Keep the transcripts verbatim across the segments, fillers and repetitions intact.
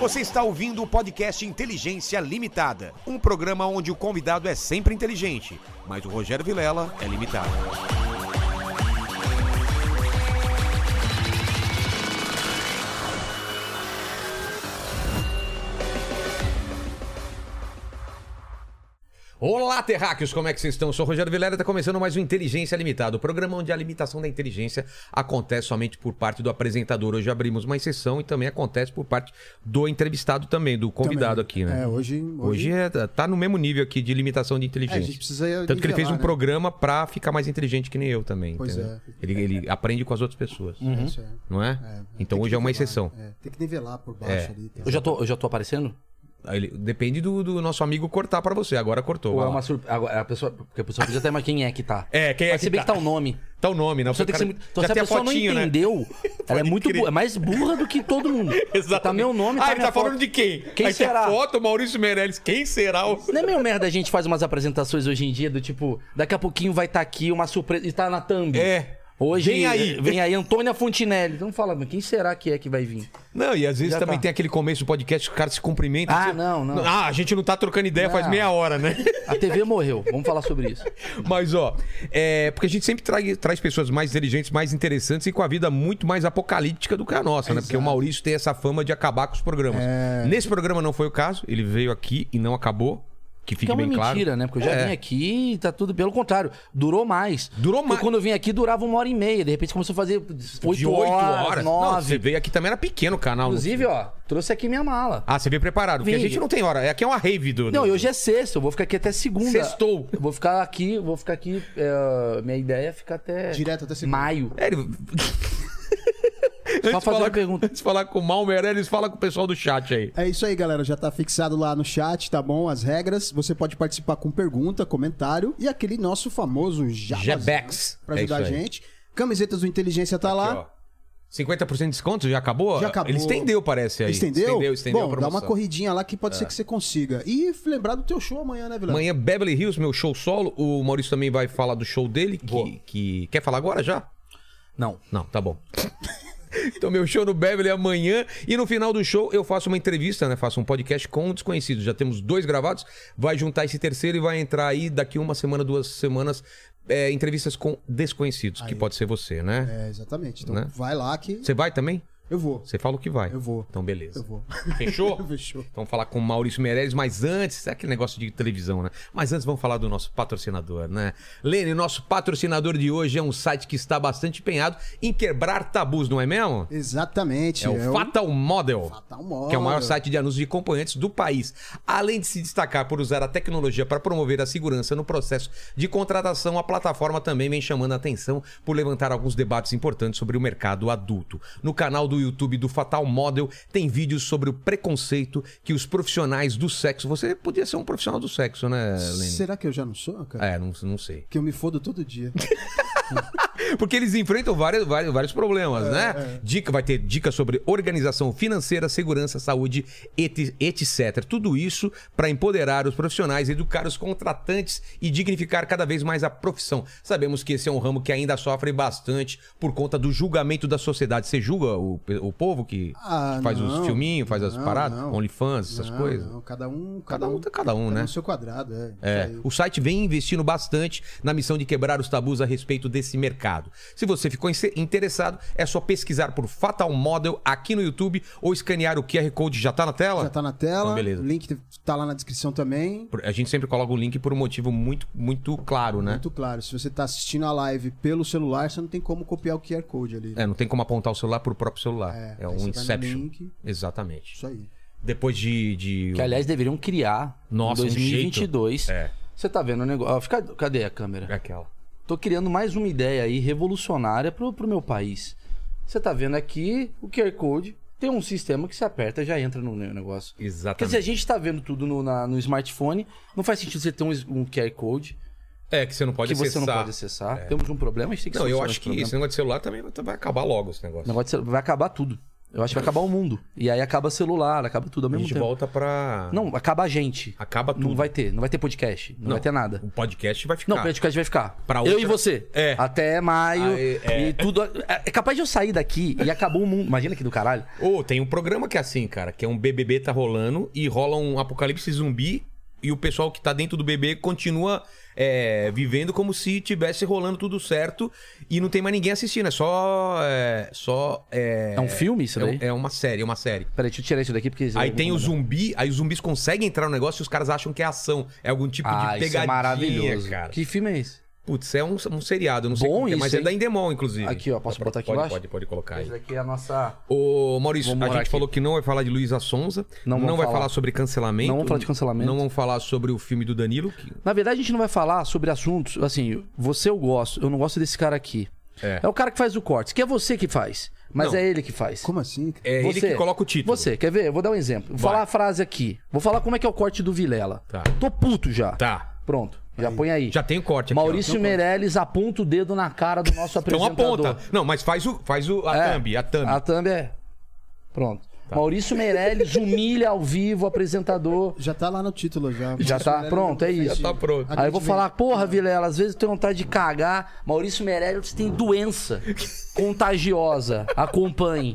Você está ouvindo o podcast Inteligência Limitada, um programa onde o convidado é sempre inteligente, mas o Rogério Vilela é limitado. Olá, terráqueos, como é que vocês estão? Eu sou o Rogério Vilela e está começando mais um Inteligência Limitada, o programa onde a limitação da inteligência acontece somente por parte do apresentador. Hoje abrimos uma exceção e também acontece por parte do entrevistado também, do convidado também. Aqui, né? É, hoje... Hoje, hoje é, tá no mesmo nível aqui de limitação de inteligência. É, a gente precisa Tanto que ele fez um né? programa para ficar mais inteligente que nem eu também, pois entendeu? É. Ele, ele aprende com as outras pessoas, uhum. é, não é? é tem então hoje nivelar, é uma exceção. É. Tem que nivelar por baixo é. ali. Eu já, tô, eu já tô aparecendo? Ele, depende do, do nosso amigo cortar pra você. Agora cortou. Ou é uma surpresa. A pessoa, porque a pessoa podia até, mas quem é que tá? É, quem é mas que se bem tá? que tá o nome. Tá o nome, né? A pessoa tem cara... que ser... Então, se a pessoa fotinho, não entendeu, né? ela é muito burra, é mais burra do que todo mundo. Exatamente. Tá meu nome, ah, tá ele tá foto. falando de quem? Quem Aí será? A foto, Maurício Meirelles. Quem será? O... Não é meio merda a gente faz umas apresentações hoje em dia do tipo, daqui a pouquinho vai estar tá aqui uma surpresa, e tá na thumb. É. Hoje vem aí, vem aí Antônia Fontinelli. Então fala, mas quem será que é que vai vir? Não, e às vezes Já também tá. tem aquele começo do podcast que o cara se cumprimenta. Ah, você... não, não. Ah, a gente não tá trocando ideia não. faz meia hora, né? A T V morreu, vamos falar sobre isso. Mas, ó, é porque a gente sempre traz, traz pessoas mais inteligentes, mais interessantes e com a vida muito mais apocalíptica do que a nossa, é né? Exato. Porque o Maurício tem essa fama de acabar com os programas. É... Nesse programa não foi o caso, ele veio aqui e não acabou. Que fique que é bem uma claro. mentira, né? Porque eu já é. vim aqui e tá tudo... Pelo contrário, durou mais. Durou mais. Porque quando eu vim aqui, durava uma hora e meia. De repente começou a fazer oito horas, nove. Não, você veio aqui também, era pequeno o canal. Inclusive, no... ó, trouxe aqui minha mala. Ah, você veio preparado. Porque Vim. a gente não tem hora. Aqui é uma rave do... Não, hoje é sexta. Eu vou ficar aqui até segunda. Sextou. Eu vou ficar aqui, vou ficar aqui... É, minha ideia é ficar até... Direto até segunda. Maio. É, ele... Antes de, falar, pergunta. antes de falar com o Mal Meirelles, fala com o pessoal do chat aí. É isso aí, galera. Já tá fixado lá no chat, tá bom? As regras. Você pode participar com pergunta, comentário e aquele nosso famoso Jabex pra ajudar é a gente. Camisetas do Inteligência tá Aqui, lá. Ó. cinquenta por cento de desconto? Já acabou? Já acabou. Ele estendeu, parece aí. Estendeu? Estendeu, estendeu. Bom, dá uma corridinha lá que pode é. ser que você consiga. E lembrar do teu show amanhã, né, Vilela? Amanhã, Beverly Hills, meu show solo. O Maurício também vai falar do show dele. Que, que... Quer falar agora já? Não. Não, tá bom. Então, meu show no Beverly é amanhã. E no final do show eu faço uma entrevista, né? Faço um podcast com desconhecidos. Já temos dois gravados. Vai juntar esse terceiro e vai entrar aí daqui uma semana, duas semanas, é, entrevistas com desconhecidos. Aí. Que pode ser você, né? É, exatamente. Então né? vai lá que... Você vai também? Eu vou. Você fala o que vai. Eu vou. Então, beleza. Eu vou. Fechou? Fechou. Então, vamos falar com o Maurício Meirelles, mas antes, é aquele negócio de televisão, né? Mas antes, vamos falar do nosso patrocinador, né? Lene, nosso patrocinador de hoje é um site que está bastante empenhado em quebrar tabus, não é mesmo? Exatamente. É o é Fatal Model. Fatal Model. Que é o maior site de anúncios de acompanhantes do país. Além de se destacar por usar a tecnologia para promover a segurança no processo de contratação, a plataforma também vem chamando a atenção por levantar alguns debates importantes sobre o mercado adulto. No canal do YouTube do Fatal Model tem vídeos sobre o preconceito que os profissionais do sexo... Você podia ser um profissional do sexo, né, Lene? Será que eu já não sou, cara? É, não, não sei. Que eu me fodo todo dia. Porque eles enfrentam vários, vários, vários problemas, é, né? É. Dica, vai ter dicas sobre organização financeira, segurança, saúde, et, etcétera. Tudo isso para empoderar os profissionais, educar os contratantes e dignificar cada vez mais a profissão. Sabemos que esse é um ramo que ainda sofre bastante por conta do julgamento da sociedade. Você julga o, o povo que, ah, que faz não, os filminhos, faz as não, paradas, não. OnlyFans, essas não, coisas? Não. Cada um, cada, cada um, cada um, cada um né? no seu quadrado, é. é. O site vem investindo bastante na missão de quebrar os tabus a respeito desse mercado. Se você ficou interessado, é só pesquisar por Fatal Model aqui no YouTube ou escanear o Q R Code. Já tá na tela? Já tá na tela. Então, beleza. O link tá lá na descrição também. A gente sempre coloca o link por um motivo muito, muito claro, né? Muito claro. Se você tá assistindo a live pelo celular, você não tem como copiar o Q R Code ali. Né? É, não tem como apontar o celular pro próprio celular. É, é um Inception. Link. Exatamente. Isso aí. Depois de... de... Que, aliás, deveriam criar Nossa, em dois mil e vinte e dois. Um jeito. É. Você tá vendo o negócio... Fica... Cadê a câmera? É aquela. Tô criando mais uma ideia aí revolucionária pro, pro meu país. Você tá vendo aqui o Q R Code, tem um sistema que se aperta e já entra no negócio. Exatamente. Quer dizer, a gente tá vendo tudo no, na, no smartphone, não faz sentido você ter um, um Q R Code. É, que você não pode que acessar. Que você não pode acessar. É. Temos um problema, a gente tem que Não, eu acho esse que problema. esse negócio de celular também vai acabar logo esse negócio. O negócio de celular vai acabar tudo. Eu acho que vai acabar o mundo. E aí acaba celular, acaba tudo ao mesmo tempo. A gente tempo. volta pra... Não, acaba a gente. Acaba tudo. Não vai ter, não vai ter podcast, não, não vai ter nada. O podcast vai ficar. Não, o podcast vai ficar. Pra outra... Eu e você. É. Até maio. Aí, é. E tudo... É capaz de eu sair daqui e acabou o mundo. Imagina que do caralho. Ô, oh, tem um programa que é assim, cara, que é um B B B tá rolando e rola um apocalipse zumbi e o pessoal que tá dentro do B B B continua... É, vivendo como se tivesse rolando tudo certo e não tem mais ninguém assistindo. É só... É, só, é, é um filme isso daí? É, é uma série, é uma série. Peraí, deixa eu tirar isso daqui porque... Aí tem o zumbi, aí os zumbis conseguem entrar no negócio e os caras acham que é ação. É algum tipo ah, de pegadinha, isso é maravilhoso. Cara. Que filme é esse? Putz, é um, um seriado, não sei Bom como isso, é, mas hein? é da Endemol, inclusive. Aqui, ó, posso botar aqui pode, embaixo? Pode, pode colocar aí. Esse daqui é a nossa... Ô, Maurício, a gente aqui. falou que não vai falar de Luísa Sonza, não, não vai falar. falar sobre cancelamento. Não vamos falar de cancelamento. Não vamos falar sobre o filme do Danilo. Que... Na verdade, a gente não vai falar sobre assuntos, assim, você eu gosto, eu não gosto desse cara aqui. É, é o cara que faz o corte, que é você que faz, mas não. É ele que faz. Como assim? É você, ele que coloca o título. Você, quer ver? Eu vou dar um exemplo. Vou vai. falar a frase aqui. Vou falar como é que é o corte do Vilela. Tá. Tô puto já. Tá. Pronto. Já aí. põe aí. Já tem o corte aqui. Maurício Meirelles aponta o dedo na cara do nosso apresentador. Então aponta. Não, mas faz o, faz o, a é, thumb, a thumb. A thumb é... Pronto. Tá. Maurício Meirelles humilha ao vivo o apresentador. Já tá lá no título, já. Já tá pronto, é isso. Já tá pronto. Aí eu vou falar, porra, Vilela, às vezes eu tenho vontade de cagar. Maurício Meirelles tem doença contagiosa. Acompanhe.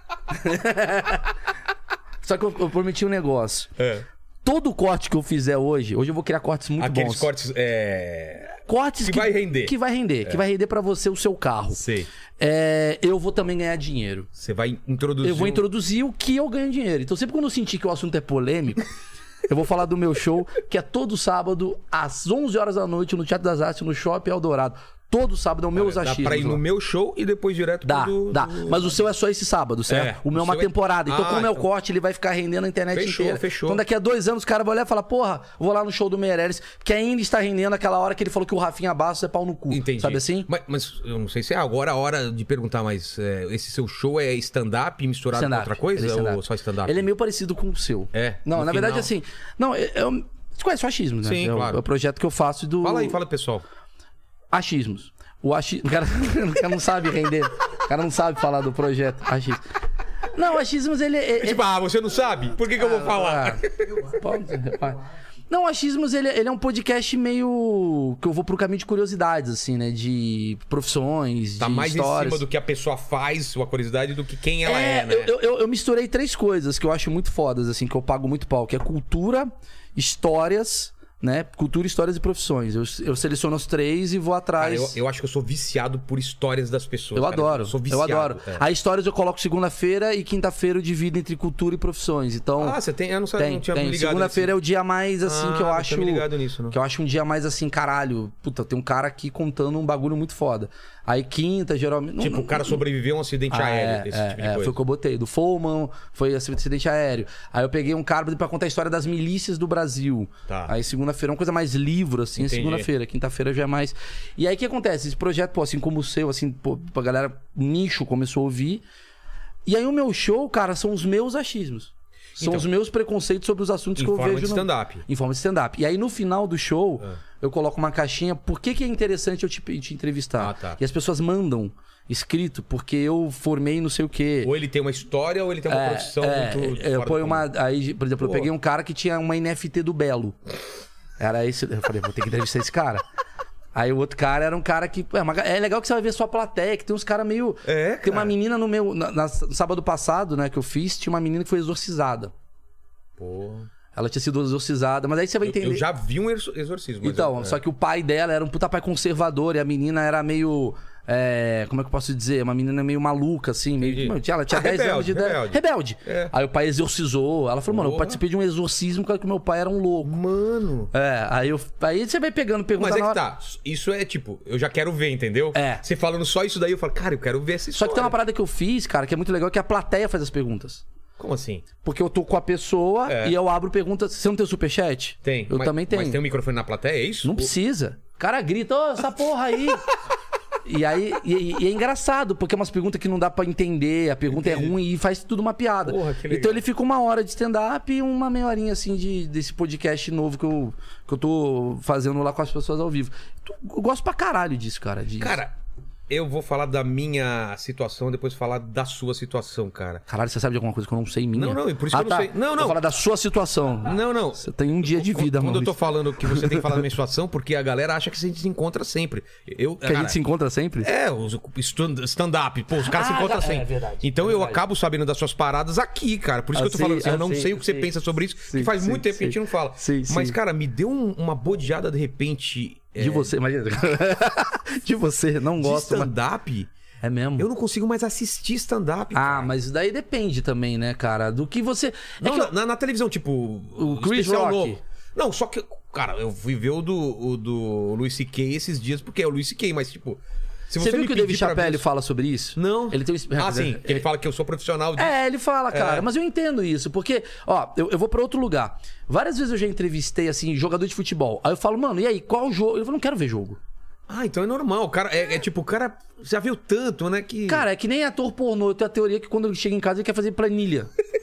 Só que eu, eu prometi um negócio. É. Todo corte que eu fizer hoje, hoje eu vou criar cortes muito Aqueles bons. Aqueles cortes, é... Cortes que, que vai render. Que vai render, é. que vai render pra você o seu carro. Sei. É, eu vou também ganhar dinheiro. Você vai introduzir... Eu vou introduzir o que eu ganho dinheiro. Então sempre quando eu sentir que o assunto é polêmico, eu vou falar do meu show, que é todo sábado, às onze horas da noite, no Teatro das Artes, no Shopping Eldorado. Todo sábado é o meu achismos. Dá pra ir no meu show e depois direto dá, pro... Dá, do... mas o seu é só esse sábado, certo? É, o meu é uma temporada. É... Então, ah, como é o então... corte, ele vai ficar rendendo a internet fechou, inteira. Fechou, Então, daqui a dois anos, o cara vai olhar e falar, porra, vou lá no show do Meirelles, que ainda está rendendo aquela hora que ele falou que o Rafinha Bastos é pau no cu. Entendi. Sabe assim? Mas, mas eu não sei se é agora a hora de perguntar, mas é, esse seu show é stand-up misturado stand com outra coisa? Ele é ou só stand-up? Ele é meio parecido com o seu. É? Não, na final... verdade, assim... Não, eu... eu... Você conhece o Achismos, né? Sim, é claro. É o projeto que eu faço do... Fala aí, fala pessoal. Achismos. O achismo... O cara... o cara não sabe render. O cara não sabe falar do projeto. Achismos. Não, o Achismos, ele... É... Tipo, ah, você não sabe? Por que, que eu vou falar? Ah, não, o Achismos, ele, ele é um podcast meio... Que eu vou pro caminho de curiosidades, assim, né? De profissões, tá de mais histórias. Em cima do que a pessoa faz, sua curiosidade, do que quem ela é, é né? Eu, eu, eu misturei três coisas que eu acho muito fodas, assim, que eu pago muito pau. Que é cultura, histórias... Né? Cultura, histórias e profissões. Eu, eu seleciono os três e vou atrás. Cara, eu, eu acho que eu sou viciado por histórias das pessoas. Eu cara. adoro. Eu sou viciado. Eu adoro. É. As histórias eu coloco segunda-feira e quinta-feira eu divido entre cultura e profissões. Então. Ah, você tem? Eu não, sei, tem, não tinha tem. me ligado. Segunda-feira nesse... é o dia mais assim ah, que eu acho. Não tinha me ligado nisso, não. Que eu acho um dia mais assim, caralho. Puta, tem um cara aqui contando um bagulho muito foda. Aí quinta, geralmente. Tipo, não, o cara sobreviveu a um acidente ah, aéreo. É, desse é, tipo de é, coisa. foi o que eu botei. Do Foreman, foi acidente aéreo. Aí eu peguei um cara pra contar a história das milícias do Brasil. Tá. Aí segunda-feira é uma coisa mais livro, assim, é segunda-feira. Quinta-feira já é mais. E aí o que acontece? Esse projeto, pô, assim como o seu, assim, pô, pra galera, nicho começou a ouvir. E aí o meu show, cara, são os meus achismos. São então, os meus preconceitos sobre os assuntos que eu vejo. Em forma de stand-up. Em forma de stand-up. E aí no final do show, ah. eu coloco uma caixinha. Por que, que é interessante eu te, te entrevistar? Ah, tá. E as pessoas mandam escrito, porque eu formei não sei o quê. Ou ele tem uma história ou ele tem uma é, profissão é, muito... Eu ponho uma... Aí, por exemplo, Pô. eu peguei um cara que tinha uma N F T do Belo. Era esse... Eu falei, vou ter que entrevistar esse cara. Aí o outro cara era um cara que... É, uma, é legal que você vai ver sua plateia, que tem uns caras meio... É, cara. Tem uma menina no meu... Na, na, no sábado passado, né, que eu fiz, tinha uma menina que foi exorcizada. Pô... Ela tinha sido exorcizada, mas aí você vai entender... Eu, eu já vi um exorcismo. Então, eu, só é. que o pai dela era um puta pai conservador e a menina era meio... É, como é que eu posso dizer? Uma menina meio maluca, assim. Meio, ela tinha ah, dez rebelde, anos de idade. Rebelde. Rebelde. É. Aí o pai exorcizou. Ela falou, mano, eu participei de um exorcismo porque o meu pai era um louco. Mano. É, aí, eu, aí você vai pegando, pergunta. Mas é na que hora... tá. Isso é tipo, eu já quero ver, entendeu? É. Você falando só isso daí, eu falo, cara, eu quero ver essa história. Só que tem uma parada que eu fiz, cara, que é muito legal, que a plateia faz as perguntas. Como assim? Porque eu tô com a pessoa é. e eu abro perguntas. Você não tem o superchat? Tem. Eu mas, também tenho. Mas tem um microfone na plateia, é isso? Não precisa. O cara grita, ô, essa porra aí. E aí e, e é engraçado, porque é umas perguntas que não dá pra entender, a pergunta Entendi. é ruim e faz tudo uma piada. Porra, que legal. Então ele fica uma hora de stand-up e uma meia horinha assim de, desse podcast novo que eu, que eu tô fazendo lá com as pessoas ao vivo. Eu gosto pra caralho disso, cara. De... Cara, Eu vou falar da minha situação, depois falar da sua situação, cara. Caralho, você sabe de alguma coisa que eu não sei minha? Não, não, por isso ah, que eu não tá. sei. Não, não. Vou falar da sua situação. Não, não. Você tem um dia de vida, mano. Quando eu tô falando que você tem que falar da minha situação, porque a galera acha que a gente se encontra sempre. Eu, que cara, a gente se encontra sempre? É, os stand-up. Pô, os caras ah, se encontram sempre. É verdade. Então é verdade. Eu acabo sabendo das suas paradas aqui, cara. Por isso assim, que eu tô falando assim, eu não sim, sei o que sim. você pensa sobre isso, sim, que faz sim, muito tempo sim. que a gente não fala. Sim, Mas, sim. cara, me deu um, uma bodeada de repente... De é... você, imagina. De você, não gosto. De stand-up... Mas... É mesmo? Eu não consigo mais assistir stand-up. Ah, mas daí depende também, né, cara? Do que você... Não, é que eu... na, na televisão, tipo... O Chris Rock. Novo. Não, só que... Cara, eu fui ver o do, o do Louis C K esses dias, porque é o Louis C K, mas tipo... Se você, você viu que o Dave Chappelle ver... fala sobre isso? Não. Ele tem um... Ah, sim. Ele fala que eu sou profissional disso. É, ele fala, cara. É. Mas eu entendo isso. Porque, ó, eu, eu vou pra outro lugar. Várias vezes eu já entrevistei, assim, jogador de futebol. Aí eu falo, mano, e aí, qual jogo? Eu falo, não quero ver jogo. Ah, então é normal. O cara, é, é tipo, o cara já viu tanto, né? Que... Cara, é que nem ator pornô. Eu tenho a teoria que quando ele chega em casa ele quer fazer planilha.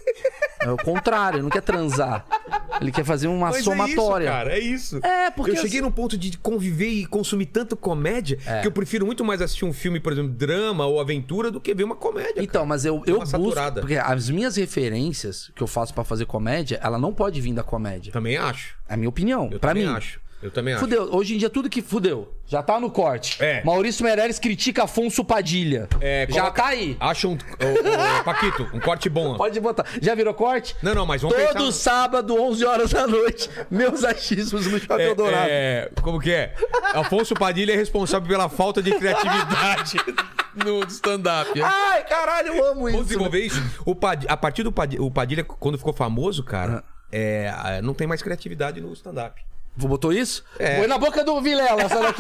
É o contrário, ele não quer transar. Ele quer fazer uma Mas somatória. É isso, cara, é isso. É, porque... Eu cheguei num ponto de conviver e consumir tanto comédia é. que eu prefiro muito mais assistir um filme, por exemplo, drama ou aventura, do que ver uma comédia. Então, cara. mas eu, eu busco... Saturada. Porque as minhas referências que eu faço pra fazer comédia, ela não pode vir da comédia. Também acho. É a minha opinião. Eu pra também mim. acho. Eu também acho. Fudeu. Hoje em dia, tudo que fudeu. Já tá no corte. É. Maurício Meirelles critica Afonso Padilha. É, já tá aí. Acha um... O, o, Paquito, um corte bom. Pode botar. Já virou corte? Não, não, mas vamos Todo pensar... sábado, onze horas da noite, meus achismos no Chapéu é, Dourado. É... Como que é? Afonso Padilha é responsável pela falta de criatividade no stand-up. Ai, caralho, eu amo isso. Vamos desenvolver isso. O Padilha, a partir do Padilha, o Padilha, quando ficou famoso, cara, ah. é, não tem mais criatividade no stand-up. Botou isso? É. Foi na boca do Vilela, essa daqui.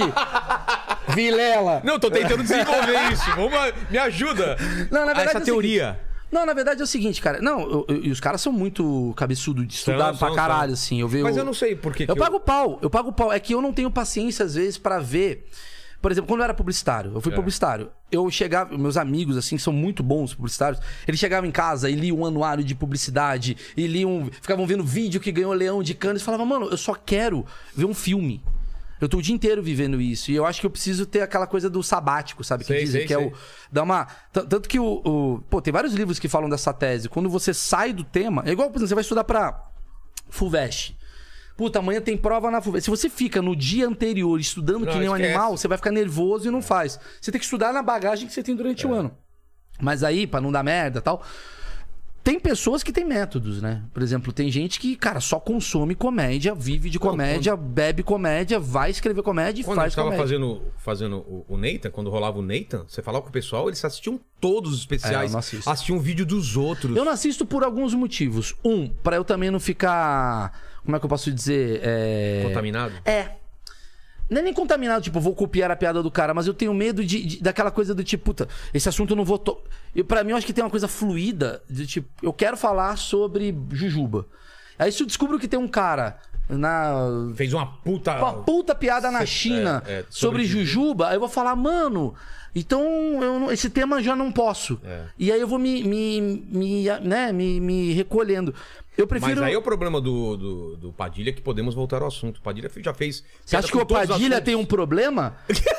Vilela. Não, tô tentando desenvolver isso. Vamos, me ajuda. Não, na verdade, essa é teoria. Seguinte, não, na verdade é o seguinte, cara. Não, e os caras são muito cabeçudos de estudar são, pra são, caralho, são. assim. Eu vejo, Mas eu não sei por que. Eu, que eu pago pau, eu pago pau. É que eu não tenho paciência, às vezes, pra ver. Por exemplo, quando eu era publicitário, eu fui é. publicitário. Eu chegava, meus amigos, assim, que são muito bons publicitários, eles chegavam em casa e liam um anuário de publicidade, e liam, ficavam vendo vídeo que ganhou Leão de Cannes, e falavam, mano, eu só quero ver um filme. Eu tô o dia inteiro vivendo isso. E eu acho que eu preciso ter aquela coisa do sabático, sabe? Que sei, dizem sei, que sei. é o... Dá uma... Tanto que o, o... Pô, tem vários livros que falam dessa tese. Quando você sai do tema... É igual, por exemplo, você vai estudar pra FUVEST. Puta, amanhã tem prova na FUVEST. Se você fica no dia anterior estudando não, que nem um animal, você vai ficar nervoso e não faz. Você tem que estudar na bagagem que você tem durante é. o ano. Mas aí, pra não dar merda e tal... Tem pessoas que têm métodos, né? Por exemplo, tem gente que, cara, só consome comédia, vive de comédia, quando... bebe comédia, vai escrever comédia e quando faz comédia. Quando comédia. eu tava fazendo, fazendo o, o Nathan, quando rolava o Nathan, você falava com o pessoal, eles assistiam todos os especiais, é, assistiam vídeo dos outros. Eu não assisto por alguns motivos. Um, pra eu também não ficar... Como é que eu posso dizer? É... Contaminado? É. Não é nem contaminado, tipo, vou copiar a piada do cara, mas eu tenho medo de, de, daquela coisa do tipo, puta, esse assunto eu não vou... To... E pra mim, eu acho que tem uma coisa fluida, de tipo, eu quero falar sobre Jujuba. Aí se eu descubro que tem um cara na... Fez uma puta... Uma puta piada na China é, é, sobre, sobre Jujuba, aí eu vou falar, mano... Então, eu não, esse tema já não posso. É. E aí eu vou me, me, me, né, me, me recolhendo. Eu prefiro... Mas aí é o problema do, do, do Padilha, que podemos voltar ao assunto. O Padilha já fez... Você acha que o Padilha tem um problema?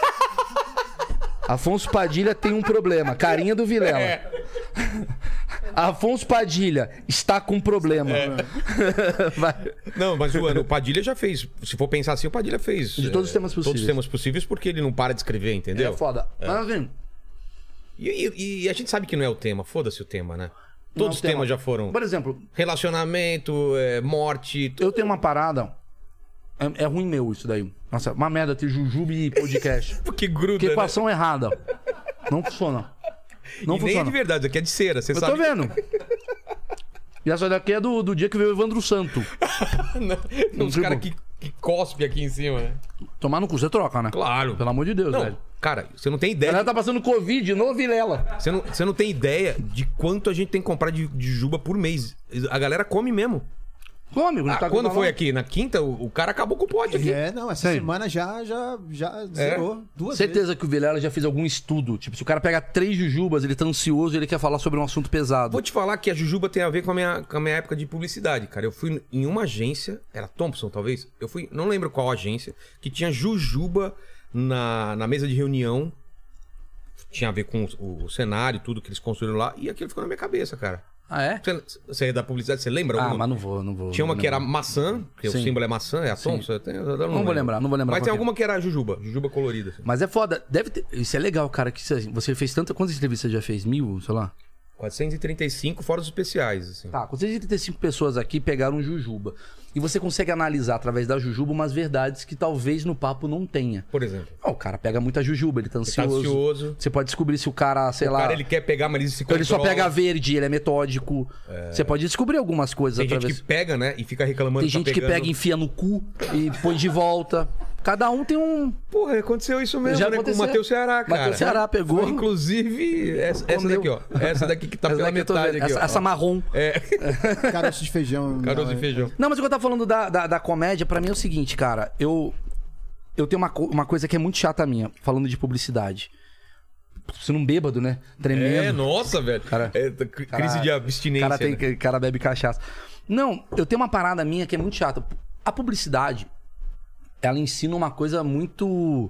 Afonso Padilha tem um problema. Carinha do Vilela. É. Afonso Padilha está com problema. É. Não, mas o, o Padilha já fez. Se for pensar assim, o Padilha fez. De todos os temas possíveis. Todos os temas possíveis, porque ele não para de escrever, entendeu? É foda. É. Mas assim... E, e, e a gente sabe que não é o tema. Foda-se o tema, né? Todos os tema. temas já foram. Por exemplo... Relacionamento, é, morte... Eu tenho uma parada... É, é ruim meu isso daí. Nossa, uma merda ter Jujuba e podcast. Porque gruda, que equação né? errada. Não funciona. Não e funciona. Nem é de verdade, isso aqui é de cera, você eu sabe. Eu tô vendo. E essa daqui é do, do dia que veio o Evandro Santo. Não, uns tipo... caras que, que cospe aqui em cima, né? Tomar no cu, você troca, né? Claro. Pelo amor de Deus, não, velho. Cara, você não tem ideia... A galera de... tá passando Covid no Vilela. Você não, você não tem ideia de quanto a gente tem que comprar de, de juba por mês. A galera come mesmo. Come, ah, tá quando foi aqui? Na quinta, o, o cara acabou com o pote aqui. É, não, essa Sim. semana já, já, já zerou é. duas Certeza vezes. que o Vilela já fez algum estudo. Tipo, se o cara pega três jujubas, ele tá ansioso e ele quer falar sobre um assunto pesado. Vou te falar que a jujuba tem a ver com a minha, com a minha época de publicidade, cara. Eu fui em uma agência, era Thompson, talvez. Eu fui, não lembro qual agência, que tinha jujuba na, na mesa de reunião. tinha a ver com o, o cenário, tudo que eles construíram lá, e aquilo ficou na minha cabeça, cara. Ah, é? Você, você é da publicidade, você lembra? Ah, alguma? mas não vou, não vou. Tinha uma não que era lembro. maçã, porque Sim. o símbolo é maçã, é atom. Você tem, eu não Não vou lembro. lembrar, não vou lembrar Mas qual tem que é. alguma que era jujuba, jujuba colorida. Assim. Mas é foda. Deve ter... Isso é legal, cara. Que assim, você fez tanta... Quantas entrevistas você já fez? Mil, sei lá? quatrocentos e trinta e cinco fora os especiais, assim. Tá, quatrocentas e trinta e cinco pessoas aqui pegaram jujuba. E você consegue analisar através da jujuba umas verdades que talvez no papo não tenha. Por exemplo. Oh, o cara pega muita jujuba, ele tá Ele tá ansioso. ansioso. Você pode descobrir se o cara, sei O lá... cara, ele quer pegar, mas ele se Ele só controla. pega verde, ele é metódico. É... Você pode descobrir algumas coisas Tem através... gente que pega, né? E fica reclamando. Tem tá gente que pegando. pega, enfia no cu e põe de volta. Cada um tem um... Porra, aconteceu isso mesmo, Já né? aconteceu. Com o Matheus Ceará, cara. Matheus Ceará pegou. Foi, inclusive, essa, essa daqui, ó. Essa daqui que tá Essa pela daqui eu tô metade vendo. aqui, essa, ó. essa marrom. É. Caroço de feijão. Caroço não, de feijão. Não, mas o que eu tava falando da, da, da comédia, pra mim é o seguinte, cara. Eu, eu tenho uma, co- uma coisa que é muito chata minha, falando de publicidade. Você não bêbado, né? Tremendo. É, nossa, velho. Cara- É, t- crise Cara- de abstinência. Cara, tem, né? cara bebe cachaça. Não, eu tenho uma parada minha que é muito chata. A publicidade, ela ensina uma coisa muito...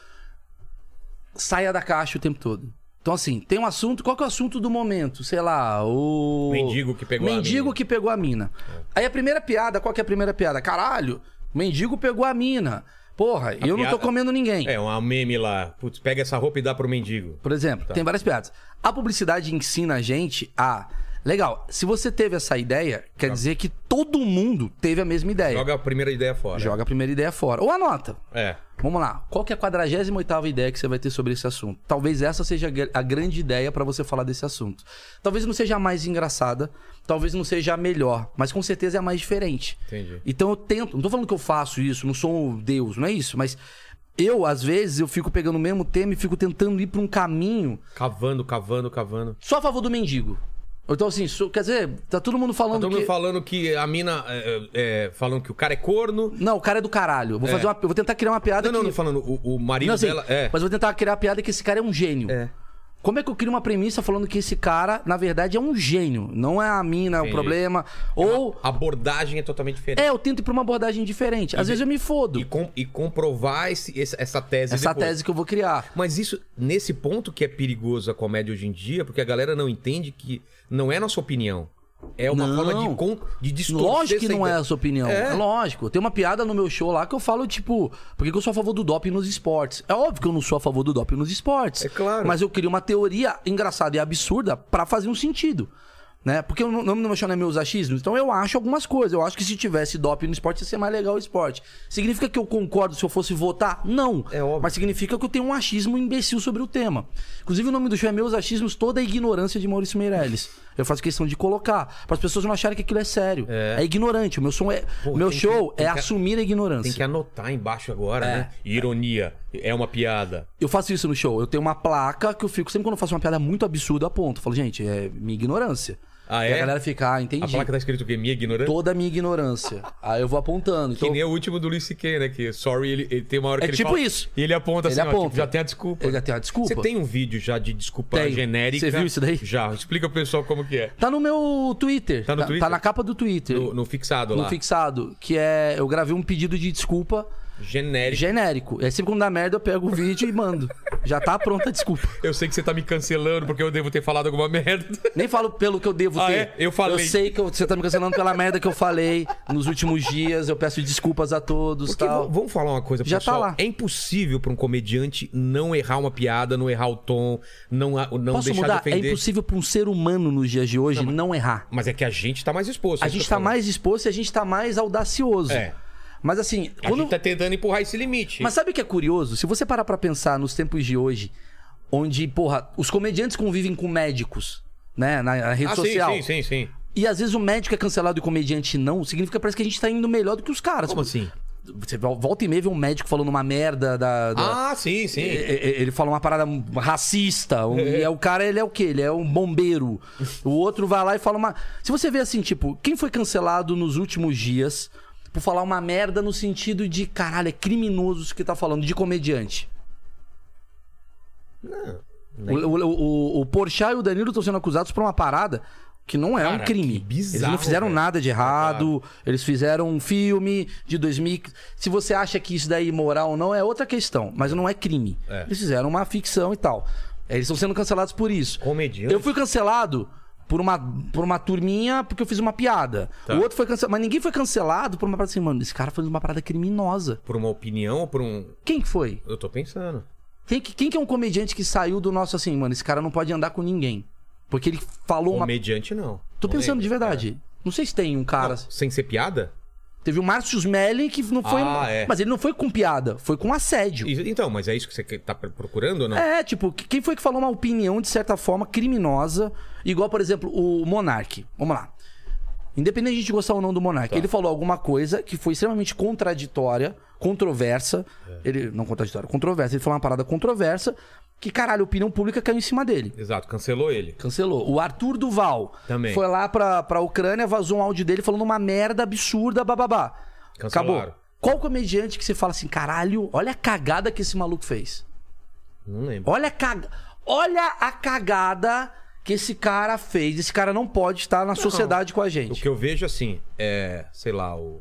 Saia da caixa o tempo todo. Então, assim, tem um assunto... Qual que é o assunto do momento? Sei lá, o... Mendigo que pegou a Mendigo mina. que pegou a mina. Aí a primeira piada, qual que é a primeira piada? Caralho, mendigo pegou a mina. Porra, eu não tô piada- comendo ninguém. É, uma meme lá. Putz, pega essa roupa e dá pro mendigo. Por exemplo, tem várias piadas. A publicidade ensina a gente a... Legal, se você teve essa ideia, quer dizer que todo mundo teve a mesma ideia. Joga a primeira ideia fora. Joga a primeira ideia fora. Ou anota. É. Vamos lá. Qual que é a quadragésima oitava ideia que você vai ter sobre esse assunto? Talvez essa seja a grande ideia pra você falar desse assunto. Talvez não seja a mais engraçada, talvez não seja a melhor, mas com certeza é a mais diferente. Entendi. Então eu tento, não tô falando que eu faço isso, não sou um Deus, não é isso, mas eu, às vezes, eu fico pegando o mesmo tema e fico tentando ir pra um caminho Cavando, cavando, cavando. só a favor do mendigo. Então, assim, so- quer dizer, tá todo mundo Tá falando todo que... mundo falando que a mina... É, é, falando que o cara é corno. Não, o cara é do caralho. Eu vou, É. fazer uma... eu vou tentar criar uma piada Não, não, que... não falando. O, o marido Não, assim, dela... É. mas eu vou tentar criar a piada que esse cara é um gênio. É. Como é que eu crio uma premissa falando que esse cara, na verdade, é um gênio? Não é a mina Entendi. o problema. Ou... A abordagem é totalmente diferente. É, eu tento ir pra uma abordagem diferente. Às vezes eu me fodo. E, com- e comprovar esse- esse- essa tese Essa depois. tese que eu vou criar. Mas isso, nesse ponto que é perigoso a comédia hoje em dia, porque a galera não entende que não é nossa opinião. É uma Não. forma de, con- de distorcer Lógico que essa não é ideia. a sua opinião. É. É lógico. Tem uma piada no meu show lá que eu falo, tipo, por que que eu sou a favor do doping nos esportes? É óbvio que eu não sou a favor do doping nos esportes. É claro. Mas eu queria uma teoria engraçada e absurda pra fazer um sentido. Né? Porque o nome do meu show não é meus achismos. Então eu acho algumas coisas. Eu acho que se tivesse doping no esporte ia ser mais legal o esporte. Significa que eu concordo se eu fosse votar? Não. É óbvio. Mas significa que eu tenho um achismo imbecil sobre o tema. Inclusive o nome do show é Meus Achismos, Toda a Ignorância de Maurício Meirelles. Eu faço questão de colocar, para as pessoas não acharem que aquilo é sério. É. É, ignorante. O meu, som é, Pô, meu tem show que- tem é que- assumir a ignorância. Tem que anotar embaixo agora, É. né? Ironia. É uma piada. Eu faço isso no show. Eu tenho uma placa que eu fico, sempre quando eu faço uma piada muito absurda, eu aponto. Eu falo, gente, é minha ignorância. Ah, E é? a galera fica, ah, entendi. A placa tá escrito o quê? Minha ignorância? Toda a minha ignorância. Aí eu vou apontando. Que Então, nem o último do Luis C K, né? Que sorry, ele, ele tem uma hora que É ele tipo fala... isso. E ele aponta Ele assim, ó, aponta. tipo, já tem a desculpa. Ele já tem a desculpa. Você tem um vídeo já de desculpa Tenho. genérica. Você viu isso daí? Já. Explica pro pessoal como que é. Tá no meu Twitter. Tá no Twitter? Tá na capa do Twitter. No, no fixado no lá. fixado. Que é... Eu gravei um pedido de desculpa Genérico. genérico. E aí sempre quando dá merda eu pego o vídeo e mando. Já tá pronta a desculpa. Eu sei que você tá me cancelando porque eu devo ter falado alguma merda. Nem falo pelo que eu devo Ah, ter. é? Eu falei. Eu sei que eu- você tá me cancelando pela merda que eu falei nos últimos dias. Eu peço desculpas a todos e Porque tal. v- vamos falar uma coisa, Já pessoal. tá lá. É impossível pra um comediante não errar uma piada, não errar o tom, não, a- não Posso deixar mudar? de É ofender. impossível pra um ser humano nos dias de hoje não, errar. Mas é que a gente tá mais exposto. A é isso gente que tá eu tô falando. mais exposto e a gente tá mais audacioso. É. Mas assim, A quando... gente tá tentando empurrar esse limite. Mas sabe o que é curioso? Se você parar pra pensar nos tempos de hoje, onde, porra, os comediantes convivem com médicos, né, na, na rede ah, social. sim, sim, sim, sim. E às vezes o médico é cancelado e o comediante não, significa que parece que a gente tá indo melhor do que os caras. Como assim? Você volta e meia vê um médico falando uma merda da... da- Ah, sim, sim. E- e- Ele fala uma parada racista. um- E é o cara, ele é o quê? Ele é um bombeiro. O outro vai lá e fala uma... Se você vê assim, tipo, quem foi cancelado nos últimos dias por falar uma merda no sentido de, caralho, é criminoso isso que tá falando, de comediante? Não. O, o, o, o Porchat e o Danilo estão sendo acusados por uma parada que não é Cara, um crime. que bizarro, Eles não fizeram velho. nada de errado. Eles fizeram um filme de dois mil. Se você acha que isso daí é imoral ou não, é outra questão. Mas não é crime. É. Eles fizeram uma ficção e tal. Eles estão sendo cancelados por isso. Comediante? Eu fui cancelado por uma, por uma turminha porque eu fiz uma piada. Tá. O outro foi cancelado. Mas ninguém foi cancelado por uma parada assim, mano, esse cara fez uma parada criminosa. Por uma opinião ou por um... Quem que foi? Eu tô pensando. Quem, quem que é um comediante que saiu do nosso assim, mano, esse cara não pode andar com ninguém? Porque ele falou comediante, uma... não. Tô não pensando lembro, de verdade. Cara. Não sei se tem um cara... Não, sem ser piada? Teve o Márcio Smelling que não foi... Ah, é. Mas ele não foi com piada, foi com assédio. Então, mas é isso que você tá procurando ou não? É, tipo, quem foi que falou uma opinião, de certa forma, criminosa? Igual, por exemplo, o Monark. Vamos lá. Independente de a gente gostar ou não do Monark, tá. Ele falou alguma coisa que foi extremamente contraditória, controversa. É. Ele, não contraditória, controversa. Ele falou uma parada controversa que, caralho, a opinião pública caiu em cima dele. Exato, cancelou ele. Cancelou. O Arthur Duval também foi lá pra, pra Ucrânia, vazou um áudio dele falando uma merda absurda, bababá. Cancelaram. Acabou. Qual comediante que você fala assim, caralho, olha a cagada que esse maluco fez? Não lembro. Olha a, cag... olha a cagada que esse cara fez. Esse cara não pode estar na não. sociedade com a gente. O que eu vejo assim, é, sei lá, o...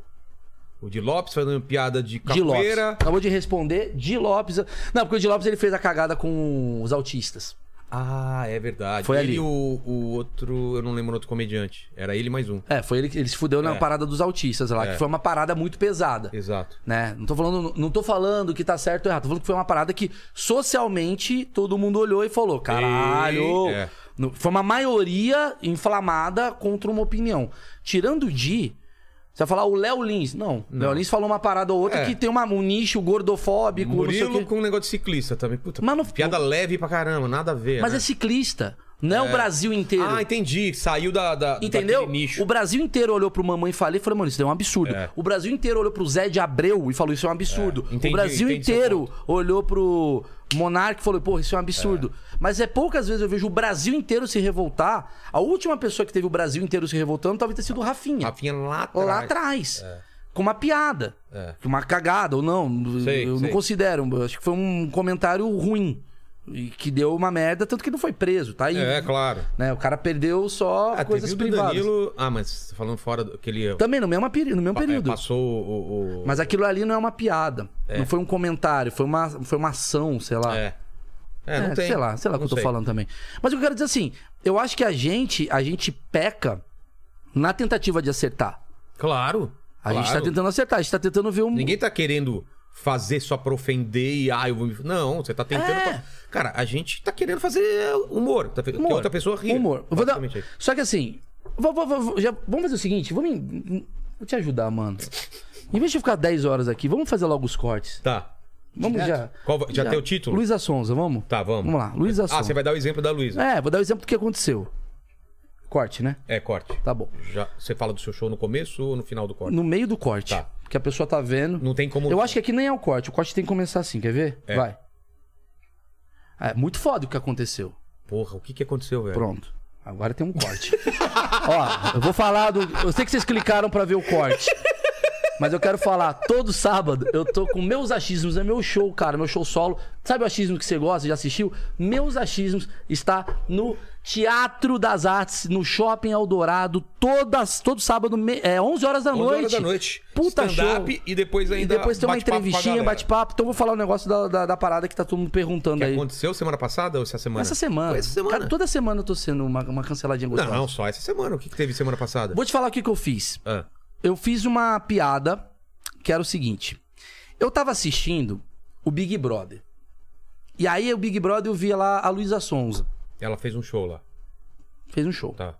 O Di Lopes fazendo piada de capoeira. Di Lopes. Acabou de responder. Di Lopes. Não, porque o Di Lopes ele fez a cagada com os autistas. Ah, é verdade. Foi ele ali. E o, o outro, eu não lembro o outro comediante. Era ele mais um. É, foi ele que ele se fudeu na é. parada dos autistas lá, é. que foi uma parada muito pesada. Exato. Né? Não tô falando, não tô falando que tá certo ou errado. Tô falando que foi uma parada que socialmente todo mundo olhou e falou: caralho. E... É. Foi uma maioria inflamada contra uma opinião. Tirando o Di. Você vai falar o Léo Lins. Não. O Léo Lins falou uma parada ou outra é. que tem uma, um nicho gordofóbico. Murilo não sei o quê. Com um negócio de ciclista também. Puta, Mano, piada pô... leve pra caramba, nada a ver. Mas né? é ciclista. Não é, é o Brasil inteiro. Ah, entendi. Saiu da, da, entendeu? nicho. O Brasil inteiro olhou pro Mamãe Falei e falou, mano, isso é um absurdo. É. O Brasil inteiro olhou pro Zé de Abreu e falou, isso é um absurdo. É. Entendi, o Brasil inteiro olhou pro Monark e falou, pô, isso é um absurdo. É. Mas é poucas vezes eu vejo o Brasil inteiro se revoltar. A última pessoa que teve o Brasil inteiro se revoltando talvez tenha sido o Rafinha. Rafinha lá atrás. Lá atrás. É. Com uma piada. É. Uma cagada, ou não. Sei, eu sei. não considero. Acho que foi um comentário ruim. E que deu uma merda, tanto que não foi preso, tá aí. É, claro. Né? O cara perdeu só ah, coisas teve privadas. Danilo... Ah, mas você tá falando fora daquele... Também, no mesmo, peri... no mesmo período. É, passou o, o... Mas aquilo ali não é uma piada. É. Não foi um comentário, foi uma, foi uma ação, sei lá. É. É, não é, tem. Sei lá, sei lá o que eu tô sei. falando também. Mas o que eu quero dizer assim, eu acho que a gente, a gente peca na tentativa de acertar. Claro. A claro. gente tá tentando acertar, a gente tá tentando ver um... Ninguém tá querendo fazer só pra ofender e... Ah, eu vou me... Não, você tá tentando... É. Pra... Cara, a gente tá querendo fazer humor. Tá... humor. Que outra pessoa ri. Humor. Vou dar... Só que assim... Vou, vou, vou, já... Vamos fazer o seguinte, vou, me... vou te ajudar, mano. Em vez de ficar dez horas aqui, vamos fazer logo os cortes. Tá. Vamos é. já. Qual... Já, já tem o título? Luísa Sonza, vamos? Tá, vamos. Vamos lá, Luísa Sonza. Ah, você vai dar o exemplo da Luísa. É, vou dar o exemplo do que aconteceu. Corte, né? É, corte. Tá bom. Já, você fala do seu show no começo ou no final do corte? No meio do corte. Tá. Que a pessoa tá vendo. Não tem como... Eu acho que aqui nem é o corte. O corte tem que começar assim, quer ver? É. Vai. É muito foda o que aconteceu. Porra, o que que aconteceu, velho? Pronto. Agora tem um corte. Ó, eu vou falar do... Eu sei que vocês clicaram pra ver o corte. Mas eu quero falar, todo sábado eu tô com Meus Achismos, é meu show, cara, meu show solo. Sabe o achismo que você gosta, já assistiu? Meus Achismos está no Teatro das Artes, no Shopping Eldorado, todas, todo sábado, é onze horas da noite. onze horas da noite. Puta show. E depois ainda E depois tem uma entrevistinha, bate-papo. Então eu vou falar um negócio da, da, da parada que tá todo mundo perguntando que aí. Aconteceu semana passada ou essa semana? Essa semana. Foi essa semana. Cara, toda semana eu tô sendo uma, uma canceladinha gostosa. Não, só essa semana. O que, que teve semana passada? Vou te falar o que, que eu fiz. Ah. Eu fiz uma piada que era o seguinte. Eu tava assistindo o Big Brother. E aí o Big Brother eu via lá a Luísa Sonza. Ela fez um show lá. Fez um show. Tá.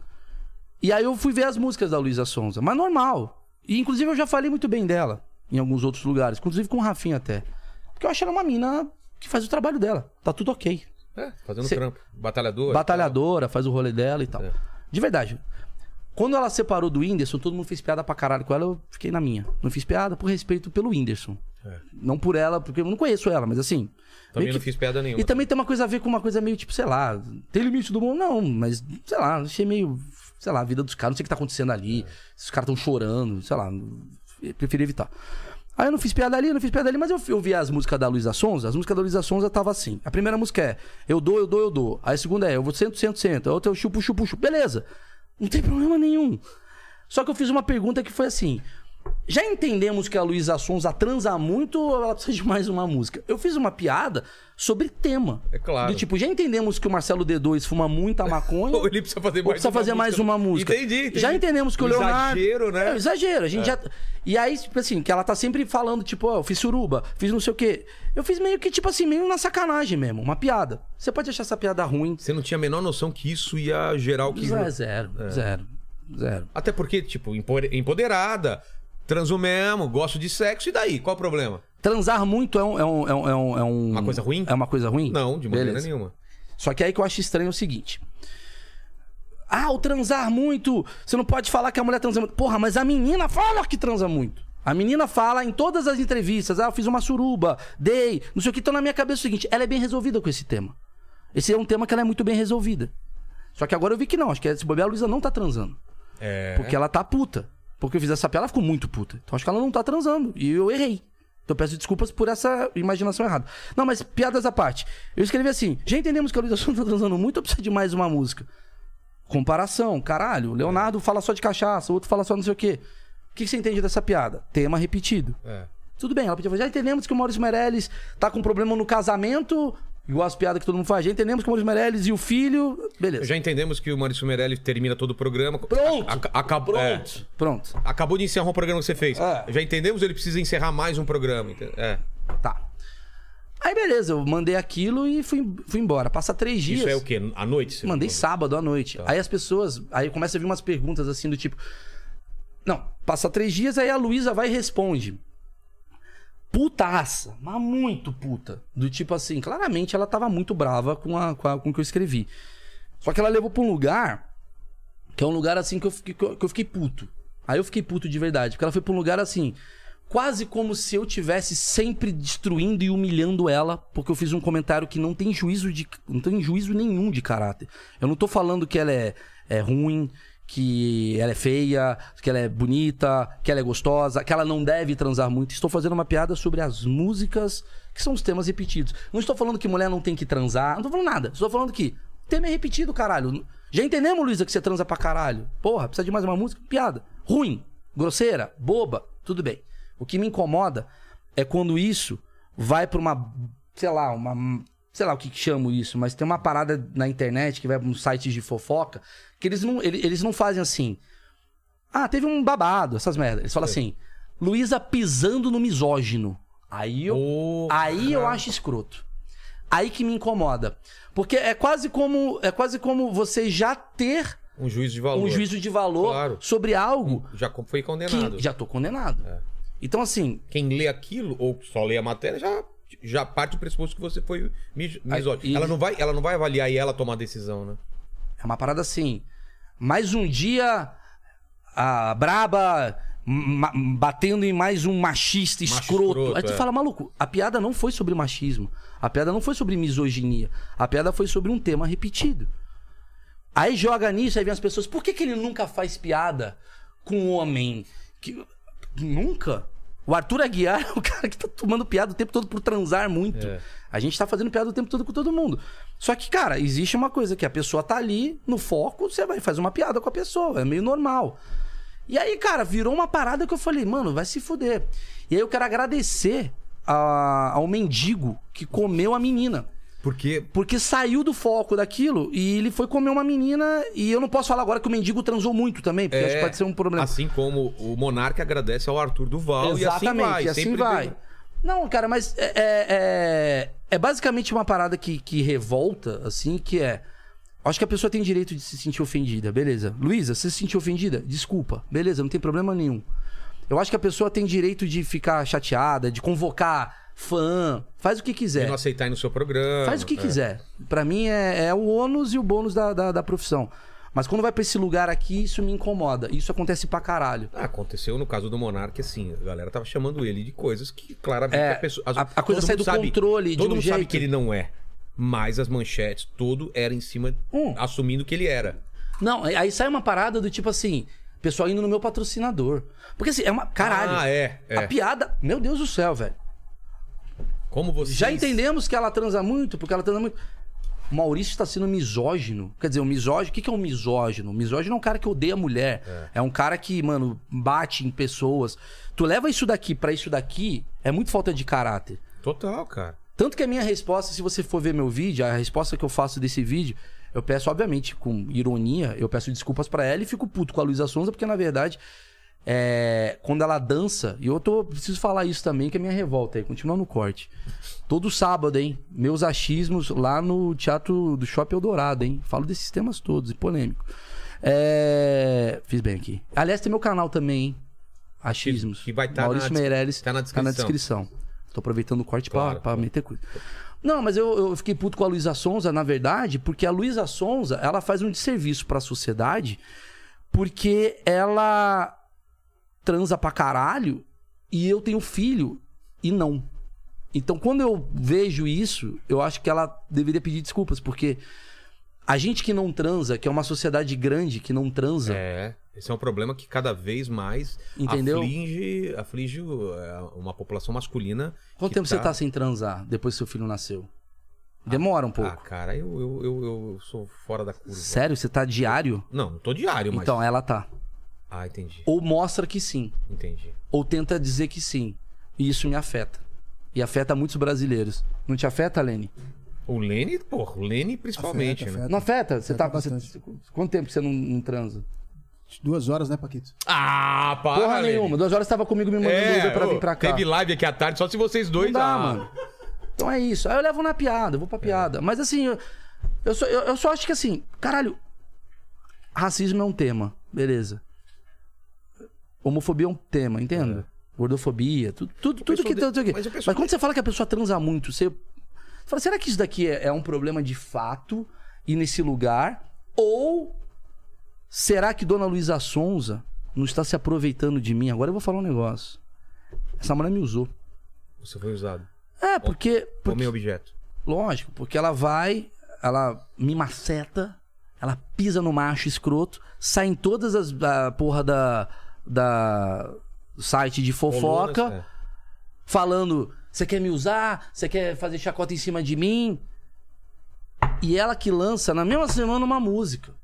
E aí eu fui ver as músicas da Luísa Sonza. Mas normal. E inclusive eu já falei muito bem dela. Em alguns outros lugares. Inclusive com o Rafinha até. Porque eu acho ela uma mina que faz o trabalho dela. Tá tudo ok. É, fazendo Cê... trampo. Batalhadora. Batalhadora, faz o rolê dela e tal. É. De verdade. Quando ela separou do Whindersson, todo mundo fez piada pra caralho com ela, eu fiquei na minha. Não fiz piada por respeito pelo Whindersson. É. Não por ela, porque eu não conheço ela, mas assim... Também que... não fiz piada nenhuma. E também tem uma coisa a ver com uma coisa meio tipo, sei lá... Tem limite do mundo? Não, mas sei lá, achei meio... Sei lá, a vida dos caras, não sei o que tá acontecendo ali. É. Se os caras tão chorando, sei lá... Preferi evitar. Aí eu não fiz piada ali, eu não fiz piada ali, mas eu ouvi as músicas da Luísa Sonza. As músicas da Luísa Sonza tava assim. A primeira música é Eu dou, eu dou, eu dou. Aí a segunda é Eu vou cento, cento, cento. A outra é o chupo, chupo, chupo. Beleza. Não tem problema nenhum. Só que eu fiz uma pergunta que foi assim... já entendemos que a Luísa Sonza transa muito ou ela precisa de mais uma música? Eu fiz uma piada sobre tema. É claro. Do tipo, já entendemos que o Marcelo D dois fuma muita maconha. Ou ele precisa fazer mais, ou precisa uma, fazer música. mais uma música. Entendi, entendi. Já entendemos que o, o Leonardo... Exagero, né? É, exagero. A gente é. já... E aí, tipo assim, que ela tá sempre falando, tipo, ó, oh, eu fiz suruba, fiz não sei o quê. Eu fiz meio que, tipo assim, meio na sacanagem mesmo, uma piada. Você pode achar essa piada ruim. Você não tinha a menor noção que isso ia gerar o que... Zero, zero, é. zero, zero. Até porque, tipo, empoderada, transo mesmo, gosto de sexo, e daí? Qual o problema? Transar muito é um... É um, é um, é um uma coisa ruim? É uma coisa ruim? Não, de maneira Beleza. nenhuma. Só que aí que eu acho estranho é o seguinte... Ah, o transar muito, você não pode falar que a mulher transa muito. Porra, mas a menina fala que transa muito. A menina fala em todas as entrevistas, ah, eu fiz uma suruba, dei, não sei o que. Então na minha cabeça é o seguinte, ela é bem resolvida com esse tema. Esse é um tema que ela é muito bem resolvida. Só que agora eu vi que não, acho que esse bobear a Luísa não tá transando. É. Porque ela tá puta. Porque eu fiz essa piada, ela ficou muito puta. Então acho que ela não tá transando. E eu errei. Então eu peço desculpas por essa imaginação errada. Não, mas piadas à parte. Eu escrevi assim, já entendemos que a Luísa não tá transando muito ou precisa de mais uma música? Comparação, caralho. O Leonardo fala só de cachaça, o outro fala só não sei o quê. O que você entende dessa piada? Tema repetido. É. Tudo bem, ela podia falar, já entendemos que o Maurício Meirelles tá com problema no casamento, igual as piadas que todo mundo faz. Já entendemos que o Maurício Meirelles e o filho... Beleza. Já entendemos que o Maurício Meirelles termina todo o programa. Pronto. A, a, acabou, Pronto. É. Pronto. Acabou de encerrar um programa que você fez. É. Já entendemos, ele precisa encerrar mais um programa. É. Tá. Aí beleza, eu mandei aquilo e fui, fui embora. Passa três dias. Isso é o quê? À noite? Você mandei falou? Sábado à noite. Tá. Aí as pessoas... Aí começa a vir umas perguntas assim do tipo... Não, passa três dias, aí a Luísa vai e responde. Putaça, mas muito puta. Do tipo assim, claramente ela tava muito brava com, a, com, a, com o que eu escrevi. Só que ela levou pra um lugar... Que é um lugar assim que eu, fiquei, que eu fiquei puto. Aí eu fiquei puto de verdade. Porque ela foi pra um lugar assim... Quase como se eu tivesse sempre destruindo e humilhando ela, porque eu fiz um comentário que não tem juízo de, não tem juízo nenhum de caráter. Eu não tô falando que ela é, é ruim, que ela é feia, que ela é bonita, que ela é gostosa, que ela não deve transar muito. Estou fazendo uma piada sobre as músicas, que são os temas repetidos. Não estou falando que mulher não tem que transar, não tô falando nada. Estou falando que o tema é repetido, caralho. Já entendemos, Luísa, que você transa pra caralho. Porra, precisa de mais uma música? Piada. Ruim, grosseira, boba, tudo bem. O que me incomoda é quando isso vai pra uma, sei lá, uma, sei lá o que chamo isso, mas tem uma parada na internet que vai pra uns sites de fofoca, que eles não, eles, eles não fazem assim, ah, teve um babado, essas merdas. Eles falam é. assim, Luísa pisando no misógino. Aí eu, oh, aí eu acho escroto. Aí que me incomoda. Porque é quase como, é quase como você já ter... Um juízo de valor. Um juízo de valor claro. sobre algo... Já foi condenado. Que já tô condenado. É. Então, assim... Quem lê aquilo, ou só lê a matéria, já, já parte do pressuposto que você foi misógino. E... Ela, não vai, ela não vai avaliar e ela tomar a decisão, né? É uma parada assim... Mais um dia, a braba batendo em mais um machista escroto. escroto Aí tu é. fala, maluco, a piada não foi sobre machismo. A piada não foi sobre misoginia. A piada foi sobre um tema repetido. Aí joga nisso, aí vem as pessoas... Por que que ele nunca faz piada com um homem? Que... Nunca? O Arthur Aguiar é o cara que tá tomando piada o tempo todo por transar muito. É. A gente tá fazendo piada o tempo todo com todo mundo. Só que, cara, existe uma coisa que a pessoa tá ali no foco, você vai fazer uma piada com a pessoa. É meio normal. E aí, cara, virou uma parada que eu falei, mano, vai se fuder. E aí eu quero agradecer a, ao mendigo que comeu a menina. Por quê? Porque saiu do foco daquilo e ele foi comer uma menina. E eu não posso falar agora que o mendigo transou muito também, porque é, acho que pode ser um problema. Assim como o Monarca agradece ao Arthur Duval. Exatamente, e assim vai. E assim vai. Tem... Não, cara, mas é, é, é basicamente uma parada que, que revolta, assim, que é... Acho que a pessoa tem direito de se sentir ofendida, beleza. Luísa, você se sentiu ofendida? Desculpa, beleza, não tem problema nenhum. Eu acho que a pessoa tem direito de ficar chateada, de convocar fã, faz o que quiser. E não aceitar ir no seu programa. Faz o que é. quiser. Pra mim é, é o ônus e o bônus da, da, da profissão. Mas quando vai pra esse lugar aqui, isso me incomoda. Isso acontece pra caralho. Ah, aconteceu no caso do Monark, assim, a galera tava chamando ele de coisas que claramente é, a pessoa... As, a, a coisa sai do sabe, controle de todo um mundo jeito. sabe que ele não é. Mas as manchetes, tudo era em cima, hum. assumindo que ele era. Não, aí sai uma parada do tipo assim... Pessoal indo no meu patrocinador. Porque assim, é uma... Caralho. Ah, é, é. A piada... Meu Deus do céu, velho. Como vocês... Já entendemos que ela transa muito, porque ela transa muito... o Maurício está sendo misógino. Quer dizer, o misógino... O que, que é um misógino? O misógino é um cara que odeia a mulher. É. é um cara que, mano, bate em pessoas. Tu leva isso daqui pra isso daqui, é muito falta de caráter. Total, cara. Tanto que a minha resposta, se você for ver meu vídeo, a resposta que eu faço desse vídeo, eu peço, obviamente, com ironia, eu peço desculpas pra ela e fico puto com a Luísa Sonza, porque, na verdade... É, quando ela dança, e eu tô, preciso falar isso também, que é minha revolta aí, continua no corte. Todo sábado, hein? Meus achismos lá no Teatro do Shopping Eldorado, hein? Falo desses temas todos, e polêmico. É, fiz bem aqui. Aliás, tem meu canal também, hein? Achismos. Que vai estar Maurício na, Meirelles. Tá na descrição. Tá na descrição. Tô aproveitando o corte Claro, pra, pra meter coisa. Não, mas eu, eu fiquei puto com a Luísa Sonza, na verdade, porque a Luísa Sonza, ela faz um desserviço pra sociedade, porque ela... transa pra caralho e eu tenho filho e não. Então, quando eu vejo isso, eu acho que ela deveria pedir desculpas, porque a gente que não transa, que é uma sociedade grande que não transa... É, esse é um problema que cada vez mais Entendeu? aflige, aflige uma população masculina. Quanto tempo tá... você tá sem transar depois que seu filho nasceu? Demora um pouco. Ah, cara, eu, eu, eu, eu sou fora da curva. Sério? Você tá diário? Não, não tô diário, mas... Então, ela tá. Ah, entendi. Ou mostra que sim. Entendi. Ou tenta dizer que sim. E isso me afeta. E afeta muitos brasileiros. Não te afeta, Lene? O Lene, porra, o Lene principalmente, afeta, né? afeta. Não afeta? Você Afeta tá... Você... Quanto tempo você não, não transa? Duas horas, né, Paquito? Ah, para, Porra Lene. nenhuma. Duas horas você tava comigo me mandando É, Uber pra ô, vir pra cá. Teve live aqui à tarde, só se vocês dois... Não dá, ah. mano. Então é isso. Aí eu levo na piada, eu vou pra piada. É. Mas assim, eu, eu, só, eu, eu só acho que assim... Caralho, racismo é um tema. Beleza. Homofobia é um tema, entende? É. Gordofobia, tudo, tudo, tudo que... De... Tudo que... Mas, mas quando você fala que a pessoa transa muito, você... você fala, será que isso daqui é, é um problema de fato ir nesse lugar? Ou será que Dona Luísa Sonza não está se aproveitando de mim? Agora eu vou falar um negócio. Essa mulher me usou. Você foi usado. É, porque... porque... Homem objeto. Lógico, porque ela vai, ela me maceta, ela pisa no macho escroto, sai em todas as... A porra da... da site de fofoca, Colunas, é. falando, você quer me usar? Você quer fazer chacota em cima de mim? E ela que lança na mesma semana uma música.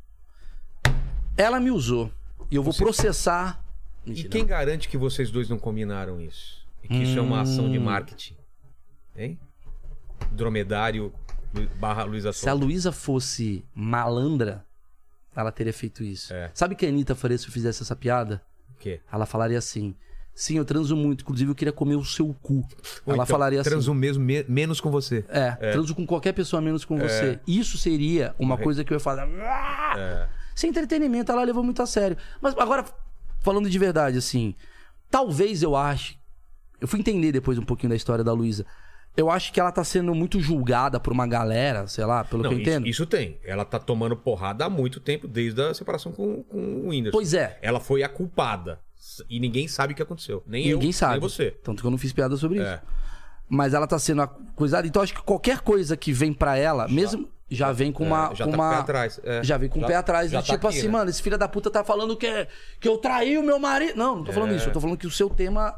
Ela me usou. E eu vou você... processar. E Mentira, quem não. garante que vocês dois não combinaram isso? E que hum... isso é uma ação de marketing? Hein? Dromedário barra Luísa Sonza. Se a Luísa fosse malandra, ela teria feito isso. É. Sabe que a Anitta faria se eu fizesse essa piada? Que? Ela falaria assim: sim, eu transo muito, inclusive eu queria comer o seu cu. Ou ela então, falaria assim: transo mesmo, me menos com você. É, é, transo com qualquer pessoa menos com é. você. Isso seria uma é. coisa que eu ia falar. É. Sem entretenimento, ela levou muito a sério. Mas agora, falando de verdade, assim, talvez eu ache. Eu fui entender depois um pouquinho da história da Luísa. Eu acho que ela tá sendo muito julgada por uma galera, sei lá, pelo Não, que eu entendo. Isso, isso tem. Ela tá tomando porrada há muito tempo, desde a separação com, com o Whindersson. Pois é. Ela foi a culpada. E ninguém sabe o que aconteceu. Nem ninguém eu, sabe. nem você. Tanto que eu não fiz piada sobre é. isso. Mas ela tá sendo acusada. Então acho que qualquer coisa que vem pra ela, já, mesmo já vem com uma. É, já com tá uma, com o pé atrás. É. Já vem com o pé atrás. Já De, tá tipo aqui, assim, né? mano, esse filho da puta tá falando que, é, que eu traí o meu marido. Não, não tô falando é. isso. Eu tô falando que o seu tema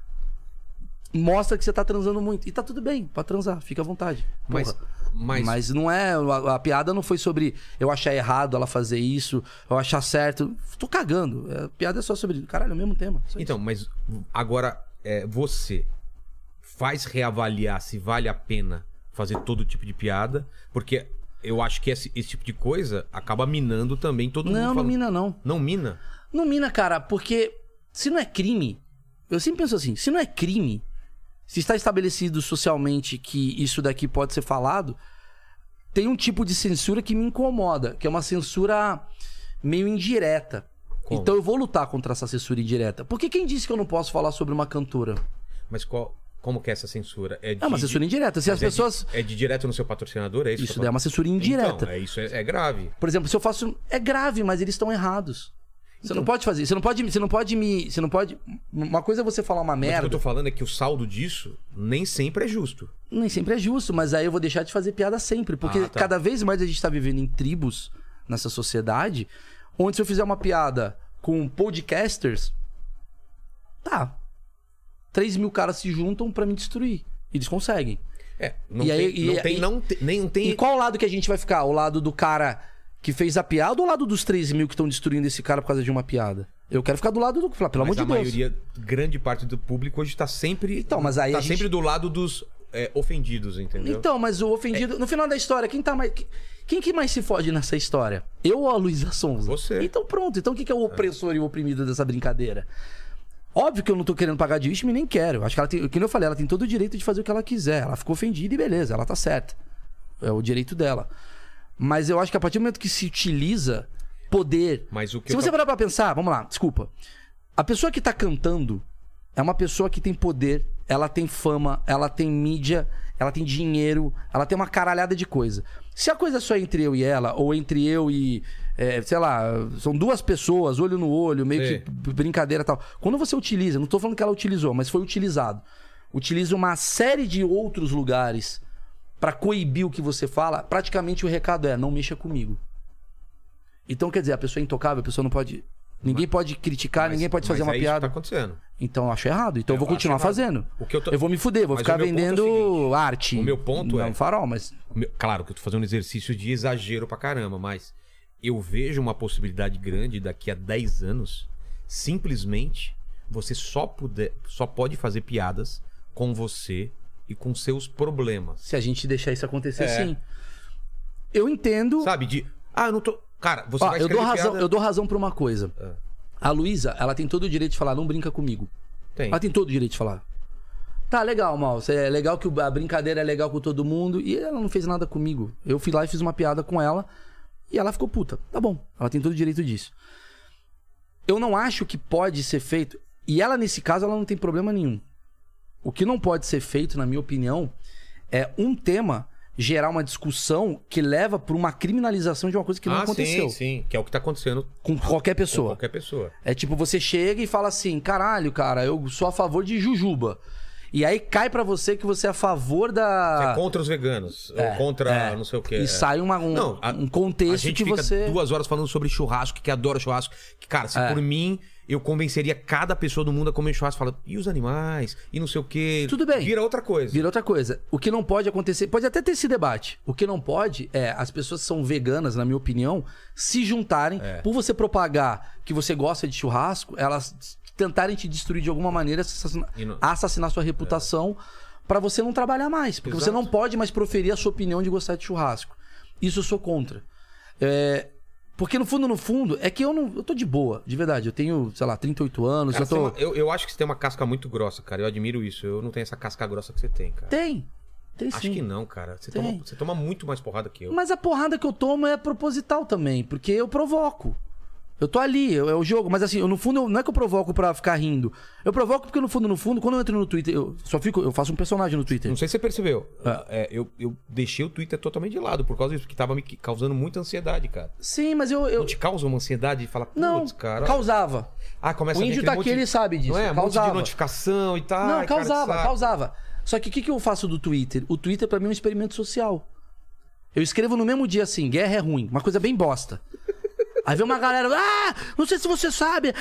mostra que você tá transando muito. E tá tudo bem, pode transar, fica à vontade. Mas, mas... mas não é. A, a piada não foi sobre eu achar errado ela fazer isso, eu achar certo. Tô cagando. A piada é só sobre. Caralho, é o mesmo tema. Então, mas agora é, você faz reavaliar se vale a pena fazer todo tipo de piada, porque eu acho que esse, esse tipo de coisa acaba minando também todo mundo. Não, falando. não mina, não. Não mina? Não mina, cara, porque se não é crime. Eu sempre penso assim: se não é crime. Se está estabelecido socialmente que isso daqui pode ser falado, tem um tipo de censura que me incomoda, que é uma censura meio indireta. Como? Então eu vou lutar contra essa censura indireta. Porque quem disse que eu não posso falar sobre uma cantora? Mas qual, como que é essa censura? É, de, é uma censura indireta. Se as é pessoas... De, é de direto no seu patrocinador? É isso isso daí é uma censura indireta. Então, é, isso é, é grave. Por exemplo, se eu faço... É grave, mas eles estão errados. Você então, não pode fazer, você não pode, você não pode me, você não pode, uma coisa é você falar uma merda. Mas o que eu tô falando é que o saldo disso nem sempre é justo. Nem sempre é justo, mas aí eu vou deixar de fazer piada sempre, porque ah, tá. cada vez mais a gente tá vivendo em tribos nessa sociedade, onde se eu fizer uma piada com podcasters, tá, três mil caras se juntam pra me destruir, eles conseguem. É, não e tem, aí, não e, tem, e, não tem, nem tem... E qual lado que a gente vai ficar? O lado do cara que fez a piada ou o lado dos treze mil que estão destruindo esse cara por causa de uma piada? Eu quero ficar do lado do... Pelo mas amor de a Deus. maioria, grande parte do público hoje tá sempre... Então, mas aí tá a gente... sempre do lado dos é, ofendidos, entendeu? Então, mas o ofendido... É. No final da história, quem tá mais... Quem que mais se fode nessa história? Eu ou a Luísa Sonza? Você. Então pronto. Então o que é o opressor é. e o oprimido dessa brincadeira? Óbvio que eu não tô querendo pagar de vítima e nem quero. Acho que ela tem... Como eu falei, ela tem todo o direito de fazer o que ela quiser. Ela ficou ofendida e beleza, ela tá certa. É o direito dela. Mas eu acho que a partir do momento que se utiliza poder... Mas o que se você tô... parar pra pensar, vamos lá, desculpa. A pessoa que tá cantando é uma pessoa que tem poder, ela tem fama, ela tem mídia, ela tem dinheiro, ela tem uma caralhada de coisa. Se a coisa é só entre eu e ela, ou entre eu e, é, sei lá, são duas pessoas, olho no olho, meio Sim. que brincadeira e tal. Quando você utiliza, não tô falando que ela utilizou, mas foi utilizado. Utiliza uma série de outros lugares pra coibir o que você fala, praticamente o recado é, não mexa comigo. Então, quer dizer, a pessoa é intocável, a pessoa não pode... Ninguém mas, pode criticar, mas, ninguém pode fazer uma é piada. Isso que tá acontecendo. Então eu acho errado. Então eu, eu vou continuar fazendo. O que eu, tô... eu vou me fuder, vou mas ficar vendendo é seguinte, arte. O meu ponto não é... farol, mas... Meu... Claro que eu tô fazendo um exercício de exagero pra caramba, mas eu vejo uma possibilidade grande daqui a dez anos, simplesmente, você só, puder... só pode fazer piadas com você e com seus problemas. Se a gente deixar isso acontecer, é. sim. Eu entendo... Sabe, de... Ah, eu não tô... Cara, você Ó, vai eu dou razão, piada... eu dou razão pra uma coisa. É. A Luísa, ela tem todo o direito de falar, não brinca comigo. Tem. Ela tem todo o direito de falar. Tá, legal, Mal. É legal que a brincadeira é legal com todo mundo. E ela não fez nada comigo. Eu fui lá e fiz uma piada com ela. E ela ficou puta. Tá bom. Ela tem todo o direito disso. Eu não acho que pode ser feito... E ela, nesse caso, ela não tem problema nenhum. O que não pode ser feito, na minha opinião, é um tema... gerar uma discussão que leva para uma criminalização de uma coisa que não ah, aconteceu. Sim, sim, que é o que tá acontecendo com qualquer pessoa. Com qualquer pessoa. É tipo, você chega e fala assim, caralho, cara, eu sou a favor de jujuba. E aí cai pra você que você é a favor da... Você é contra os veganos, é, ou contra é. não sei o quê. E é. sai uma, um, não, a, um contexto a gente que fica você... duas horas falando sobre churrasco, que adora churrasco. Que, cara, se é. por mim... Eu convenceria cada pessoa do mundo a comer churrasco. Fala, e os animais? E não sei o quê. Tudo bem. Vira outra coisa. Vira outra coisa. O que não pode acontecer... Pode até ter esse debate. O que não pode é as pessoas que são veganas, na minha opinião, se juntarem. É. Por você propagar que você gosta de churrasco, elas tentarem te destruir de alguma maneira, assassinar, não... assassinar sua reputação, é. pra você não trabalhar mais. Porque Exato. Você não pode mais proferir a sua opinião de gostar de churrasco. Isso eu sou contra. É... Porque no fundo, no fundo, é que eu não. Eu tô de boa, de verdade. Eu tenho, sei lá, trinta e oito anos. Cara, eu, tô... uma, eu, eu acho que você tem uma casca muito grossa, cara. Eu admiro isso. Eu não tenho essa casca grossa que você tem, cara. Tem. Tem acho sim. Acho que não, cara. Você toma, você toma muito mais porrada que eu. Mas a porrada que eu tomo é proposital também, porque eu provoco. Eu tô ali, é o jogo. Mas assim, eu, no fundo, eu, não é que eu provoco pra ficar rindo. Eu provoco porque no fundo, no fundo, quando eu entro no Twitter, eu só fico, eu faço um personagem no Twitter. Não sei se você percebeu. Ah. É, eu, eu deixei o Twitter totalmente de lado por causa disso, porque tava me causando muita ansiedade, cara. Sim, mas eu... eu... Não te causa uma ansiedade de falar, putz, cara... Não, causava. Ah, começa o índio tá aqui, ele sabe disso. Não é? Causava. Um monte de notificação e tal. Não, Ai, causava, cara, causava. Só que o que, que eu faço do Twitter? O Twitter pra mim é um experimento social. Eu escrevo no mesmo dia assim, guerra é ruim. Uma coisa bem bosta. Aí vem uma galera, ah, não sei se você sabe.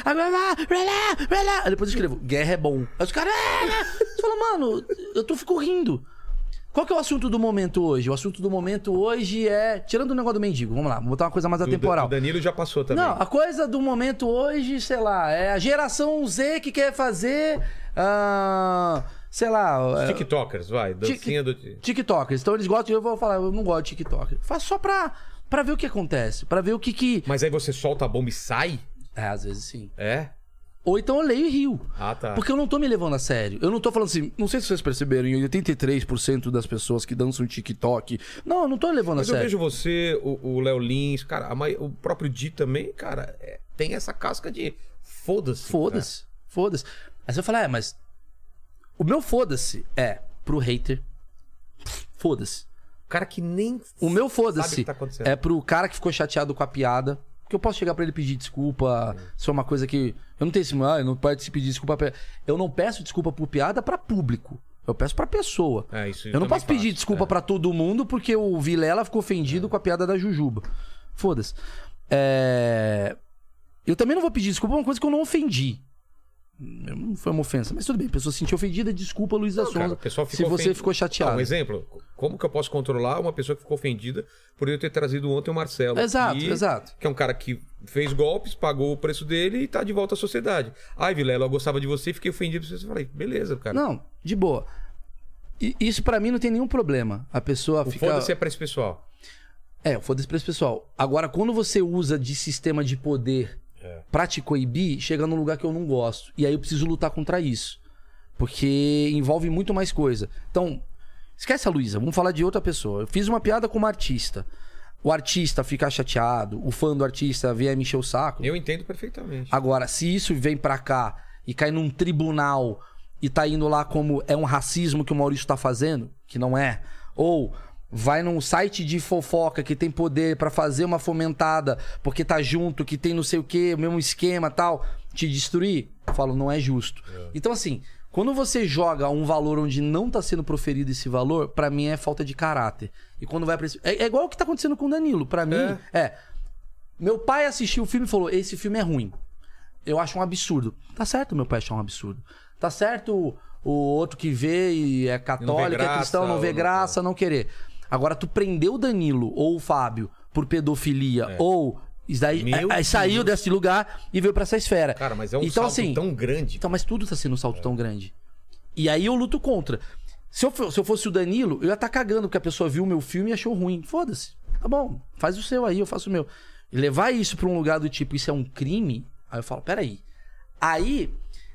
Aí depois eu escrevo, guerra é bom. Aí os caras, ah, você fala, mano, eu tô, fico rindo. Qual que é o assunto do momento hoje? O assunto do momento hoje é... Tirando o negócio do mendigo, vamos lá, vou botar uma coisa mais atemporal. O Danilo já passou também. Não, a coisa do momento hoje, sei lá, é a geração Z que quer fazer... Uh, sei lá... Os TikTokers, vai, dancinha do... TikTokers, então eles gostam, eu vou falar, eu não gosto de TikTok. Faço só pra... Pra ver o que acontece, pra ver o que que... Mas aí você solta a bomba e sai? É, às vezes sim. É? Ou então eu leio e rio. Ah, tá. Porque eu não tô me levando a sério. Eu não tô falando assim... Não sei se vocês perceberam, em oitenta e três por cento das pessoas que dançam TikTok... Não, eu não tô levando Mas a sério. Mas eu vejo você, o Léo Lins, cara, a, o próprio Di também, cara, é, tem essa casca de foda-se. Foda-se, foda-se. Aí você vai falar, é, mas... O meu foda-se é pro hater. Foda-se. O cara que nem O meu foda-se tá é pro cara que ficou chateado com a piada. Que eu posso chegar pra ele pedir desculpa. Hum. Se é uma coisa que... Eu não tenho esse... Ah, eu não posso pedir desculpa pra... Eu não peço desculpa por piada pra público. Eu peço pra pessoa. É, isso eu não posso faço. pedir desculpa é. pra todo mundo porque o Vilela ficou ofendido é. com a piada da Jujuba. Foda-se. É... Eu também não vou pedir desculpa por uma coisa que eu não ofendi. Não foi uma ofensa, mas tudo bem. A pessoa se sentiu ofendida, desculpa, Luiz da Sonza, se você ficou chateado. Não, um exemplo, como que eu posso controlar uma pessoa que ficou ofendida por eu ter trazido ontem o Marcelo? Exato, que, exato. Que é um cara que fez golpes, pagou o preço dele e tá de volta à sociedade. Ai, Vilela, eu gostava de você e fiquei ofendido. Eu falei, beleza, cara. Não, de boa. E isso pra mim não tem nenhum problema. A pessoa o fica... foda-se é pra esse pessoal. É, foda-se pra esse pessoal. Agora, quando você usa de sistema de poder... É. Pra te coibir, chega num lugar que eu não gosto. E aí eu preciso lutar contra isso. Porque envolve muito mais coisa. Então, esquece a Luísa, vamos falar de outra pessoa. Eu fiz uma piada com uma artista. O artista fica chateado, o fã do artista vier me encher o saco. Eu entendo perfeitamente. Agora, se isso vem pra cá e cai num tribunal e tá indo lá como é um racismo que o Maurício tá fazendo, que não é, ou... vai num site de fofoca que tem poder pra fazer uma fomentada porque tá junto, que tem não sei o que, o mesmo esquema tal, te destruir, eu falo, não é justo. É. Então assim, quando você joga um valor onde não tá sendo proferido esse valor, pra mim é falta de caráter. E quando vai pra esse... é, é igual o que tá acontecendo com o Danilo, pra mim é. é... Meu pai assistiu o filme e falou, esse filme é ruim. Eu acho um absurdo. Tá certo meu pai achar um absurdo. Tá certo o outro que vê e é católico, graça, é cristão, não vê graça, não, não querer. Agora, tu prendeu o Danilo ou o Fábio por pedofilia é. ou... Isso daí é, saiu desse lugar e veio pra essa esfera. Cara, mas é um então, salto assim, tão grande. Então, mas tudo tá sendo um salto é. tão grande. E aí eu luto contra. Se eu, se eu fosse o Danilo, eu ia estar tá cagando porque a pessoa viu o meu filme e achou ruim. Foda-se. Tá bom, faz o seu aí, eu faço o meu. E levar isso pra um lugar do tipo, isso é um crime? Aí eu falo, peraí. Aí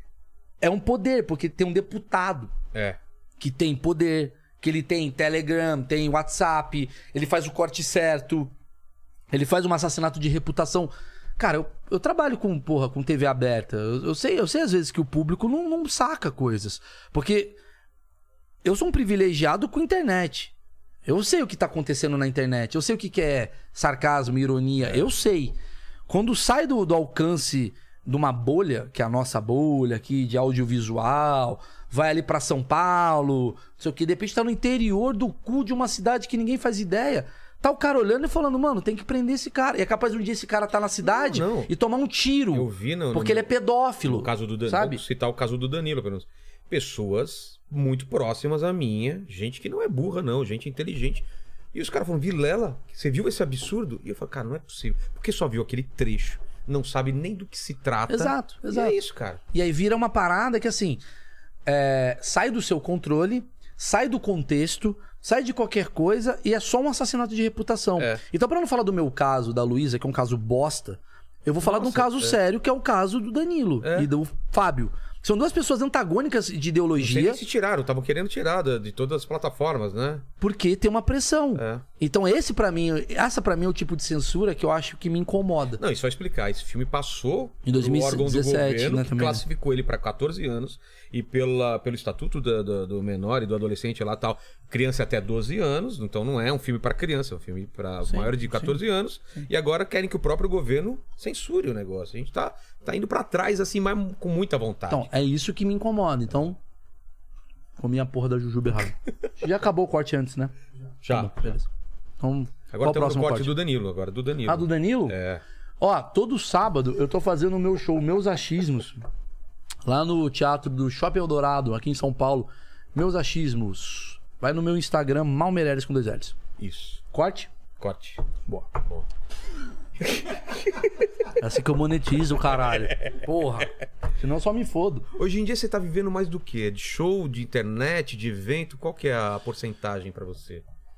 é um poder, porque tem um deputado é. que tem poder... que ele tem Telegram, tem WhatsApp, ele faz o corte certo, ele faz um assassinato de reputação. Cara, eu, eu trabalho com, porra, com T V aberta. Eu, eu, sei, eu sei às vezes que o público não, não saca coisas. Porque eu sou um privilegiado com internet. Eu sei o que tá acontecendo na internet. Eu sei o que, que é sarcasmo, ironia. É. Eu sei. Quando sai do, do alcance de uma bolha, que é a nossa bolha aqui de audiovisual... vai ali pra São Paulo, não sei o que, de repente tá no interior do cu de uma cidade que ninguém faz ideia. Tá o cara olhando e falando, mano, tem que prender esse cara. E é capaz de um dia esse cara tá na cidade não, não. e tomar um tiro. Eu vi, não. Porque no, ele é pedófilo. No caso do Danilo, sabe? Vou citar o caso do Danilo, pelo menos. Pessoas muito próximas a minha, gente que não é burra, não, gente inteligente. E os caras falam, Vilela, você viu esse absurdo? E eu falo, cara, não é possível. Porque só viu aquele trecho, não sabe nem do que se trata. Exato, exato. E é isso, cara. E aí vira uma parada que assim. É, sai do seu controle, sai do contexto, sai de qualquer coisa e é só um assassinato de reputação. É. Então, pra não falar do meu caso, da Luísa, que é um caso bosta, eu vou falar Nossa, de um caso é. sério, que é o caso do Danilo é. e do Fábio. São duas pessoas antagônicas de ideologia. Não sei se tiraram, estavam querendo tirar de todas as plataformas, né? Porque tem uma pressão. É. Então esse para mim, essa para mim é o tipo de censura que eu acho que me incomoda. Não, e só explicar, esse filme passou em dois mil e dezessete, órgão do governo, né, que também, classificou né? ele para quatorze anos e pela, pelo estatuto do, do, do menor e do adolescente lá tal, criança até doze anos, então não é um filme para criança, é um filme para maior de quatorze sim. anos, sim. e agora querem que o próprio governo censure o negócio. A gente tá, tá indo para trás assim, mas com muita vontade. Então, é isso que me incomoda. Então, comi a porra da jujuba errado. Já acabou o corte antes, né? Já. Tá bom, beleza. Então, agora temos o corte, corte do Danilo, agora do Danilo. Ah, do Danilo? É. Ó, todo sábado eu tô fazendo o meu show, Meus Achismos, lá no Teatro do Shopping Eldorado, aqui em São Paulo. Meus Achismos. Vai no meu Instagram, Mal Meireles com dois L's. Isso. Corte? Corte. Boa. Boa. É assim que eu monetizo, caralho. Porra. Senão eu só me fodo. Hoje em dia você tá vivendo mais do quê? De show, de internet, de evento? Qual que é a porcentagem pra você?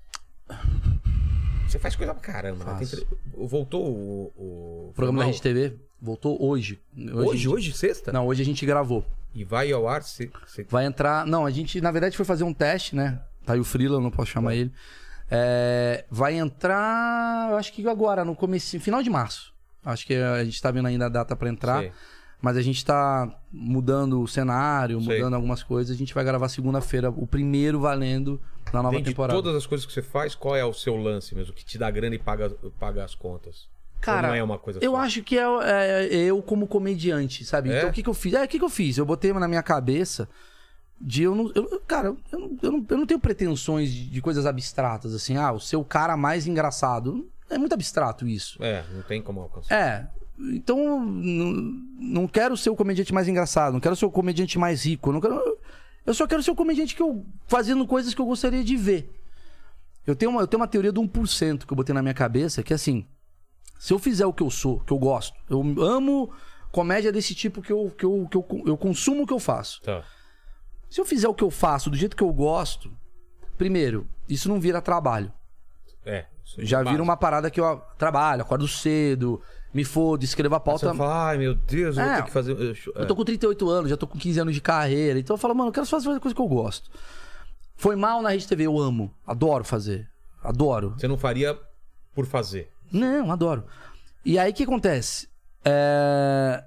Você faz coisa pra caramba. Né? Tem... Voltou o... O, o programa da Rede T V voltou hoje. Hoje, hoje, gente... hoje, sexta? Não, hoje a gente gravou. E vai ao ar? Você... Vai entrar... Não, a gente, na verdade, foi fazer um teste, né? Tá aí o Freela, não posso chamar é. ele. É... Vai entrar... Eu acho que agora, no começo... Final de março. Acho que a gente tá vendo ainda a data pra entrar. Sei. Mas a gente tá mudando o cenário, Sei. mudando algumas coisas. A gente vai gravar segunda-feira, o primeiro valendo na nova Dentro temporada. De todas as coisas que você faz, qual é o seu lance mesmo? Que te dá grana e paga, paga as contas? Cara, Ou não é uma coisa eu só? acho que é, é, é eu como comediante, sabe? É? Então o que, que eu fiz? É, o que, que eu fiz? Eu botei na minha cabeça de eu não... Eu, cara, eu não, eu, não, eu não tenho pretensões de, de coisas abstratas, assim. Ah, o seu cara mais engraçado. É muito abstrato isso. É, não tem como alcançar. É... Então, não, não quero ser o comediante mais engraçado, não quero ser o comediante mais rico, não quero, eu só quero ser o comediante que eu fazendo coisas que eu gostaria de ver. Eu tenho uma, eu tenho uma teoria do um por cento que eu botei na minha cabeça, que é assim, se eu fizer o que eu sou, que eu gosto, eu amo comédia desse tipo que eu, que eu, que eu, eu consumo o que eu faço. Tá. Se eu fizer o que eu faço do jeito que eu gosto, primeiro, isso não vira trabalho. É. Já vira uma parada que eu trabalho, acordo cedo, me fodo, escrevo a pauta. Você fala, ai meu Deus, eu é, vou ter que fazer. Eu, é. eu tô com trinta e oito anos, já tô com quinze anos de carreira. Então eu falo, mano, eu quero fazer uma coisa que eu gosto. Foi mal na Rede T V, eu amo. Adoro fazer. Adoro. Você não faria por fazer? Não, adoro. E aí o que acontece? É...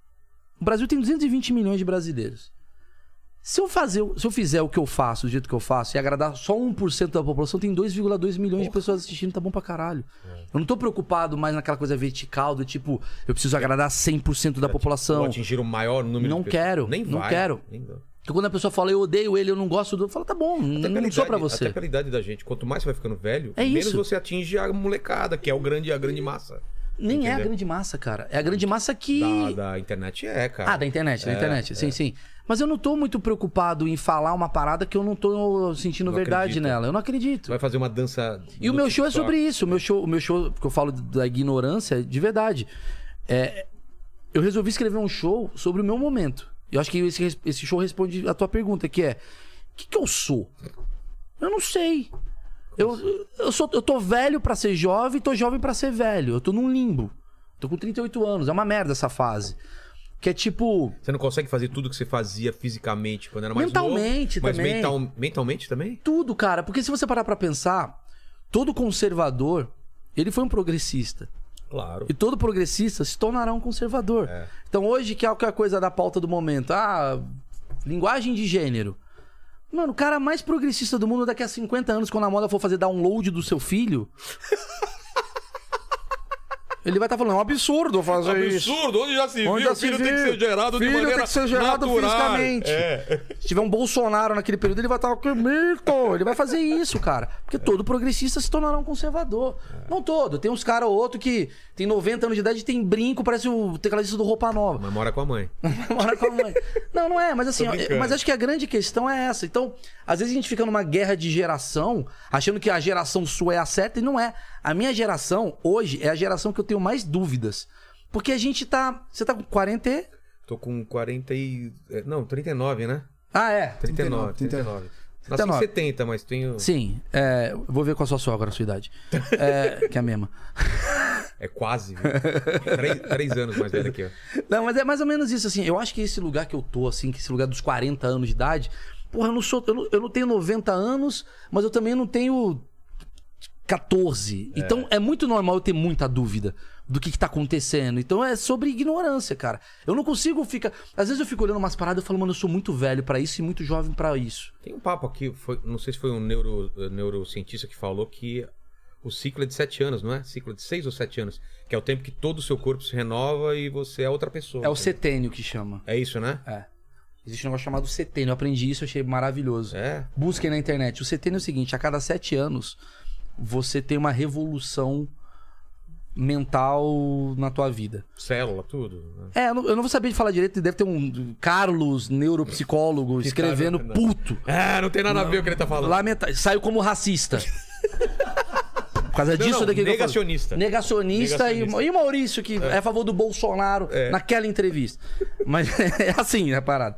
O Brasil tem duzentos e vinte milhões de brasileiros. Se eu, fazer, se eu fizer o que eu faço, do jeito que eu faço, e agradar só um por cento da população, tem dois vírgula dois milhões Porra. de pessoas assistindo, tá bom pra caralho. É. Eu não tô preocupado mais naquela coisa vertical do tipo, eu preciso agradar cem por cento da população. Ou atingir o maior número não de quero, Nem não vai. quero. Nem vai. Porque quando a pessoa fala, eu odeio ele, eu não gosto do... Eu falo, tá bom, até não idade, sou pra você. Até pela idade da gente, quanto mais você vai ficando velho, é menos isso. você atinge a molecada, que é o grande, a grande massa. Nem Entendeu? é a grande massa, cara. É a grande massa que... Da, da internet é, cara. Ah, da internet, da é, internet. É. Sim, sim. Mas eu não tô muito preocupado em falar uma parada que eu não tô sentindo não verdade acredita. nela. Eu não acredito. Vai fazer uma dança... E o meu show é sobre isso. O meu show, o meu show, que eu falo da ignorância, de verdade. É, eu resolvi escrever um show sobre o meu momento. E eu acho que esse, esse show responde a tua pergunta, que é... O que, que eu sou? Eu não sei. Eu, eu, sou, eu tô velho pra ser jovem e tô jovem pra ser velho. Eu tô num limbo. Tô com trinta e oito anos. É uma merda essa fase. Que é tipo... Você não consegue fazer tudo que você fazia fisicamente quando era mais mentalmente novo? também. Mas mental, mentalmente também? Tudo, cara. Porque se você parar pra pensar, todo conservador, ele foi um progressista. Claro. E todo progressista se tornará um conservador. É. Então hoje, que é a coisa da pauta do momento? Ah, linguagem de gênero. Mano, o cara mais progressista do mundo daqui a cinquenta anos, quando a moda for fazer download do seu filho... Ele vai estar tá falando, é um absurdo fazer absurdo. isso. Absurdo, onde já se onde viu, já o filho se tem viu. que ser gerado filho de maneira tem que ser gerado natural. fisicamente. É. Se tiver um Bolsonaro naquele período, ele vai estar, que mito! Ele vai fazer isso, cara. Porque todo progressista se tornará um conservador. É. Não todo. Tem uns caras ou outro que tem noventa anos de idade e tem brinco, parece o tecladista do Roupa Nova. Mas mora com a mãe. Mora com a mãe. Não, não é. Mas assim, mas acho que a grande questão é essa. Então, às vezes a gente fica numa guerra de geração, achando que a geração sua é a certa, e não é. A minha geração, hoje, é a geração que eu tenho mais dúvidas. Porque a gente tá... Você tá com quarenta e... Tô com quarenta e... Não, trinta e nove, né? Ah, é? trinta e nove. trinta e nove. Nasci em setenta, mas tenho... Sim. É, vou ver com a sua sogra a sua idade. É, que é a mesma. É quase, viu? três, três anos mais velho aqui, ó. Não, mas é mais ou menos isso, assim. Eu acho que esse lugar que eu tô, assim, que esse lugar dos quarenta anos de idade... Porra, eu não sou... Eu não, eu não tenho noventa anos, mas eu também não tenho... quatorze. É. Então é muito normal eu ter muita dúvida do que, que tá acontecendo. Então é sobre ignorância, cara. Eu não consigo ficar... Às vezes eu fico olhando umas paradas e falo, mano, eu sou muito velho pra isso e muito jovem pra isso. Tem um papo aqui, foi, não sei se foi um neuro, neurocientista que falou que o ciclo é de sete anos, não é? Ciclo de seis ou sete anos. Que é o tempo que todo o seu corpo se renova e você é outra pessoa. É o setênio que chama. É isso, né? É. Existe um negócio chamado setênio. Eu aprendi isso, eu achei maravilhoso. É? Busquem na internet. O setênio é o seguinte, a cada sete anos... você tem uma revolução mental na tua vida. Célula, tudo. Né? É, eu não, eu não vou saber de falar direito. Deve ter um Carlos, neuropsicólogo, escrevendo tá, puto. É, não tem nada não, a ver o que ele tá falando. Lamenta... Saiu como racista. Por causa não, disso não, daqui negacionista. Que eu negacionista. Negacionista. E, e o Maurício, que é. é a favor do Bolsonaro, é. naquela entrevista. Mas é assim, é a parada.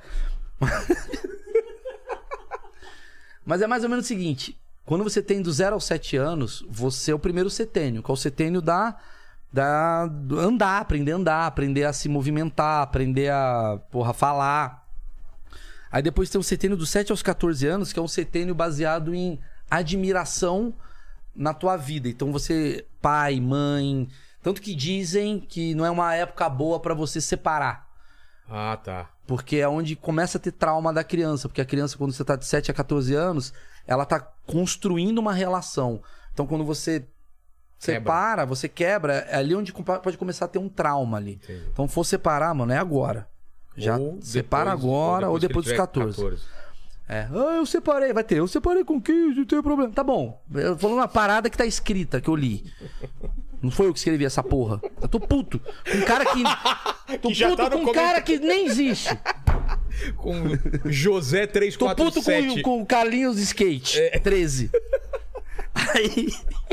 Mas é mais ou menos o seguinte... Quando você tem do zero aos sete anos, você é o primeiro setênio, que é o setênio da, da andar, aprender a andar, aprender a se movimentar, aprender a, porra, falar. Aí depois tem o setênio dos sete aos quatorze anos, que é um setênio baseado em admiração na tua vida. Então você, pai, mãe... Tanto que dizem que não é uma época boa pra você separar. Ah, tá. Porque é onde começa a ter trauma da criança. Porque a criança, quando você tá de sete a quatorze anos, ela tá construindo uma relação. Então, quando você quebra. separa, você quebra, é ali onde pode começar a ter um trauma ali. Entendi. Então, for separar, mano, é agora. Já ou separa depois, agora ou depois, ou depois dos quatorze. quatorze. É, ah, eu separei, vai ter, eu separei com quinze, não tem problema. Tá bom, eu tô falando uma parada que tá escrita, que eu li. Não foi eu que escrevi essa porra. Eu tô puto. Com um cara que... Tô que puto tá com um comentário. cara que nem existe. Com José três Tô quatro puto sete. com, com o Carlinhos Skate. É. treze. Aí...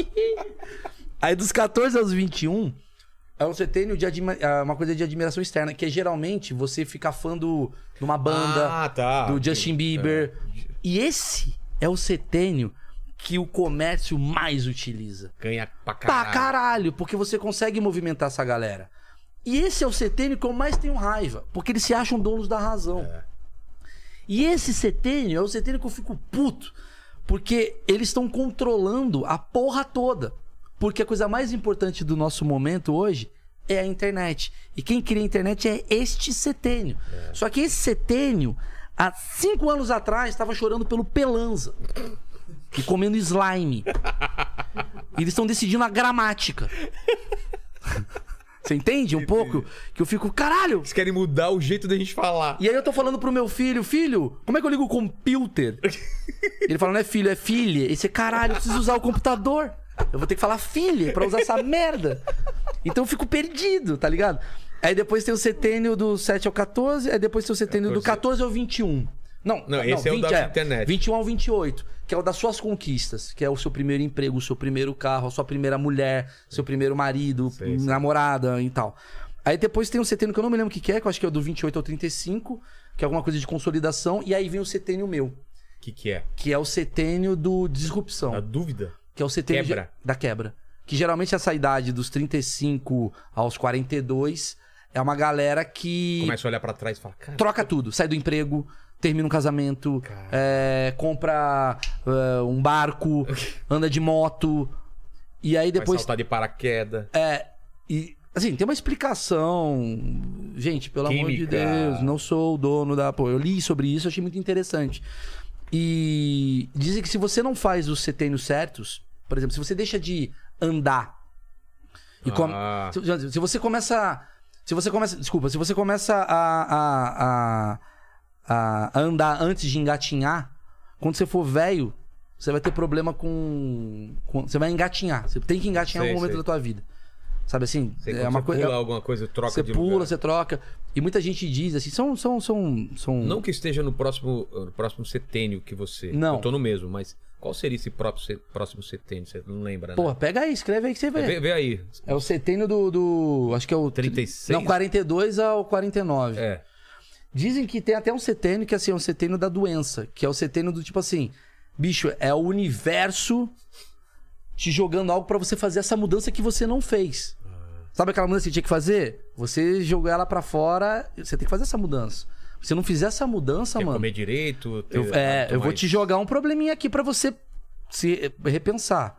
Aí dos catorze aos vinte e um... É um setênio de admi... uma coisa de admiração externa, que é geralmente você ficar fã do, de uma banda, ah, tá. do Justin Bieber. É. E esse é o setênio que o comércio mais utiliza. Ganha pra caralho. Pra caralho, porque você consegue movimentar essa galera. E esse é o setênio que eu mais tenho raiva, porque eles se acham donos da razão. É. E esse setênio é o setênio que eu fico puto, porque eles estão controlando a porra toda. Porque a coisa mais importante do nosso momento hoje é a internet. E quem cria a internet é este setênio. É. Só que esse setênio, há cinco anos atrás, estava chorando pelo Pelanza. E comendo slime. E eles estão decidindo a gramática. Você entende um pouco? Que eu fico, caralho! Eles querem mudar o jeito da gente falar. E aí eu tô falando pro meu filho, filho, como é que eu ligo o computer? Ele fala, não é filho, é filha. Esse é caralho, eu preciso usar o computador. Eu vou ter que falar filha pra usar essa merda. Então eu fico perdido, tá ligado? Aí depois tem o setênio do sete ao quatorze, aí depois tem o setênio do quatorze ao vinte e um. Não, não, esse não, é o da é, internet. vinte e um ao vinte e oito, que é o das suas conquistas, que é o seu primeiro emprego, o seu primeiro carro, a sua primeira mulher, seu primeiro marido, sei, namorada sei. E tal. Aí depois tem o setênio que eu não me lembro o que, que é, que eu acho que é o do vinte e oito ao trinta e cinco, que é alguma coisa de consolidação, e aí vem o setênio meu. O que, que é? Que é o setênio do disrupção. A dúvida? Que é o setênio quebra. De, da quebra. Que geralmente essa idade dos trinta e cinco aos quarenta e dois é uma galera que... Começa a olhar pra trás e fala... Cara, troca tudo. Sai do emprego, termina um casamento, é, compra uh, um barco, anda de moto. E aí depois... Vai saltar de paraquedas. É, e... Assim, tem uma explicação. Gente, pelo Química. amor de Deus, não sou o dono da... Pô, eu li sobre isso, achei muito interessante. E dizem que se você não faz os setênios certos, por exemplo, se você deixa de andar e com... ah. se, se você começa, se você começa, desculpa, se você começa a, a, a, a andar antes de engatinhar, quando você for velho, você vai ter problema com, com você vai engatinhar. Você tem que engatinhar em algum momento sei. da tua vida. Sabe assim? Sei, é uma você coisa. Pula alguma coisa, troca você de pula, lugar. Você troca. E muita gente diz assim, são, são, são, são... Não que esteja no próximo, no próximo setênio que você. Não. Eu tô no mesmo, mas qual seria esse próprio, próximo setênio? Você não lembra, né? Pô, pega aí, escreve aí que você vê. Vê, vê aí. É o setênio do, do... Acho que é o... trinta e seis? Não, quarenta e dois ao quarenta e nove. É. Dizem que tem até um setênio que assim, é um setênio da doença. Que é o setênio do tipo assim... Bicho, é o universo te jogando algo pra você fazer essa mudança que você não fez. Sabe aquela mudança que você tinha que fazer? Você jogou ela pra fora, você tem que fazer essa mudança. Se você não fizer essa mudança, Quer mano... comer direito... Ter, eu, é, eu vou te jogar um probleminha aqui pra você se repensar.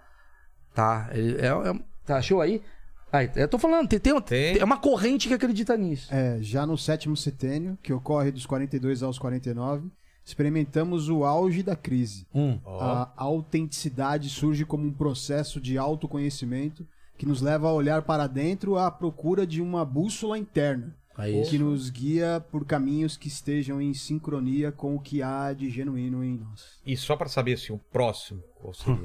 Tá? É, é, tá, achou aí? Aí, eu tô falando, tem, tem, tem. tem uma corrente que acredita nisso. É, já no sétimo setênio, que ocorre dos quarenta e dois aos quarenta e nove, experimentamos o auge da crise. Hum. A autenticidade surge como um processo de autoconhecimento que nos leva a olhar para dentro à procura de uma bússola interna, é que nos guia por caminhos que estejam em sincronia com o que há de genuíno em nós. E só para saber assim, o próximo, qual seria?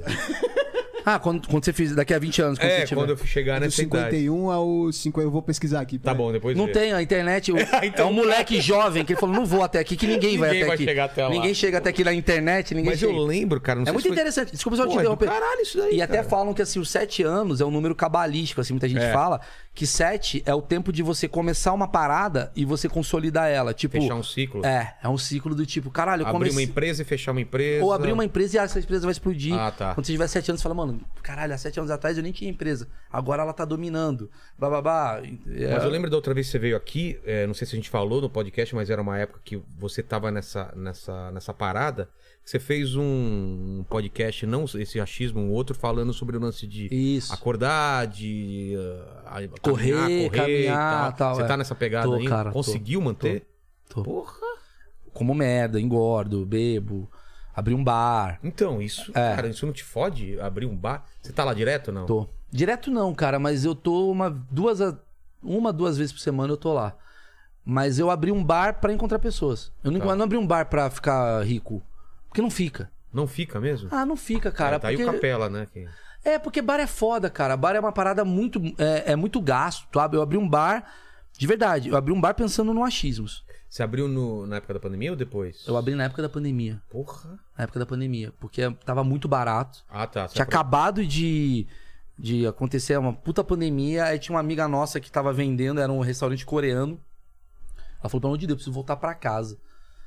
Ah, quando, quando você fizer daqui a vinte anos. Quando é, você tiver. quando eu chegar nessa cinquenta e um idade. ao cinquenta, eu vou pesquisar aqui. Tá bom, depois Não vê. tem, a internet. O, então, é um moleque jovem que ele falou: não vou até aqui, que ninguém, ninguém vai até vai aqui. Chegar até lá. Ninguém chega até aqui na internet. Ninguém Mas chega. eu lembro, cara. Não é sei muito se foi... interessante. Desculpa só te Pô, interromper. É do caralho isso daí, e cara. até falam que assim, os sete anos é um número cabalístico, assim, muita gente é. fala. Que sete é o tempo de você começar uma parada e você consolidar ela. Tipo, fechar um ciclo. É, é um ciclo do tipo, caralho, eu abrir comecei... uma empresa e fechar uma empresa. Ou abrir uma empresa e essa empresa vai explodir. Ah, tá. Quando você tiver sete anos, você fala, mano, caralho, há sete anos atrás eu nem tinha empresa. Agora ela tá dominando. Bababá. É... Mas eu lembro da outra vez que você veio aqui, é, não sei se a gente falou no podcast, mas era uma época que você tava nessa, nessa, nessa parada. Você fez um podcast, não esse achismo, um outro, falando sobre o lance de Isso. acordar, de uh, correr, caminhar, correr caminhar, tal. tal. Você é. tá nessa pegada tô, aí? Cara, Conseguiu tô, manter? Tô, tô. Porra! Como merda, engordo, bebo, abri um bar. Então, isso, é. cara, isso não te fode abrir um bar? Você tá lá direto ou não? Tô. Direto não, cara, mas eu tô uma, duas, uma, duas vezes por semana eu tô lá. Mas eu abri um bar pra encontrar pessoas. Eu não, tá. não abri um bar pra ficar rico. Porque não fica. Não fica mesmo? Ah, não fica, cara. É, tá porque... aí o Capela, né? Que... É, porque bar é foda, cara. Bar é uma parada muito... É, é muito gasto. Eu abri um bar... De verdade, eu abri um bar pensando no achismos. Você abriu no, na época da pandemia ou depois? Eu abri na época da pandemia. Porra. Na época da pandemia. Porque tava muito barato. Ah, tá. Tinha acabado de, de acontecer uma puta pandemia. Aí tinha uma amiga nossa que tava vendendo, era um restaurante coreano. Ela falou, pelo amor de Deus, eu preciso voltar pra casa.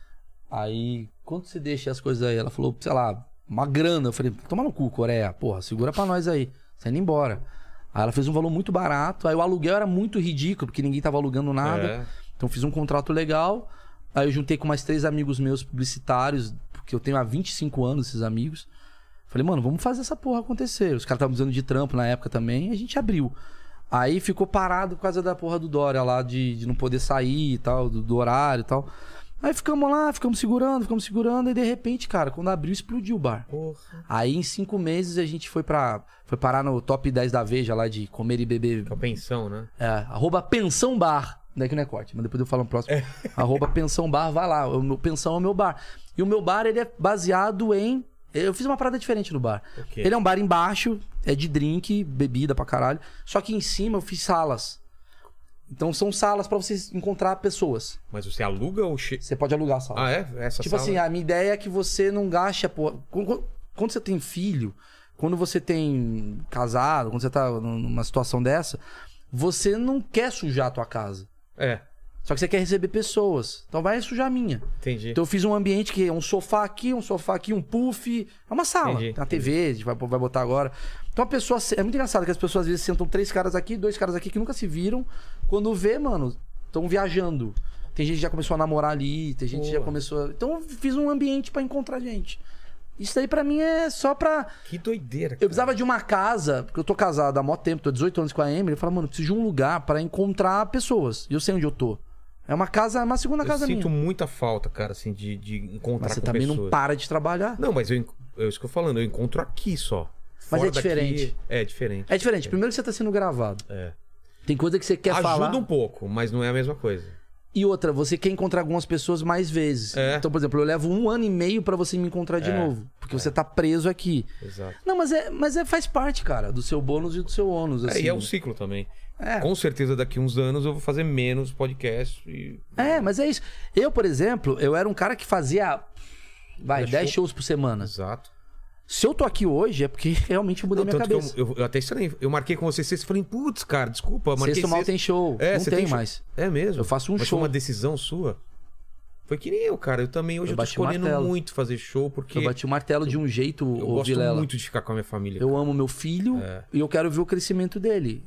Aí, quanto você deixa as coisas aí? Ela falou, sei lá, uma grana. Eu falei, toma no cu, Coreia. Porra, segura pra nós aí. Você indo embora. Aí ela fez um valor muito barato. Aí o aluguel era muito ridículo, porque ninguém tava alugando nada. É. Então fiz um contrato legal. Aí eu juntei com mais três amigos meus publicitários, porque eu tenho há vinte e cinco anos esses amigos. Falei, mano, vamos fazer essa porra acontecer. Os caras estavam precisando de trampo na época também, e a gente abriu. Aí ficou parado por causa da porra do Dória lá, de, de não poder sair e tal, do, do horário e tal. Aí ficamos lá, ficamos segurando, ficamos segurando, e de repente, cara, quando abriu, explodiu o bar. Porra. Aí em cinco meses a gente foi pra... Foi parar no top dez da Veja lá de comer e beber. Que é o Pensão, né? É, arroba Pensão Bar. Daqui não é corte, mas depois eu falo no próximo. É. Arroba Pensão Bar, vai lá. O meu Pensão é o meu bar. E o meu bar, ele é baseado em... Eu fiz uma parada diferente no bar. Okay. Ele é um bar embaixo, é de drink, bebida pra caralho. Só que em cima eu fiz salas. Então são salas pra você encontrar pessoas. Mas você aluga ou... Che... Você pode alugar a sala. Ah, é? Essa tipo sala? assim, a minha ideia é que você não gaste a porra... Quando, quando você tem filho, quando você tem casado, quando você tá numa situação dessa, você não quer sujar a tua casa. É. Só que você quer receber pessoas. Então vai sujar a minha. Entendi. Então eu fiz um ambiente que é um sofá aqui, um sofá aqui, um puff. É uma sala. Entendi. Tem uma T V, a gente vai, vai botar agora. Então a pessoa... É muito engraçado que as pessoas às vezes sentam três caras aqui, dois caras aqui que nunca se viram. Quando vê, mano, estão viajando. Tem gente que já começou a namorar ali, tem gente Pô. que já começou... A... Então eu fiz um ambiente pra encontrar gente. Isso daí pra mim é só pra... Que doideira, cara. Eu precisava de uma casa, porque eu tô casado há muito tempo, tô dezoito anos com a Emily. Eu falo, mano, eu preciso de um lugar pra encontrar pessoas. E eu sei onde eu tô. É uma casa, uma segunda casa minha. Eu sinto muita falta, cara, assim, de, de encontrar mas você com também pessoas. não para de trabalhar. Não, mas eu, é isso que eu tô falando, eu encontro aqui só. Mas é diferente. Daqui, é diferente. É diferente. Primeiro que você tá sendo gravado. É. Tem coisa que você quer Ajuda falar. Ajuda um pouco, mas não é a mesma coisa. E outra, você quer encontrar algumas pessoas mais vezes. É. Então, por exemplo, eu levo um ano e meio pra você me encontrar de é. novo. Porque é. você tá preso aqui. Exato. Não, mas, é, mas é, faz parte, cara, do seu bônus e do seu ônus. Assim. É, e é um ciclo também. É. Com certeza daqui uns anos eu vou fazer menos podcast. E... É, mas é isso. Eu, por exemplo, eu era um cara que fazia vai, dez show. shows por semana. Exato. Se eu tô aqui hoje é porque realmente eu mudei não, minha cabeça. Eu, eu, eu até estranhei. Eu marquei com você sexta e falei, putz, cara, desculpa. Marquei sexta mal tem show. É, não tem, tem mais. É mesmo? Eu faço um mas show. Foi uma decisão sua? Foi que nem eu, cara. Eu também hoje eu, eu tô escolhendo muito fazer show porque... Eu bati o martelo de um jeito, Eu o gosto Vilela. muito de ficar com a minha família. Eu cara. amo meu filho é. e eu quero ver o crescimento dele.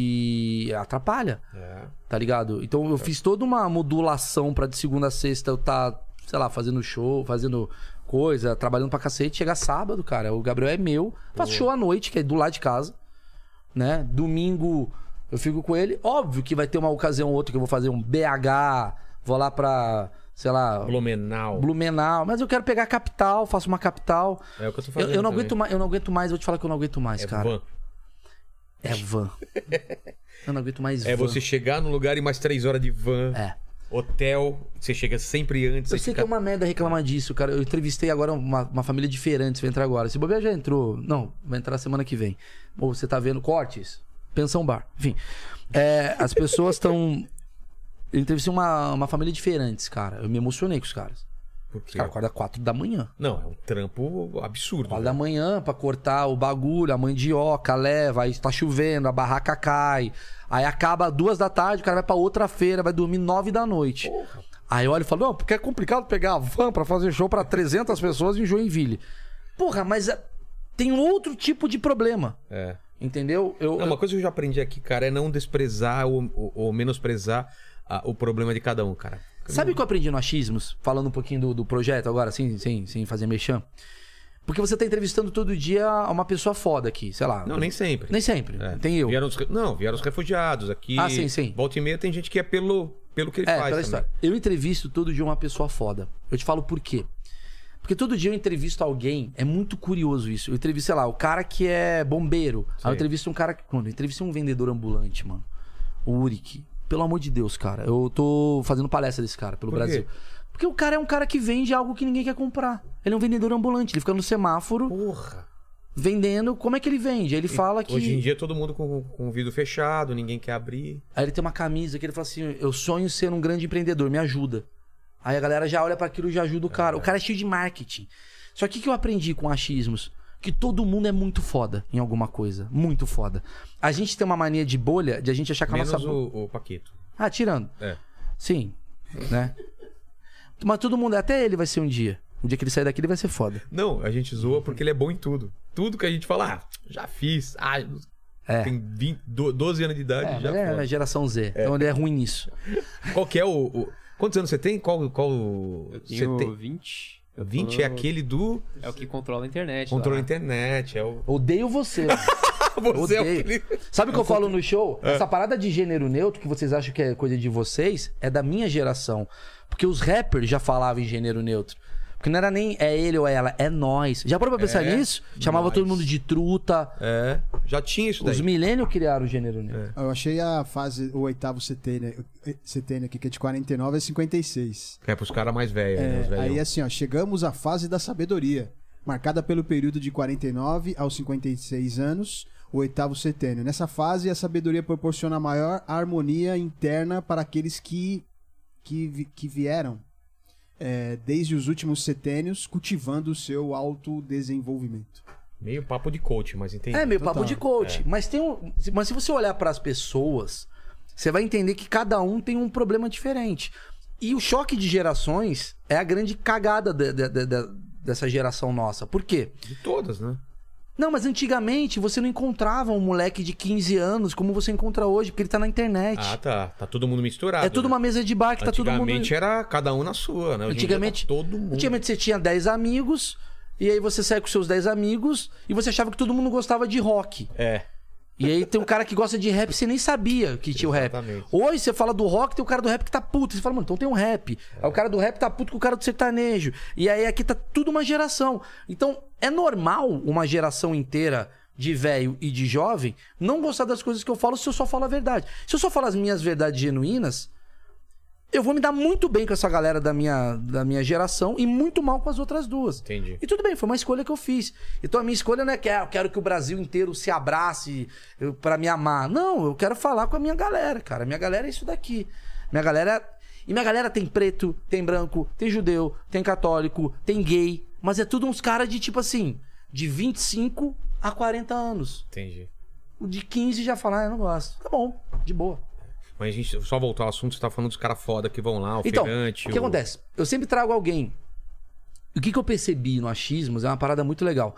E atrapalha. É. Tá ligado? Então eu é. fiz toda uma modulação pra de segunda a sexta eu tá, sei lá, fazendo show, fazendo coisa, trabalhando pra cacete. Chega sábado, cara. O Gabriel é meu. Faço show à noite, que é do lado de casa. Né? Domingo eu fico com ele. Óbvio que vai ter uma ocasião ou outra que eu vou fazer um B H, vou lá pra... sei lá... Blumenau. Blumenau. Mas eu quero pegar a capital, faço uma capital. É o que eu tô fazendo Eu, eu, não, aguento mais, eu não aguento mais, vou te falar que eu não aguento mais, é cara. Van. É van. Eu não aguento mais é van. É você chegar no lugar e mais três horas de van. É. Hotel, você chega sempre antes. Eu sei fica... que é uma merda reclamar disso, cara. Eu entrevistei agora uma, uma família de feirantes, vai entrar agora. Se bobear já entrou. Não, vai entrar semana que vem. Ou você tá vendo cortes? Pensão Bar. Enfim. É, as pessoas estão... Eu entrevistei uma, uma família de feirantes, cara. Eu me emocionei com os caras. Por quê? Os caras acordam quatro da manhã. Não, é um trampo absurdo. quatro da manhã pra cortar o bagulho, a mandioca leva, aí tá chovendo, a barraca cai. Aí acaba duas da tarde, o cara vai pra outra feira, vai dormir nove da noite. Porra. Aí eu olho e falo, não, porque é complicado pegar a van pra fazer show pra trezentas pessoas em Joinville. Porra, mas é... tem outro tipo de problema. É. Entendeu? Eu, não, eu... Uma coisa que eu já aprendi aqui, cara, é não desprezar ou, ou, ou menosprezar a, o problema de cada um, cara. Sabe o que eu aprendi no Achismos? Falando um pouquinho do, do projeto agora, assim, sem, sem fazer mexam. Porque você tá entrevistando todo dia uma pessoa foda aqui, sei lá. Não, nem sempre. Nem sempre. É. Tem eu. Vieram os, não, vieram os refugiados aqui. Ah, sim, sim. Volta e meia tem gente que é pelo, pelo que ele é, faz pela história. Eu entrevisto todo dia uma pessoa foda. Eu te falo por quê. Porque todo dia eu entrevisto alguém, é muito curioso isso. Eu entrevisto, sei lá, o cara que é bombeiro. Sim. Aí eu entrevisto um cara que... Mano, eu entrevistei um vendedor ambulante, mano. O Uric. Pelo amor de Deus, cara. Eu tô fazendo palestra desse cara pelo por Brasil. Quê? Porque o cara é um cara que vende algo que ninguém quer comprar. Ele é um vendedor ambulante, ele fica no semáforo. Porra. vendendo, como é que ele vende? Aí ele fala que... Hoje em dia todo mundo com, com o vidro fechado, ninguém quer abrir. Aí ele tem uma camisa que ele fala assim, eu sonho ser um grande empreendedor, me ajuda. Aí a galera já olha para aquilo e já ajuda o cara. É. O cara é cheio de marketing. Só que o que eu aprendi com achismos? Que todo mundo é muito foda em alguma coisa. Muito foda. A gente tem uma mania de bolha, de a gente achar que a Menos nossa... o, o Paquito. Ah, tirando. É. Sim, né? Mas todo mundo, até ele vai ser um dia. Um dia que ele sair daqui, ele vai ser foda. Não, a gente zoa porque ele é bom em tudo. Tudo que a gente fala, ah, já fiz. Ah, é. Tem vinte, doze anos de idade, é, já é a geração Z. É. Então ele é ruim nisso. Qual que é o, o... Quantos anos você tem? Qual... qual... Eu tenho você tem... vinte. vinte tô... é aquele do... É o que controla a internet. Controla lá. a internet, é o... Odeio você. Você Odeio. é aquele... Sabe o que eu falo no show? É. Essa parada de gênero neutro, que vocês acham que é coisa de vocês, é da minha geração. Porque os rappers já falavam em gênero neutro. Porque não era nem é ele ou é ela, é nós. Já parou pra pensar é, nisso? Chamava nós. Todo mundo de truta. É, já tinha isso daí. Os milênios criaram o gênero neutro. É. Eu achei a fase, o oitavo setênio, setênio aqui, que é de quarenta e nove a cinquenta e seis. É pros caras mais velhos. É, né, aí assim, ó, chegamos à fase da sabedoria, marcada pelo período de quarenta e nove aos cinquenta e seis anos, o oitavo setênio. Nessa fase, a sabedoria proporciona maior harmonia interna para aqueles que, que, que vieram É, desde os últimos setênios, cultivando o seu autodesenvolvimento. Meio papo de coach, mas entendi. É, meio Total. papo de coach. É. Mas, tem um, mas se você olhar para as pessoas, você vai entender que cada um tem um problema diferente. E o choque de gerações é a grande cagada de, de, de, de, dessa geração nossa. Por quê? De todas, né? Não, mas antigamente você não encontrava um moleque de quinze anos como você encontra hoje, porque ele tá na internet. Ah, tá. Tá todo mundo misturado. É tudo né? uma mesa de bar que tá todo mundo... Antigamente era cada um na sua, né? Hoje Antigamente, tá todo mundo. Antigamente você tinha dez amigos, e aí você saia com seus dez amigos, e você achava que todo mundo gostava de rock. É. E aí tem um cara que gosta de rap, você nem sabia que tinha Exatamente. o rap. Hoje você fala do rock, tem o cara do rap que tá puto. Você fala, mano, então tem um rap. É. Aí o cara do rap tá puto com o cara do sertanejo. E aí aqui tá tudo uma geração. Então é normal uma geração inteira de velho e de jovem não gostar das coisas que eu falo se eu só falo a verdade. Se eu só falo as minhas verdades genuínas, eu vou me dar muito bem com essa galera da minha, da minha geração e muito mal com as outras duas. Entendi. E tudo bem, foi uma escolha que eu fiz. Então a minha escolha não é que ah, eu quero que o Brasil inteiro se abrace eu, pra me amar. Não, eu quero falar com a minha galera, cara. Minha galera é isso daqui. Minha galera... E minha galera tem preto, tem branco, tem judeu, tem católico, tem gay. Mas é tudo uns caras de tipo assim, de vinte e cinco a quarenta anos. Entendi. O de quinze já fala, ah, eu não gosto. Tá bom, de boa. Mas a gente, só voltar ao assunto, você tá falando dos caras foda que vão lá, o Então, Ferrante, o que o... acontece? Eu sempre trago alguém. O que, que eu percebi no achismos é uma parada muito legal.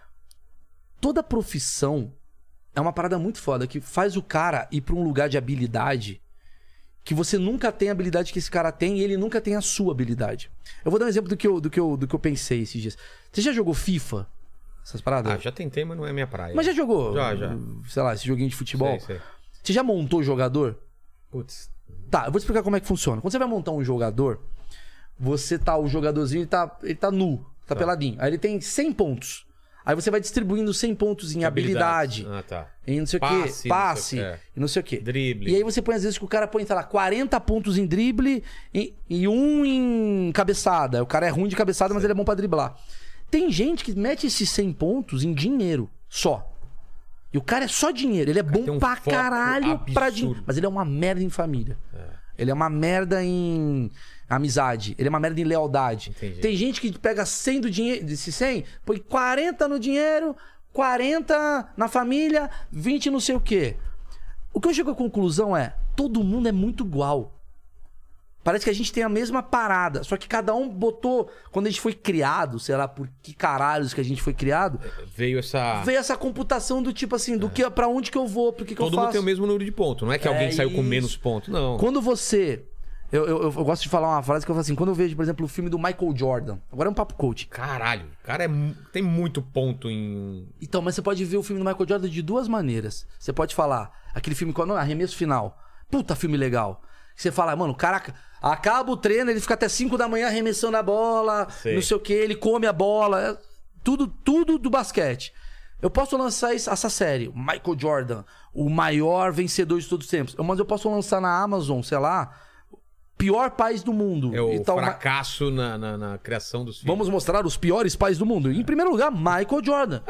Toda profissão é uma parada muito foda, que faz o cara ir pra um lugar de habilidade que você nunca tem a habilidade que esse cara tem e ele nunca tem a sua habilidade. Eu vou dar um exemplo do que eu, do que eu, do que eu pensei esses dias. Você já jogou FIFA? Essas paradas? Ah, já tentei, mas não é minha praia. Mas já jogou? Já, já. Sei lá, esse joguinho de futebol? Sei, sei. Você já montou jogador? Putz. Tá, eu vou te explicar como é que funciona. Quando você vai montar um jogador, você tá, o jogadorzinho, ele tá, ele tá nu, tá, tá peladinho. Aí ele tem cem pontos. Aí você vai distribuindo cem pontos em habilidade. Ah, tá. Em não sei o Passe, quê. Passe. não sei o quê. E não sei o quê. Drible. E aí você põe, às vezes, que o cara põe, sei lá, quarenta pontos em drible e, e um em cabeçada. O cara é ruim de cabeçada, mas ele é bom pra driblar. Tem gente que mete esses cem pontos em dinheiro só. E o cara é só dinheiro. Ele é bom um pra caralho absurdo. pra dinheiro. Mas ele é uma merda em família. É. Ele é uma merda em amizade. Ele é uma merda em lealdade. Entendi. Tem gente que pega cem do dinheiro, desse cem, põe quarenta no dinheiro, quarenta na família, vinte não sei o quê. O que eu chego à conclusão é, todo mundo é muito igual. Parece que a gente tem a mesma parada, só que cada um botou... Quando a gente foi criado, sei lá por que caralhos que a gente foi criado... Veio essa... Veio essa computação do tipo assim, do que, pra onde que eu vou, pro que, que eu Todo faço. mundo tem o mesmo número de pontos, não é que É alguém saiu com isso. menos pontos, não. Quando você... Eu, eu, eu gosto de falar uma frase que eu falo assim, quando eu vejo, por exemplo, o filme do Michael Jordan, agora é um papo coach. Caralho, o cara é, mu- tem muito ponto em... Então, mas você pode ver o filme do Michael Jordan de duas maneiras. Você pode falar, aquele filme com arremesso final. Puta filme legal. Você fala, mano, caraca, acaba o treino, ele fica até cinco da manhã arremessando a bola, Sei. não sei o que, ele come a bola, é tudo, tudo do basquete. Eu posso lançar essa série, Michael Jordan, o maior vencedor de todos os tempos. Mas eu posso lançar na Amazon, sei lá, pior país do mundo. É o e tal, fracasso na, na, na criação dos filhos. Vamos mostrar os piores pais do mundo. Em primeiro lugar, Michael Jordan.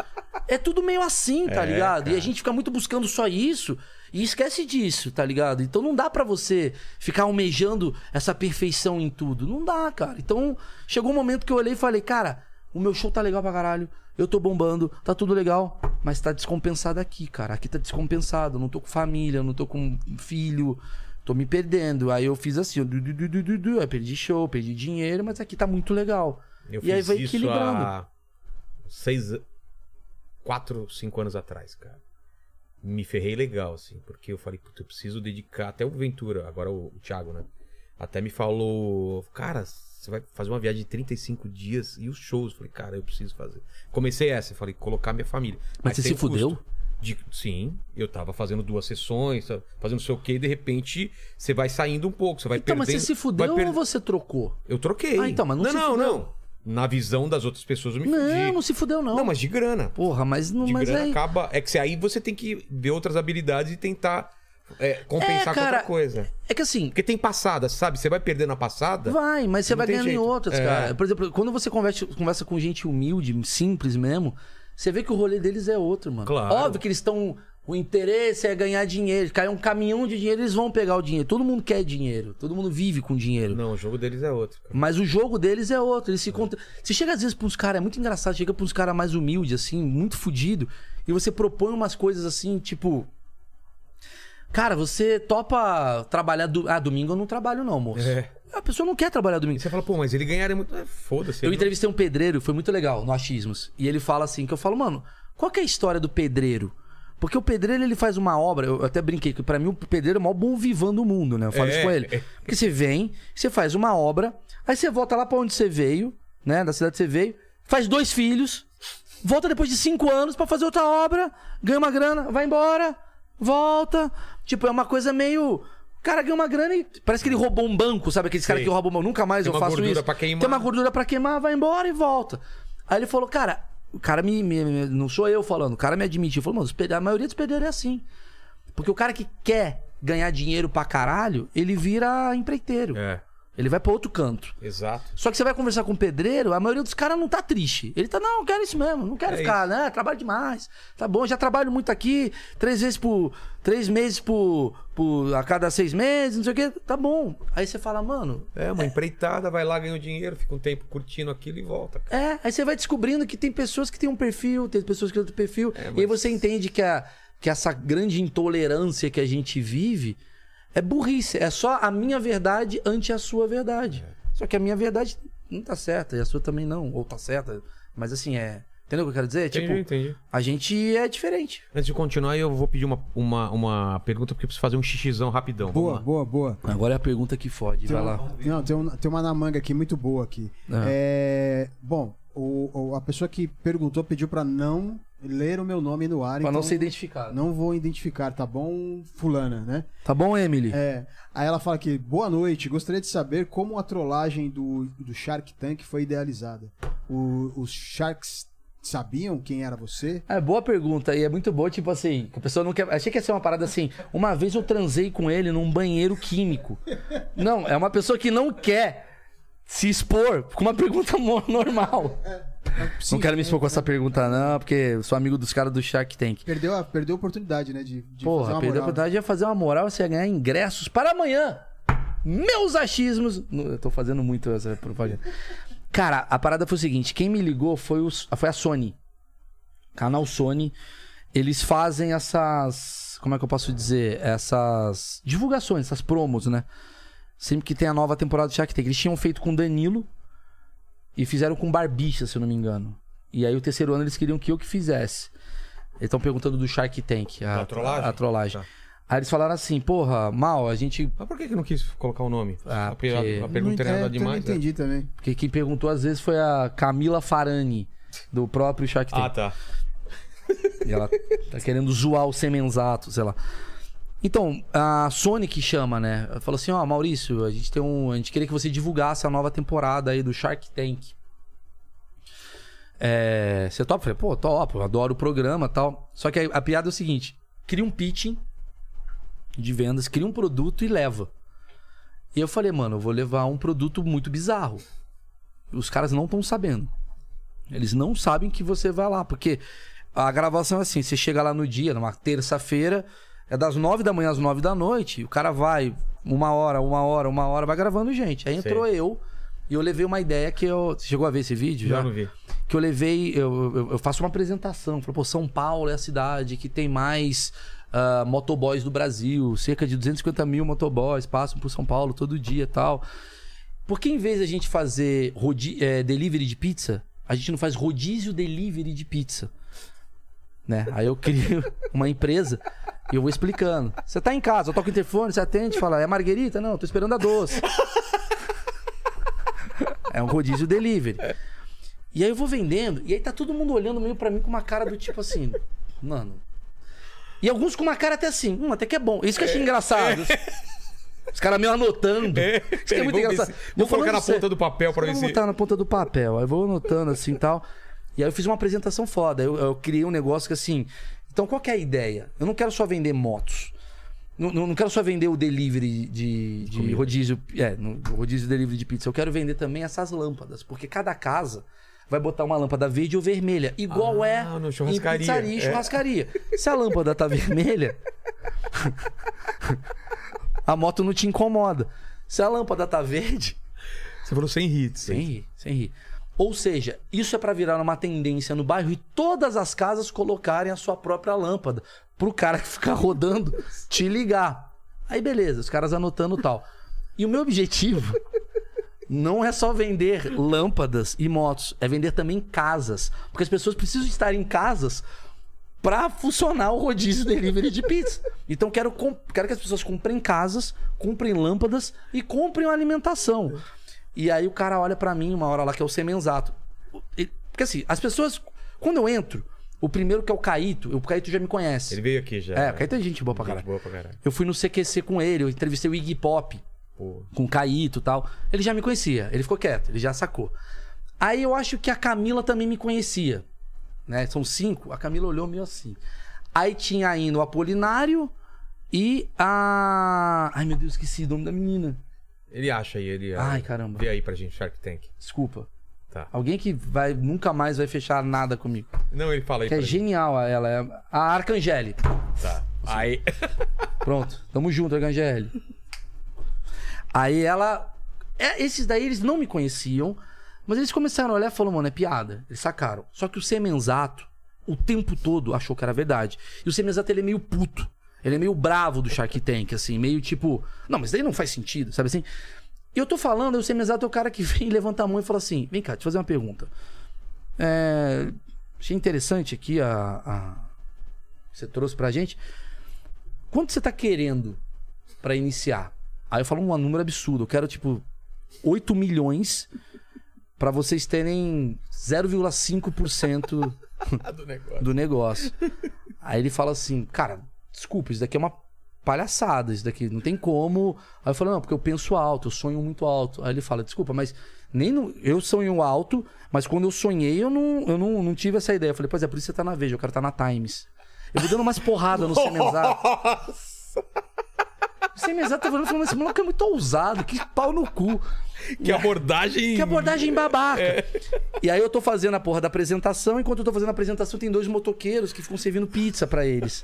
é tudo meio assim, tá É, ligado? cara. E a gente fica muito buscando só isso e esquece disso, tá ligado? Então não dá pra você ficar almejando essa perfeição em tudo. Não dá, cara. Então chegou um momento que eu olhei e falei, cara, o meu show tá legal pra caralho. Eu tô bombando, tá tudo legal, mas tá descompensado aqui, cara. Aqui tá descompensado. Eu não tô com família, eu não tô com filho, tô me perdendo. Aí eu fiz assim, du, du, du, du, du, du. Aí perdi show, perdi dinheiro, mas aqui tá muito legal. Eu e aí fiz vai isso equilibrando. há seis, quatro, cinco anos atrás, cara. Me ferrei legal, assim, porque eu falei, puta, eu preciso dedicar, até o Ventura, agora o, o Thiago, né? Até me falou, cara, você vai fazer uma viagem de trinta e cinco dias e os shows. Eu falei, cara, eu preciso fazer. Comecei essa, eu falei, colocar minha família. Mas você tem se um fudeu? custo. De, sim, eu tava fazendo duas sessões, fazendo não sei o que, e de repente você vai saindo um pouco, você vai Então, perdendo. mas você se fudeu vai per- ou você trocou? Eu troquei. Ah, então, mas não não, se não, fudeu. não. Na visão das outras pessoas eu me fudi. Não, não se fudeu, não. Não, mas de grana. Porra, mas não. De Mas grana aí... acaba. É que se aí você tem que ver outras habilidades e tentar é, compensar É, com cara, outra coisa. É que assim, Porque tem passada, sabe? Você vai perdendo a passada. vai, mas você Não vai tem ganhando em jeito. outras, É. cara. Por exemplo, quando você conversa, conversa com gente humilde, simples mesmo, você vê que o rolê deles é outro, mano. Claro. Óbvio que eles estão. O interesse é ganhar dinheiro. Cai um caminhão de dinheiro, eles vão pegar o dinheiro. Todo mundo quer dinheiro. Todo mundo vive com dinheiro. Não, o jogo deles é outro. Cara. Mas o jogo deles é outro. Eles se contra... Você chega às vezes pra uns caras, é muito engraçado, chega pra uns caras mais humildes, assim, muito fudido, e você propõe umas coisas assim, tipo. Cara, você topa trabalhar. Do... Ah, domingo eu não trabalho, não, moço. É. A pessoa não quer trabalhar domingo. E você fala, pô, mas ele ganharia muito. É, foda-se. Eu ele entrevistei um pedreiro, foi muito legal, no Achismos. E ele fala assim, que eu falo, mano, qual que é a história do pedreiro? Porque o pedreiro, ele faz uma obra, eu até brinquei, que pra mim o pedreiro é o maior bom vivão do mundo, né? Eu falo É, isso com ele. é. Porque você vem, você faz uma obra, aí você volta lá pra onde você veio, né? Da cidade que você veio, faz dois filhos, volta depois de cinco anos pra fazer outra obra, ganha uma grana, vai embora, volta. Tipo, é uma coisa meio... O cara ganha uma grana e parece que ele roubou um banco, sabe? Aqueles caras Sei. que roubam um banco, nunca mais Tem eu uma faço gordura isso. pra queimar. Tem uma gordura pra queimar, vai embora e volta. Aí ele falou, cara, o cara me, me- me- não sou eu falando, o cara me admitiu. Falou, mano, os pedreiros- a maioria dos pedreiros é assim. Porque o cara que quer ganhar dinheiro pra caralho, ele vira empreiteiro. É, Ele vai pra outro canto. exato. Só que você vai conversar com o pedreiro, a maioria dos caras não tá triste. Ele tá, não, eu quero isso mesmo, não quero É ficar, né? Trabalho demais. Tá bom, já trabalho muito aqui, três vezes por. Três meses por. por a cada seis meses, não sei o quê. Tá bom. Aí você fala, mano. É, uma empreitada, vai lá, ganha o dinheiro, fica um tempo curtindo aquilo e volta. Cara. É, aí você vai descobrindo que tem pessoas que têm um perfil, tem pessoas que têm outro perfil. É, mas- E aí você entende que, a, que essa grande intolerância que a gente vive é burrice. É só a minha verdade ante a sua verdade. É. Só que a minha verdade não tá certa, e a sua também não. Ou tá certa. Mas assim, é. Entendeu o que eu quero dizer? Entendi, tipo, entendi. a gente é diferente. Antes de continuar, eu vou pedir uma, uma, uma pergunta, porque eu preciso fazer um xixizão rapidão. Vamos Boa, lá. boa, boa. Agora é a pergunta que fode, vai lá. Não, tem, um- tem uma na manga aqui muito boa aqui. Ah. É, bom, o, o- a pessoa que perguntou pediu pra não ler o meu nome no ar. Pra não então ser identificado. Não vou identificar, tá bom, fulana, né? Tá bom, Emily? É, aí ela fala aqui, boa noite, gostaria de saber como a trollagem do, do Shark Tank foi idealizada. O- os Sharks sabiam quem era você? É, boa pergunta. E é muito boa, tipo assim, que a pessoa não quer. Achei que ia ser uma parada assim. Uma vez eu transei com ele num banheiro químico. Não, é uma pessoa que não quer se expor com uma pergunta mo- normal. Sim, Não quero me expor com essa pergunta, não, porque eu sou amigo dos caras do Shark Tank. Perdeu a, perdeu a oportunidade, né, de, de fazer Porra, uma perdeu a moral. oportunidade de fazer uma moral, você ia ganhar ingressos para amanhã. Meus achismos. Não, eu tô fazendo muito essa propaganda. Cara, a parada foi o seguinte: quem me ligou foi, os, foi a Sony. Canal Sony. Eles fazem essas. Como é que eu posso dizer? Essas divulgações, essas promos, né? Sempre que tem a nova temporada do Shark Tank. Eles tinham feito com Danilo e fizeram com Barbicha, se eu não me engano. E aí o terceiro ano eles queriam que eu que fizesse. Eles estão perguntando do Shark Tank, a, Da trollagem? a trollagem. Tá. Aí eles falaram assim, porra, Mal, a gente... Mas por que que não quis colocar o nome? Ah, a, porque- a, a pergunta Não, era é, nada eu demais. não entendi também. Porque quem perguntou às vezes foi a Camila Farani, do próprio Shark Né? Tank. Ah, tá. E ela tá querendo zoar o Semenzato, sei lá. Então, a Sony que chama, né? Ela falou assim, ó, Maurício, a gente tem um... A gente queria que você divulgasse a nova temporada aí do Shark Tank. É... Você topa? Eu falei, pô, topo, eu adoro o programa e tal. Só que a, a piada é o seguinte, cria um pitching de vendas, cria um produto e leva. E eu falei, mano, eu vou levar um produto muito bizarro. Os caras não estão sabendo. Eles não sabem que você vai lá, porque a gravação é assim, você chega lá no dia, numa terça-feira, é das nove da manhã às nove da noite, e o cara vai uma hora, uma hora, uma hora, vai gravando gente. Aí entrou Sei. eu, e eu levei uma ideia que eu... Você chegou a ver esse vídeo já? Já não vi. Que eu levei, eu, eu, eu faço uma apresentação, falei, pô, São Paulo é a cidade que tem mais uh, motoboys do Brasil, cerca de duzentos e cinquenta mil motoboys passam por São Paulo todo dia e tal. Por que em vez da gente fazer rodi- é, delivery de pizza, a gente não faz rodízio delivery de pizza? Né? Aí eu criei uma empresa e eu vou explicando. Você tá em casa, eu toco o interfone, você atende, fala, é Marguerita? Não, tô esperando a doce. É um rodízio delivery. E aí eu vou vendendo, e aí tá todo mundo olhando meio pra mim com uma cara do tipo assim, mano. E alguns com uma cara até assim, hum, até que é bom. Isso que eu achei engraçado. Os caras meio anotando. É, Isso que é muito engraçado. Se... Vou colocar na ponta do papel pra ver se... Vou botar na ponta do papel. Aí eu vou anotando assim e tal. E aí eu fiz uma apresentação foda. Eu, eu criei um negócio que assim... Então qual que é a ideia? Eu não quero só vender motos. Não, não quero só vender o delivery de, de rodízio... É, no rodízio delivery de pizza. Eu quero vender também essas lâmpadas. Porque cada casa... vai botar uma lâmpada verde ou vermelha. Igual ah, é no em pizzaria e churrascaria. É. Se a lâmpada tá vermelha, a moto não te incomoda. Se a lâmpada tá verde... Você falou sem rir. Sem rir, sem rir. Ou seja, isso é para virar uma tendência no bairro e todas as casas colocarem a sua própria lâmpada. Pro cara que ficar rodando, te ligar. Aí beleza, os caras anotando tal. E o meu objetivo... não é só vender lâmpadas e motos, é vender também casas. Porque as pessoas precisam estar em casas para funcionar o rodízio delivery de pizza. Então quero, quero que as pessoas comprem casas, comprem lâmpadas e comprem alimentação. E aí o cara olha para mim uma hora lá que é o Semenzato. Porque assim, as pessoas... Quando eu entro, o primeiro que é o Caíto, o Caíto já me conhece. Ele veio aqui já. É, o Caíto é gente boa pra caralho. Gente boa pra caralho. Eu fui no C Q C com ele, eu entrevistei o Iggy Pop. Pô. Com o Caíto e tal. Ele já me conhecia, ele ficou quieto, ele já sacou. Aí eu acho que a Camila também me conhecia, né? São cinco, a Camila olhou meio assim. Aí tinha ainda o Apolinário e a... Ai meu Deus, esqueci o nome da menina. Ele acha aí, ele... Ai, caramba. Vê aí pra gente, Shark Tank. Desculpa. Tá. Alguém que vai, nunca mais vai fechar nada comigo. Não, ele fala aí que pra é gente. Genial ela, é a Arcangeli. Tá. Aí... Pronto, tamo junto, Arcangeli. Aí ela... É, esses daí eles não me conheciam, mas eles começaram a olhar e falaram, mano, é piada. Eles sacaram. Só que o Semenzato, o tempo todo, achou que era verdade. E o Semenzato, ele é meio puto. Ele é meio bravo do Shark Tank, assim. Meio tipo... Não, mas daí não faz sentido, sabe assim? E eu tô falando, aí o Semenzato é o cara que vem, levanta a mão e fala assim, vem cá, deixa eu fazer uma pergunta. É... Achei interessante aqui a... a... Você trouxe pra gente. Quanto você tá querendo pra iniciar? Aí eu falo um número absurdo. Eu quero, tipo, oito milhões pra vocês terem zero vírgula cinco por cento do negócio. do negócio. Aí ele fala assim, cara, desculpa, isso daqui é uma palhaçada, isso daqui não tem como. Aí eu falo, não, porque eu penso alto, eu sonho muito alto. Aí ele fala, desculpa, mas nem no... eu sonho alto, mas quando eu sonhei, eu não, eu não, não tive essa ideia. Eu falei, pois é, por isso você tá na Veja, eu quero estar na Times. Eu vou dando umas porradas no Semenzato. O Semenzato tá falando, falando, esse moleque é muito ousado, que pau no cu. Que abordagem... Que abordagem babaca. É. E aí eu tô fazendo a porra da apresentação, enquanto eu tô fazendo a apresentação, tem dois motoqueiros que ficam servindo pizza pra eles.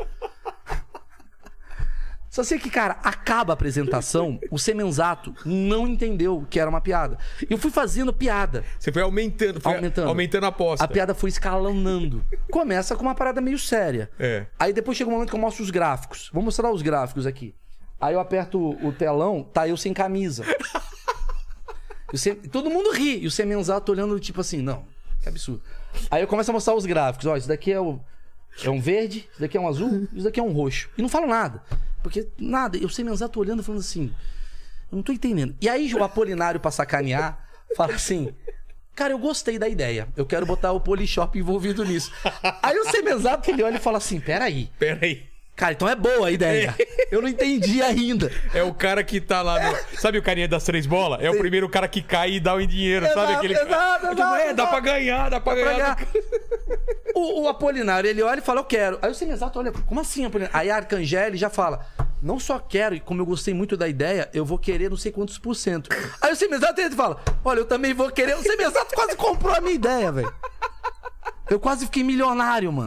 Só sei que, cara, acaba a apresentação, o Semenzato não entendeu que era uma piada. Eu fui fazendo piada. Você foi aumentando, foi aumentando, aumentando a aposta. A piada foi escalonando. Começa com uma parada meio séria. É. Aí depois chega um momento que eu mostro os gráficos. Vou mostrar os gráficos aqui. Aí eu aperto o telão, tá eu sem camisa. Sem... Todo mundo ri. E o Semenzato olhando, tipo assim, não, que absurdo. Aí eu começo a mostrar os gráficos. Ó, isso daqui é, o... é um verde, isso daqui é um azul, isso daqui é um roxo. E não falo nada. Porque nada. E o Semenzato olhando, falando assim, eu não tô entendendo. E aí o Apolinário, pra sacanear, fala assim, cara, eu gostei da ideia. Eu quero botar o Polishop envolvido nisso. Aí o Semenzato, ele olha e fala assim, peraí. Peraí. Cara, então é boa a ideia. Eu não entendi ainda. É o cara que tá lá no... Sabe o carinha das três bolas? É o primeiro cara que cai e dá o dinheiro, exato, sabe? Aquele... Exato, exato, é, exato. Dá pra ganhar, dá pra dá ganhar. Pra ganhar. O, o Apolinário, ele olha e fala, eu quero. Aí o Semenzato olha, como assim, Apolinário? Aí a Arcangeli já fala, não só quero, e como eu gostei muito da ideia, eu vou querer não sei quantos por cento. Aí o Semenzato ele fala, olha, eu também vou querer. O Semenzato quase comprou a minha ideia, velho. Eu quase fiquei milionário, mano.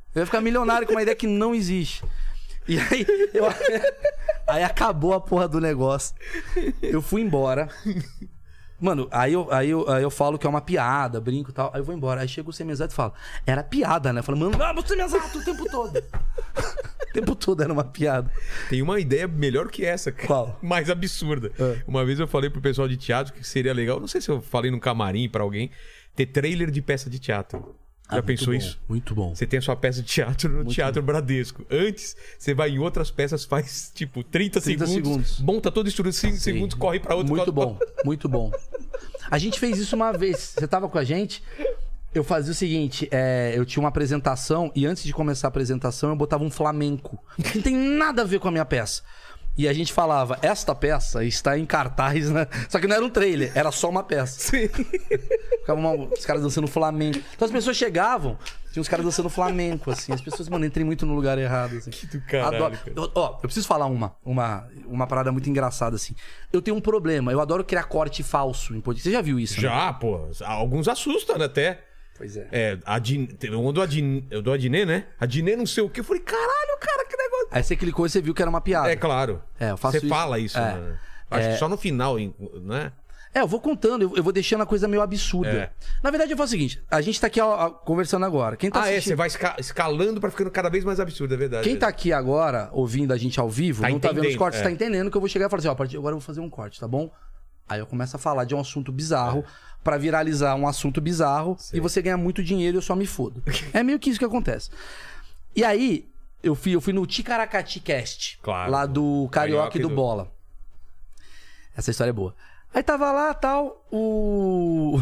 Eu ia ficar milionário com uma ideia que não existe. E aí, eu... aí acabou a porra do negócio. Eu fui embora. Mano, aí eu, aí, eu, aí eu falo que é uma piada, brinco e tal. Aí eu vou embora. Aí chega o Semiexato e fala, era piada, né? Eu falo, mano, vamos, Semiexato o tempo todo. O tempo todo era uma piada. Tem uma ideia melhor que essa, cara. Qual? Mais absurda. É. Uma vez eu falei pro pessoal de teatro que seria legal, não sei se eu falei num camarim pra alguém, ter trailer de peça de teatro. Já Ah, pensou muito isso? bom, muito bom. Você tem a sua peça de teatro no Muito Teatro Bradesco. Antes, você vai em outras peças, faz tipo trinta, trinta segundos, segundos. monta todo o estudo, cinco segundos, corre pra outro. Muito corre bom, pra... muito bom. A gente fez isso uma vez. Você tava com a gente? Eu fazia o seguinte, é, eu tinha uma apresentação e antes de começar a apresentação eu botava um flamenco. Que não tem nada a ver com a minha peça. E a gente falava, esta peça está em cartaz, né? Só que não era um trailer, era só uma peça. Sim. Ficavam os caras dançando flamenco. Então as pessoas chegavam, tinha os caras dançando flamenco, assim. As pessoas, mano, entrei muito no lugar errado, assim. Que do caralho, Adoro. cara. Eu- Ó, eu preciso falar uma, uma, uma parada muito engraçada, assim. Eu tenho um problema, eu adoro criar corte falso em podcast. Você já viu isso, né? Já, pô. Alguns assustam né, até. Pois é. É, a Din... teve um do Adin... do Adnet, né? Adnet não sei o quê. Eu falei, caralho, cara, que negócio. Aí você clicou e você viu que era uma piada. É claro. É, eu faço Você isso. fala isso, É. né? Acho que só no final, né? É, eu vou contando, eu, eu vou deixando a coisa meio absurda. É. Na verdade, eu faço o seguinte: a gente tá aqui ó, ó, conversando agora. Quem tá Ah, é, assistindo... você vai esca- escalando pra ficando cada vez mais absurdo, é verdade. Quem tá aqui agora, ouvindo a gente ao vivo, Tá não tá vendo os entendendo, cortes, é. tá entendendo que eu vou chegar e falar assim, ó, a partir de agora eu vou fazer um corte, tá bom? Aí eu começo a falar de um assunto bizarro pra viralizar um assunto bizarro Sei. e você ganha muito dinheiro e eu só me fodo. É meio que isso que acontece. E aí, eu fui, eu fui no Ticaracati Cast, Claro. lá do Carioca, Carioca e e do, do- Bola. Essa história é boa. Aí tava lá, tal, o...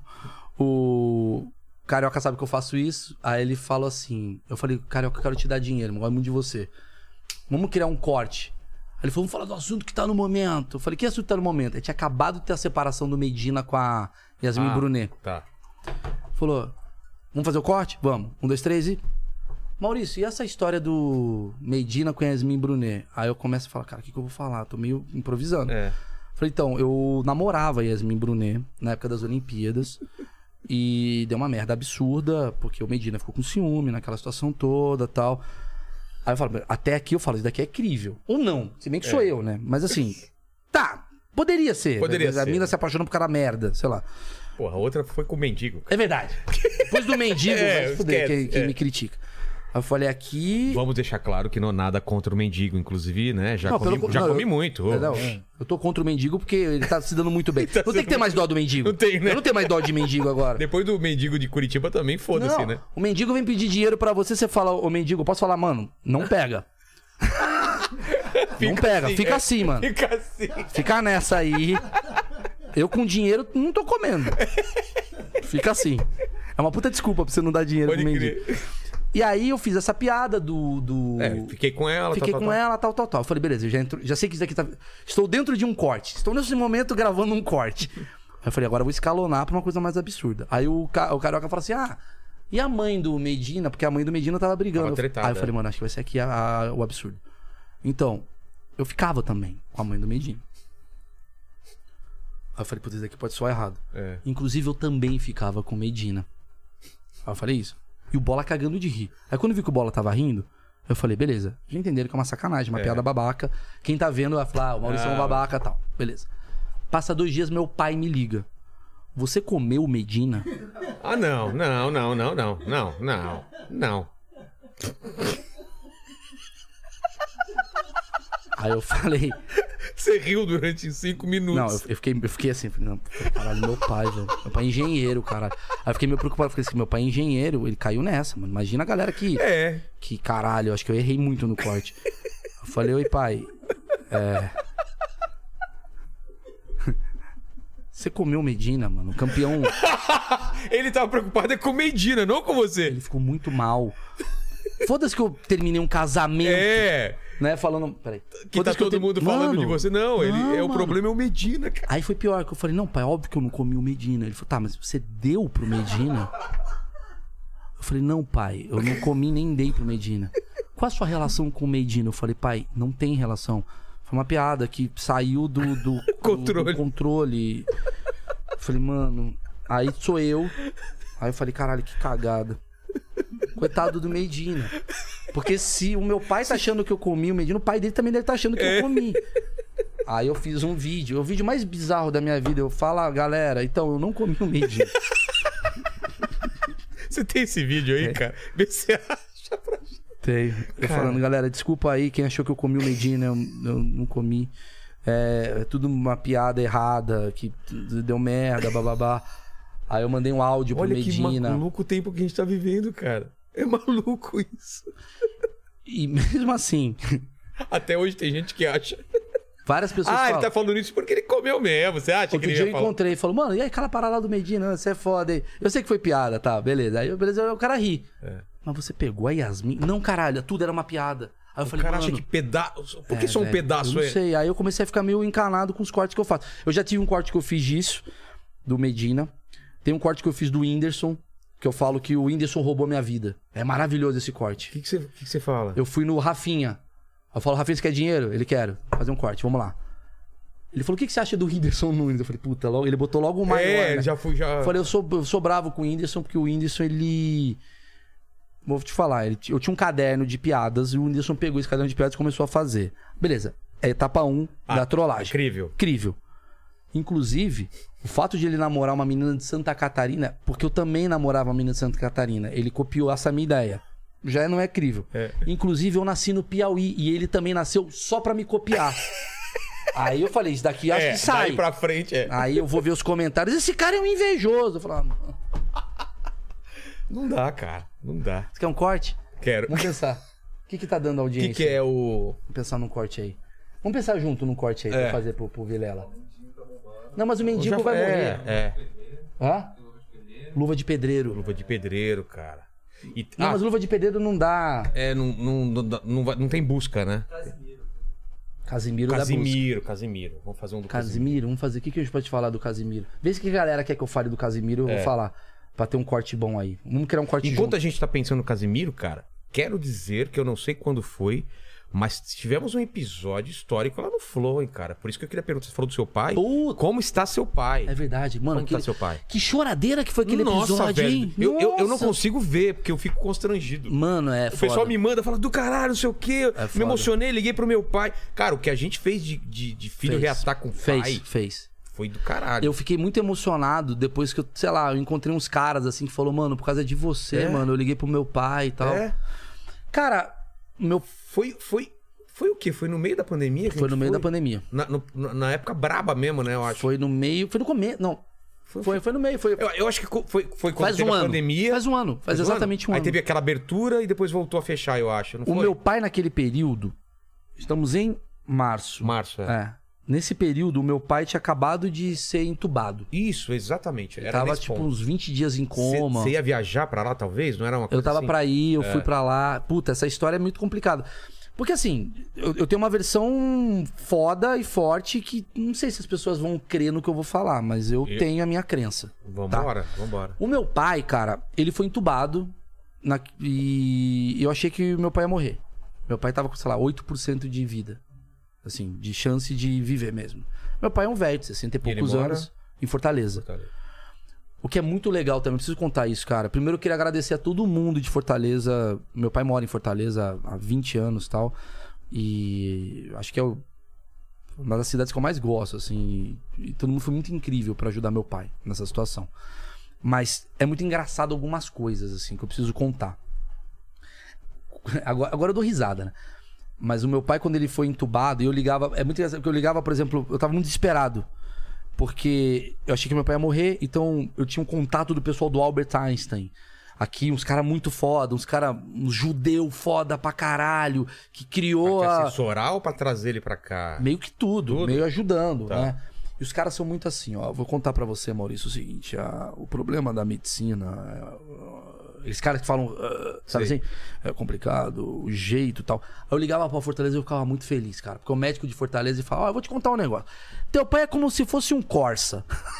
o... Carioca sabe que eu faço isso. Aí ele falou assim... Eu falei, Carioca, eu quero te dar dinheiro, eu gosto muito de você. Vamos criar um corte. Aí ele falou, vamos falar do assunto que tá no momento. Eu falei, que assunto tá no momento? Aí tinha acabado de ter a separação do Medina com a Yasmin Ah, Brunet. Tá. Falou, vamos fazer o corte? Vamos. Um, dois, três e... Maurício, e essa história do Medina com a Yasmin Brunet? Aí eu começo a falar, cara, o que, que eu vou falar? Tô meio improvisando. É. Falei, então, eu namorava a Yasmin Brunet na época das Olimpíadas e deu uma merda absurda, porque o Medina ficou com ciúme naquela situação toda e tal. Aí eu falo, até aqui eu falo, isso daqui é crível. Ou não, se bem que sou É. eu, né? Mas assim, tá, poderia ser. Poderia a ser. mina se apaixonou por cara merda, sei lá. Porra, a outra foi com o mendigo. É verdade. Depois do mendigo, É, vai se fuder, esquece, quem, quem é. me critica. Aí eu falei, aqui... Vamos deixar claro que não é nada contra o mendigo, inclusive, né? Já Não, comi, pelo- já não, comi eu- muito. Não, não, eu tô contra o mendigo porque ele tá se dando muito bem. Tá não tem que ter sendo mais dó do mendigo. Não tem, né? Eu não tenho mais dó de mendigo agora. Depois do mendigo de Curitiba também, foda-se, Não, né? o mendigo vem pedir dinheiro pra você, você fala, ô mendigo, eu posso falar, mano, não pega. não pega, fica é, assim, mano. Fica assim. Fica nessa aí. Eu com dinheiro não tô comendo. Fica assim. É uma puta desculpa pra você não dar dinheiro Pode pro mendigo. crer. E aí eu fiz essa piada do... do... É, fiquei com ela, Fiquei tal, com tal, tal. ela, tal, tal, tal. Eu falei, beleza, eu já, entro, já sei que isso daqui tá... Estou dentro de um corte. Estou nesse momento gravando um corte. Aí eu falei, agora eu vou escalonar pra uma coisa mais absurda. Aí o, ca... o Carioca falou assim, ah, e a mãe do Medina? Porque a mãe do Medina tava brigando. Tava tretada, Aí eu falei, mano, acho que vai ser aqui a- a- o absurdo. Então, eu ficava também com a mãe do Medina. Aí eu falei, putz, isso daqui pode soar errado. É. Inclusive, eu também ficava com Medina. Aí eu falei isso. E o Bola cagando de rir. Aí quando eu vi que o Bola tava rindo, eu falei, beleza. Já entenderam que é uma sacanagem, uma É. piada babaca. Quem tá vendo vai falar, ah, o Maurício é um Ah. babaca e tal. Beleza. Passa dois dias, meu pai me liga. Você comeu Medina? Ah, não, não, não, não, não, não, não, não. Aí eu falei... Você riu durante cinco minutos. Não, eu, eu fiquei, eu fiquei assim, falei, não, caralho, meu pai, velho. Meu pai é engenheiro, caralho. Aí eu fiquei meio preocupado, falei assim, meu pai é engenheiro, ele caiu nessa, mano. Imagina a galera que... É. Que caralho, eu acho que eu errei muito no corte. Eu falei, oi pai, é... Você comeu Medina, mano? O campeão, Ele tava preocupado é com Medina, não com você. ele ficou muito mal. Foda-se que eu terminei um casamento, É. né? Falando... Peraí. Que tá Foda-se eu todo ter- mundo falando Mano, de você. Não, ele não, é o mano. problema é o Medina, cara. Aí foi pior, que eu falei, não, pai, óbvio que eu não comi o Medina. Ele falou, tá, mas você deu pro Medina? Eu falei, não, pai, eu não comi nem dei pro Medina. Qual a sua relação com o Medina? Eu falei, pai, não tem relação. Foi uma piada que saiu do, do, do- Controle. do controle. Eu falei, mano, aí sou eu. Aí eu falei, caralho, que cagada. Coitado do Medina. Porque se o meu pai tá achando que eu comi o Medina, o pai dele também deve estar achando que eu comi. Aí eu fiz um vídeo. O vídeo mais bizarro da minha vida. Eu falo, galera, então, eu não comi o Medina. Você tem esse vídeo aí, é. cara? Vê se você acha pra gente. Tem. Eu falando, galera, desculpa aí quem achou que eu comi o Medina, eu, eu não comi. É, é tudo uma piada errada, que deu merda, bababá. Aí eu mandei um áudio pro Olha Medina. Olha que maluco o tempo que a gente tá vivendo, cara. É maluco isso. E mesmo assim... Até hoje tem gente que acha... Várias pessoas Ah, falam, ele tá falando isso porque ele comeu mesmo. Você acha outro que ele dia ia eu falar? encontrei e falou, mano, e aí aquela parada lá do Medina, você é foda aí. Eu sei que foi piada, tá, beleza. Aí beleza, o cara ri. É. Mas você pegou a Yasmin? Não, caralho, tudo era uma piada. Aí eu o falei, cara mano, acha que pedaço... Por que é, só um velho, pedaço eu não é? sei. Aí eu comecei a ficar meio encanado com os cortes que eu faço. Eu já tive um corte que eu fiz disso, do Medina. Tem um corte que eu fiz do Whindersson, que eu falo que o Whindersson roubou minha vida. É maravilhoso esse corte. O que, que, você, que, que você fala? Eu fui no Rafinha. Eu falo, Rafinha, você quer dinheiro? Ele quer. Fazer um corte, vamos lá. Ele falou, o que, que você acha do Whindersson Nunes? Eu falei, puta, logo... ele botou logo o maior, É, né? já fui, já... Eu falei, eu sou, eu sou bravo com o Whindersson, porque o Whindersson, ele... Vou te falar, ele... eu tinha um caderno de piadas e o Whindersson pegou esse caderno de piadas e começou a fazer. Beleza, é etapa um ah, da trollagem. Incrível. Incrível. Inclusive, o fato de ele namorar uma menina de Santa Catarina, porque eu também namorava uma menina de Santa Catarina, ele copiou essa minha ideia. Já não é crível. É. Inclusive, eu nasci no Piauí e ele também nasceu só pra me copiar. Aí eu falei, isso daqui acho é, que sai. Daí pra frente, é. Aí eu vou ver os comentários, esse cara é um invejoso. Eu falo, ah, não dá, cara, não dá. Você quer um corte? Quero. Vamos pensar. O que que tá dando audiência? O que que é o... Vamos pensar num corte aí. Vamos pensar junto num corte aí é. pra fazer pro, pro Vilela. Não, mas o mendigo já... vai é, morrer. É, Hã? Luva de pedreiro. Luva de pedreiro, cara. E... Não, ah, mas luva de pedreiro não dá... É, não, não, não, não, não tem busca, né? Casimiro da Casimiro, Casimiro. Vamos fazer um do Casimiro. Casimiro. Vamos fazer. O que, que a gente pode falar do Casimiro? Vê se que a galera quer que eu fale do Casimiro, eu é. vou falar. Pra ter um corte bom aí. Vamos criar um corte Enquanto junto. a gente tá pensando no Casimiro, cara, quero dizer que eu não sei quando foi, mas tivemos um episódio histórico lá no Flow, hein, cara. Por isso que eu queria perguntar, você falou do seu pai? Puta. Como está seu pai? É verdade. Mano, Como aquele... está seu pai? Que choradeira que foi aquele Nossa, episódio, velho. hein? Eu, eu, eu não consigo ver, porque eu fico constrangido. Mano, é O foda. pessoal me manda, fala do caralho, não sei o quê. É me emocionei, liguei pro meu pai. Cara, o que a gente fez de, de, de filho fez. reatar com o fez, pai... Fez, Foi do caralho. Eu fiquei muito emocionado depois que eu, sei lá, eu encontrei uns caras assim que falou, mano, por causa de você, é? mano, eu liguei pro meu pai e tal. É? Cara, meu... Foi, foi, foi o quê? Foi no meio da pandemia? Foi no meio foi? da pandemia. Na, no, na época braba mesmo, né, eu acho. Foi no meio, foi no começo, não. Foi, foi, foi no meio, foi... Eu, eu acho que foi, foi quando faz teve um a ano. pandemia. Faz um ano, faz, faz exatamente um ano. um ano. Aí teve aquela abertura e depois voltou a fechar, eu acho, não o foi? meu pai naquele período, estamos em março. Março, é. É. Nesse período, o meu pai tinha acabado de ser entubado. Isso, exatamente. Ele era tava, nesse tipo, ponto. uns vinte dias em coma. Você ia viajar pra lá, talvez? Não era uma coisa Eu tava assim? pra ir, eu é. fui pra lá. Puta, essa história é muito complicada. Porque assim, eu, eu tenho uma versão foda e forte que não sei se as pessoas vão crer no que eu vou falar, mas eu, eu... tenho a minha crença. Vambora, tá? vambora. O meu pai, cara, ele foi entubado na... e eu achei que o meu pai ia morrer. Meu pai tava com, sei lá, oito por cento de vida. Assim, de chance de viver mesmo. Meu pai é um velho de sessenta e poucos anos, em Fortaleza. Fortaleza. O que é muito legal também, preciso contar isso, cara. Primeiro eu queria agradecer a todo mundo de Fortaleza. Meu pai mora em Fortaleza há vinte anos e tal. E acho que é uma das cidades que eu mais gosto, assim. E todo mundo foi muito incrível pra ajudar meu pai nessa situação. Mas é muito engraçado algumas coisas, assim, que eu preciso contar. Agora, agora eu dou risada, né? Mas o meu pai, quando ele foi entubado, eu ligava... É muito engraçado, porque eu ligava, por exemplo... Eu tava muito desesperado. Porque eu achei que meu pai ia morrer. Então, eu tinha um contato do pessoal do Albert Einstein. Aqui, uns caras muito foda. Uns caras... Um judeu foda pra caralho. Que criou pra a... assessorar ou pra trazer ele pra cá? Meio que tudo. tudo? Meio ajudando, tá. né? E os caras são muito assim, ó. Vou contar pra você, Maurício, o seguinte. A... O problema da medicina... Esses caras que falam, uh, sabe Sei. assim? É complicado, o jeito e tal. Aí eu ligava pra Fortaleza e eu ficava muito feliz, cara. Porque o médico de Fortaleza falava, ó, oh, eu vou te contar um negócio. Teu pai é como se fosse um Corsa.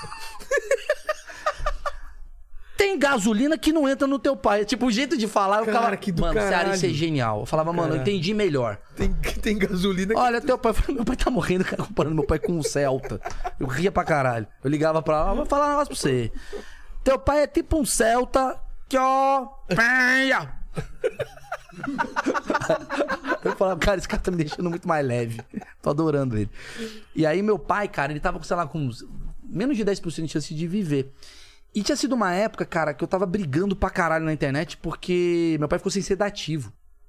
Tem gasolina que não entra no teu pai. Tipo, o jeito de falar, eu cara, ficava... Que do mano, caralho. Ceará, isso é genial. Eu falava, mano, eu entendi melhor. Tem, tem gasolina que... Olha, teu pai... Meu pai tá morrendo, cara, comparando meu pai com um Celta. Eu ria pra caralho. Eu ligava pra lá, vou falar um negócio pra você. Teu pai é tipo um Celta... Que ó, Eu falava, cara, esse cara tá me deixando muito mais leve. Tô adorando ele. E aí meu pai, cara, ele tava, sei lá, com uns, menos de dez por cento de chance de viver. E tinha sido uma época, cara, que eu tava brigando pra caralho na internet porque meu pai ficou sem sedativo.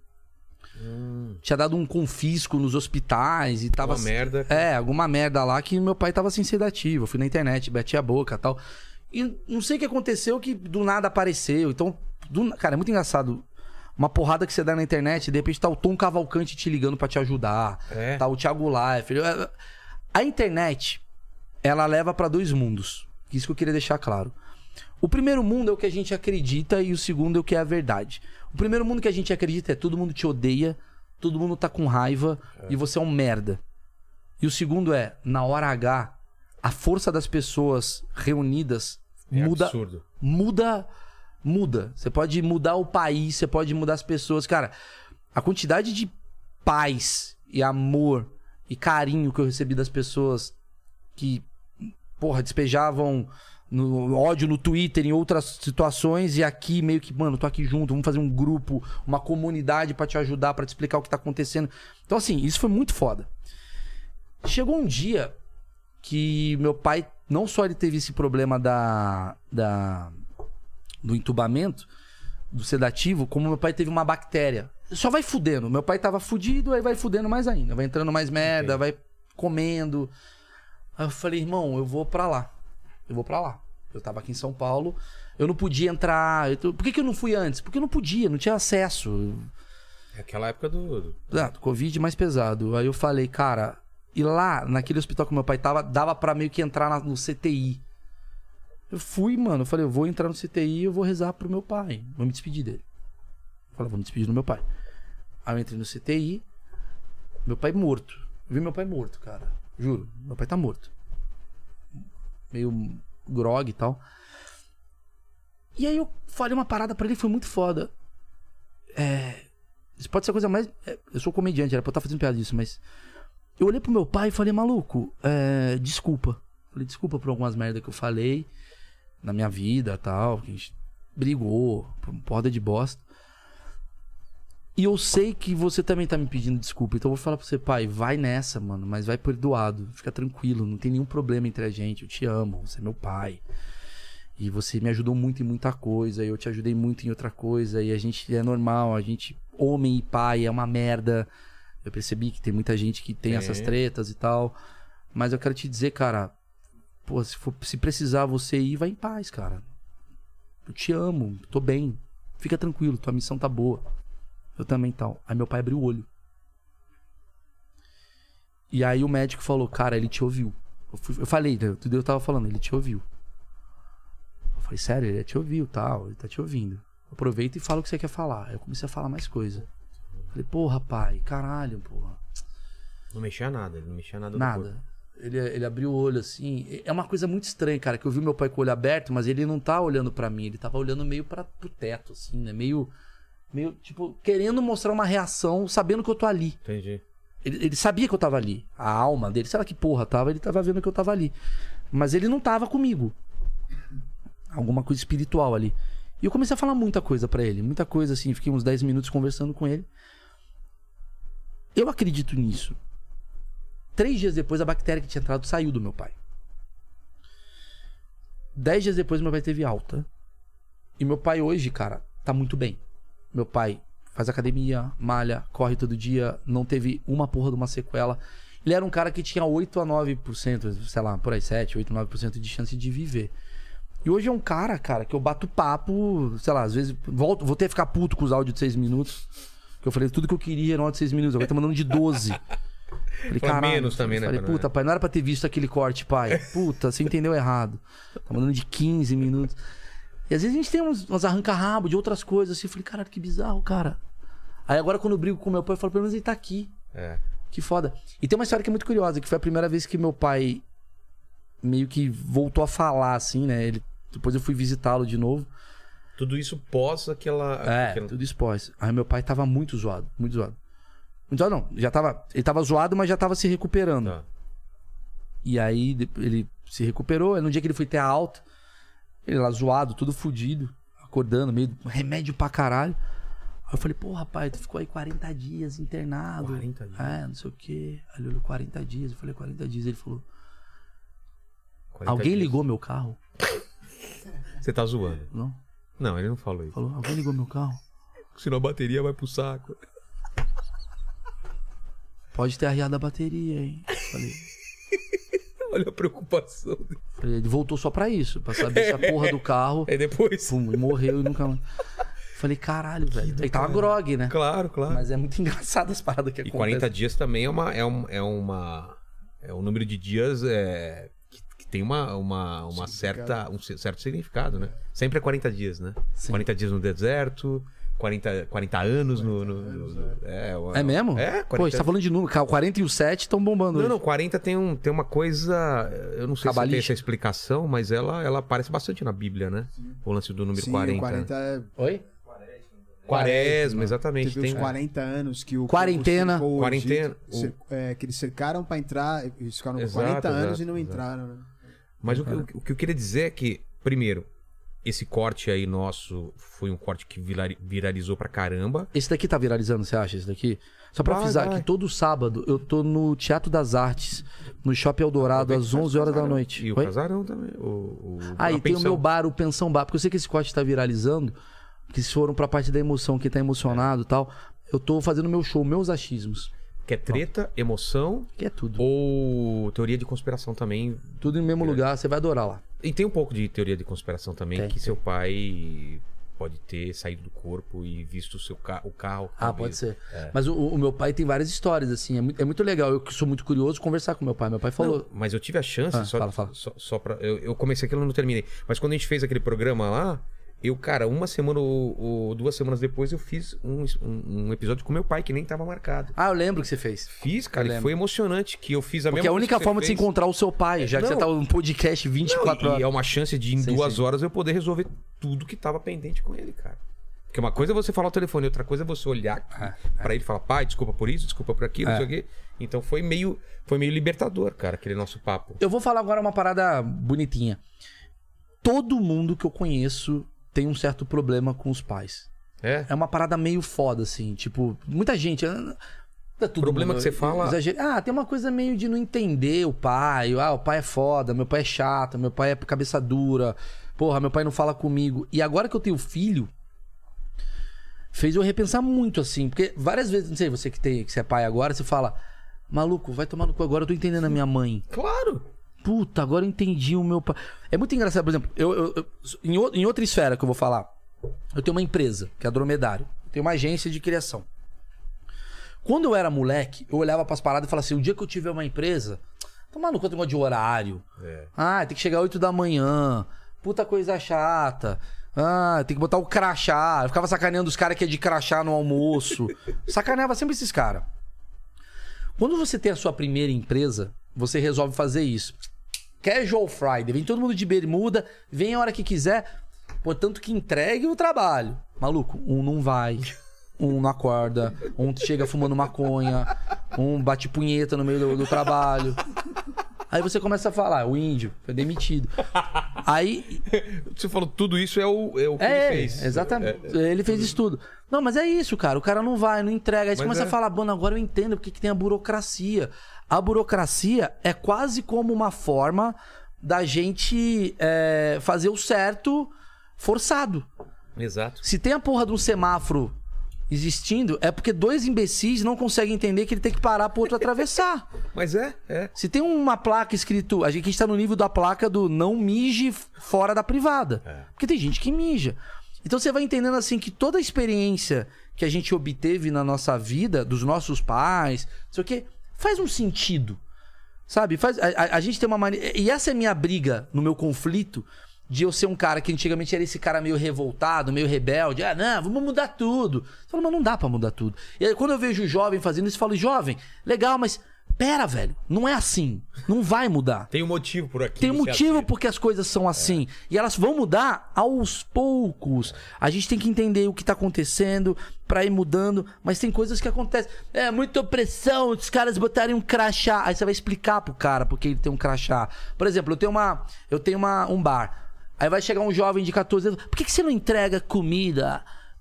Hum. Tinha dado um confisco nos hospitais e tava... Uma merda. É, alguma merda lá que meu pai tava sem sedativo. Eu fui na internet, bati a boca e tal. E não sei o que aconteceu que do nada apareceu. Então, do... cara, é muito engraçado. Uma porrada que você dá na internet, de repente tá o Tom Cavalcante te ligando pra te ajudar. É. Tá o Thiago Leifert. A internet, ela leva pra dois mundos. Isso que eu queria deixar claro. O primeiro mundo é o que a gente acredita e o segundo é o que é a verdade. O primeiro mundo que a gente acredita é todo mundo te odeia, todo mundo tá com raiva é. e você é um merda. E o segundo é, na hora H, a força das pessoas reunidas é muda, absurdo. muda, muda. Você pode mudar o país, você pode mudar as pessoas. Cara, a quantidade de paz e amor e carinho que eu recebi das pessoas que, porra, despejavam... no ódio no Twitter, em outras situações, e aqui meio que, mano, tô aqui junto, vamos fazer um grupo, uma comunidade pra te ajudar, pra te explicar o que tá acontecendo. Então, assim, isso foi muito foda. Chegou um dia que meu pai, não só ele teve esse problema da, da do entubamento, do sedativo, como meu pai teve uma bactéria. Só vai fudendo. Meu pai tava fudido, aí vai fudendo mais ainda. Vai entrando mais merda, okay. vai comendo. Aí eu falei, irmão, eu vou pra lá. Eu vou pra lá. Eu tava aqui em São Paulo. Eu não podia entrar. Eu... Por que, que eu não fui antes? Porque eu não podia, não tinha acesso. É aquela época do... Ah, do Covid mais pesado. Aí eu falei, cara... E lá, naquele hospital que meu pai tava, dava pra meio que entrar na, no C T I. Eu fui, mano. Eu falei, eu vou entrar no C T I e eu vou rezar pro meu pai. Vou me despedir dele. Eu falei, vou me despedir do meu pai. Aí eu entrei no C T I. Meu pai morto. Eu vi meu pai morto, cara. Juro. Meu pai tá morto. Meio grog e tal. E aí eu falei uma parada pra ele, foi muito foda. É... Isso pode ser a coisa mais... É... Eu sou comediante, era pra eu estar fazendo piada disso, mas... Eu olhei pro meu pai e falei, maluco, é... desculpa. Falei, desculpa por algumas merdas que eu falei na minha vida e tal, que a gente brigou, por uma porra de bosta. E eu sei que você também tá me pedindo desculpa, então eu vou falar pra você, pai, vai nessa, mano, mas vai perdoado, fica tranquilo, não tem nenhum problema entre a gente, eu te amo, você é meu pai. E você me ajudou muito em muita coisa, eu te ajudei muito em outra coisa, e a gente é normal, a gente, homem e pai, é uma merda. Eu percebi que tem muita gente que tem é. essas tretas e tal, mas eu quero te dizer, cara, pô, se, for, se precisar você ir, vai em paz, cara. Eu te amo, tô bem, fica tranquilo, tua missão tá boa. Eu também tal. Aí meu pai abriu o olho. E aí o médico falou, cara, ele te ouviu. Eu, fui, eu falei, tudo eu tava falando, ele te ouviu. Eu falei, sério, ele te ouviu, tal, ele tá te ouvindo. Aproveita e fala o que você quer falar. Aí eu comecei a falar mais coisa. Falei, porra, pai, caralho, porra. Não mexia nada, ele não mexia nada. Nada. Ele, ele abriu o olho assim. É uma coisa muito estranha, cara, que eu vi meu pai com o olho aberto, mas ele não tá olhando pra mim, ele tava olhando meio pra, pro teto, assim, né? Meio... Meio, tipo, querendo mostrar uma reação, sabendo que eu tô ali. Entendi. Ele, ele sabia que eu tava ali. A alma dele, sei lá que porra tava, ele tava vendo que eu tava ali. Mas ele não tava comigo. Alguma coisa espiritual ali. E eu comecei a falar muita coisa pra ele. Muita coisa, assim. Fiquei uns dez minutos conversando com ele. Eu acredito nisso. Três dias depois, a bactéria que tinha entrado saiu do meu pai. Dez dias depois, meu pai teve alta. E meu pai hoje, cara, tá muito bem. Meu pai faz academia, malha, corre todo dia, não teve uma porra de uma sequela. Ele era um cara que tinha oito a nove por cento, sei lá, por aí sete, oito, nove por cento de chance de viver. E hoje é um cara, cara, que eu bato papo, sei lá, às vezes volto, vou ter que ficar puto com os áudios de seis minutos. Que eu falei, tudo que eu queria era um áudio de seis minutos, agora tá mandando de doze. Falei, caralho, menos também, né? Falei, puta, pai, não era pra ter visto aquele corte, pai. Puta, você entendeu errado. Tá mandando de quinze minutos. E às vezes a gente tem uns, uns arranca-rabo de outras coisas assim. Eu falei, caralho, que bizarro, cara. Aí agora quando eu brigo com meu pai, eu falo, pelo menos ele tá aqui. É. Que foda. E tem uma história que é muito curiosa, que foi a primeira vez que meu pai meio que voltou a falar, assim, né? Ele, depois eu fui visitá-lo de novo. Tudo isso pós aquela... É, aquela... tudo isso pós. Aí meu pai tava muito zoado, muito zoado. Muito zoado não, já tava... Ele tava zoado, mas já tava se recuperando. Tá. E aí ele se recuperou, aí no dia que ele foi ter a alta... Ele lá zoado, tudo fudido, acordando, meio remédio pra caralho. Eu falei, pô, rapaz, tu ficou aí quarenta dias internado. quarenta dias? É, não sei o quê. Aí ele olhou quarenta dias. Eu falei, quarenta dias. Ele falou, quarenta alguém dias. ligou meu carro? Você tá zoando. Não? Não, ele não falou isso. Falou, alguém ligou meu carro? Senão a bateria vai pro saco. Pode ter arriado a bateria, hein? Falei, Olha a preocupação dele. falei, ele voltou só pra isso, pra saber se a porra do carro... Aí depois... Pum, e morreu e nunca mais... Falei, caralho, velho. Ele tava grog, né? Claro, claro. Mas é muito engraçado as paradas que E acontecem. quarenta dias também é uma... É, um, é uma... É um número de dias é, que, que tem uma, uma, uma certa, um certo significado, né? Sempre é quarenta dias, né? Sim. quarenta dias no deserto, quarenta, quarenta anos no... no, no, no é, É mesmo? É, quarenta... Pô, você tá falando de número. O quarenta e o sete estão bombando Não, hoje. não, quarenta tem, um, tem uma coisa... Eu não sei se tem Cabalística. essa explicação, mas ela, ela aparece bastante na Bíblia, né? O lance do número Sim, quarenta. o quarenta é... Oi? Quaresma, exatamente. Teve os Tem... quarenta anos que o... Quarentena. o Quarentena. Egito cer- é, que eles cercaram pra entrar, eles ficaram Exato, quarenta anos exato, e não exato. entraram, né? Mas o que, o que eu queria dizer é que, primeiro, esse corte aí nosso foi um corte que virali- viralizou pra caramba. Esse daqui tá viralizando, você acha? Esse daqui? Só pra Vai, avisar vai. que todo sábado eu tô no Teatro das Artes, no Shopping Eldorado, às onze horas da noite. E o Oi? Casarão também. O, o, Ah, a e tem o pensão. meu bar, o Pensão Bar. Porque eu sei que esse corte tá viralizando, que se foram pra parte da emoção, quem tá emocionado e tal. Eu tô fazendo meu show, meus achismos. Que é treta, emoção Que é tudo. ou teoria de conspiração também. Tudo no mesmo lugar, você vai adorar lá. E tem um pouco de teoria de conspiração também, Tem, que tem. seu pai pode ter saído do corpo e visto o, seu ca... o carro. Ah, talvez. pode ser. É. Mas o, o meu pai tem várias histórias, assim. É muito, é muito legal. Eu que sou muito curioso conversar com meu pai. Meu pai falou. Não, mas eu tive a chance, Ah, só, fala, fala. só, só pra. Eu, eu comecei aquilo e não terminei. Mas quando a gente fez aquele programa lá, eu, cara, uma semana ou, ou duas semanas depois, eu fiz um, um, um episódio com meu pai, que nem tava marcado. Ah, eu lembro que você fez. Fiz, cara, Eu e lembro. foi emocionante que eu fiz a Porque mesma é a coisa única que forma você de se fez. encontrar o seu pai, já que Não. você tá no podcast vinte e quatro Não, e, horas. e é uma chance de, em Sim, duas sim. horas, eu poder resolver tudo que tava pendente com ele, cara. Porque uma coisa é você falar o telefone, outra coisa é você olhar pra ele e falar, pai, desculpa por isso, desculpa por aquilo, não É. sei o quê. Então foi meio, foi meio libertador, cara, aquele nosso papo. Eu vou falar agora uma parada bonitinha. Todo mundo que eu conheço tem um certo problema com os pais. É? É uma parada meio foda, assim. Tipo, muita gente. ah, tá tudo Problema mundo- que você fala- exagero- Ah, tem uma coisa meio de não entender o pai. Ah, o pai é foda, meu pai é chato, meu pai é cabeça dura. Porra, meu pai não fala comigo. E agora que eu tenho filho, fez eu repensar muito, assim. Porque várias vezes, não sei, você que, tem, que você é pai agora, você fala, maluco, vai tomar no cu agora, eu tô entendendo a minha mãe. Claro! Puta, agora eu entendi o meu pai. É muito engraçado, por exemplo, eu, eu- eu- em, o- em outra esfera que eu vou falar, eu tenho uma empresa, que é a Dromedário. Eu tenho uma agência de criação. Quando eu era moleque, eu olhava pras paradas e falava assim: o dia que eu tiver uma empresa, tomar no conta de horário. É. Ah, tem que chegar às oito da manhã. Puta coisa chata. Ah, tem que botar o crachá. Eu ficava sacaneando os caras que é de crachá no almoço. Sacaneava sempre esses caras. Quando você tem a sua primeira empresa, você resolve fazer isso. Casual Friday. Vem todo mundo de bermuda, vem a hora que quiser. Portanto, que entregue o trabalho. Maluco, um não vai, um não acorda, um chega fumando maconha, um bate punheta no meio do, do trabalho. Aí você começa a falar, o índio foi demitido. Aí Você falou, tudo isso é o, é o que é, ele fez. exatamente. É, Ele fez isso tudo. Não, mas é isso, cara. O cara não vai, não entrega. Aí você Mas começa é. a falar, mano, agora eu entendo porque que tem a burocracia. A burocracia é quase como uma forma da gente é, fazer o certo forçado. Exato. Se tem a porra de um semáforo existindo, é porque dois imbecis não conseguem entender que ele tem que parar pro outro atravessar. Mas é, é. Se tem uma placa escrito... A gente tá no nível da placa do não mije fora da privada. É. Porque tem gente que mija. Então você vai entendendo assim que toda a experiência que a gente obteve na nossa vida, dos nossos pais, não sei o quê, faz um sentido. Sabe? Faz, a, a- a gente tem uma maneira... E essa é a minha briga no meu conflito de eu ser um cara que antigamente era esse cara meio revoltado, meio rebelde. Ah, não, vamos mudar tudo. Você fala, mas não dá pra mudar tudo. E aí quando eu vejo o jovem fazendo isso, eu falo, jovem, legal, mas pera, velho, não é assim. Não vai mudar. Tem um motivo por aqui. Tem um motivo porque as coisas são assim. E elas vão mudar aos poucos. A gente tem que entender o que tá acontecendo pra ir mudando. Mas tem coisas que acontecem. É muita opressão, os caras botarem um crachá. Aí você vai explicar pro cara porque ele tem um crachá. Por exemplo, eu tenho uma, eu tenho uma, um bar. Aí vai chegar um jovem de catorze anos. Por que, que você não entrega comida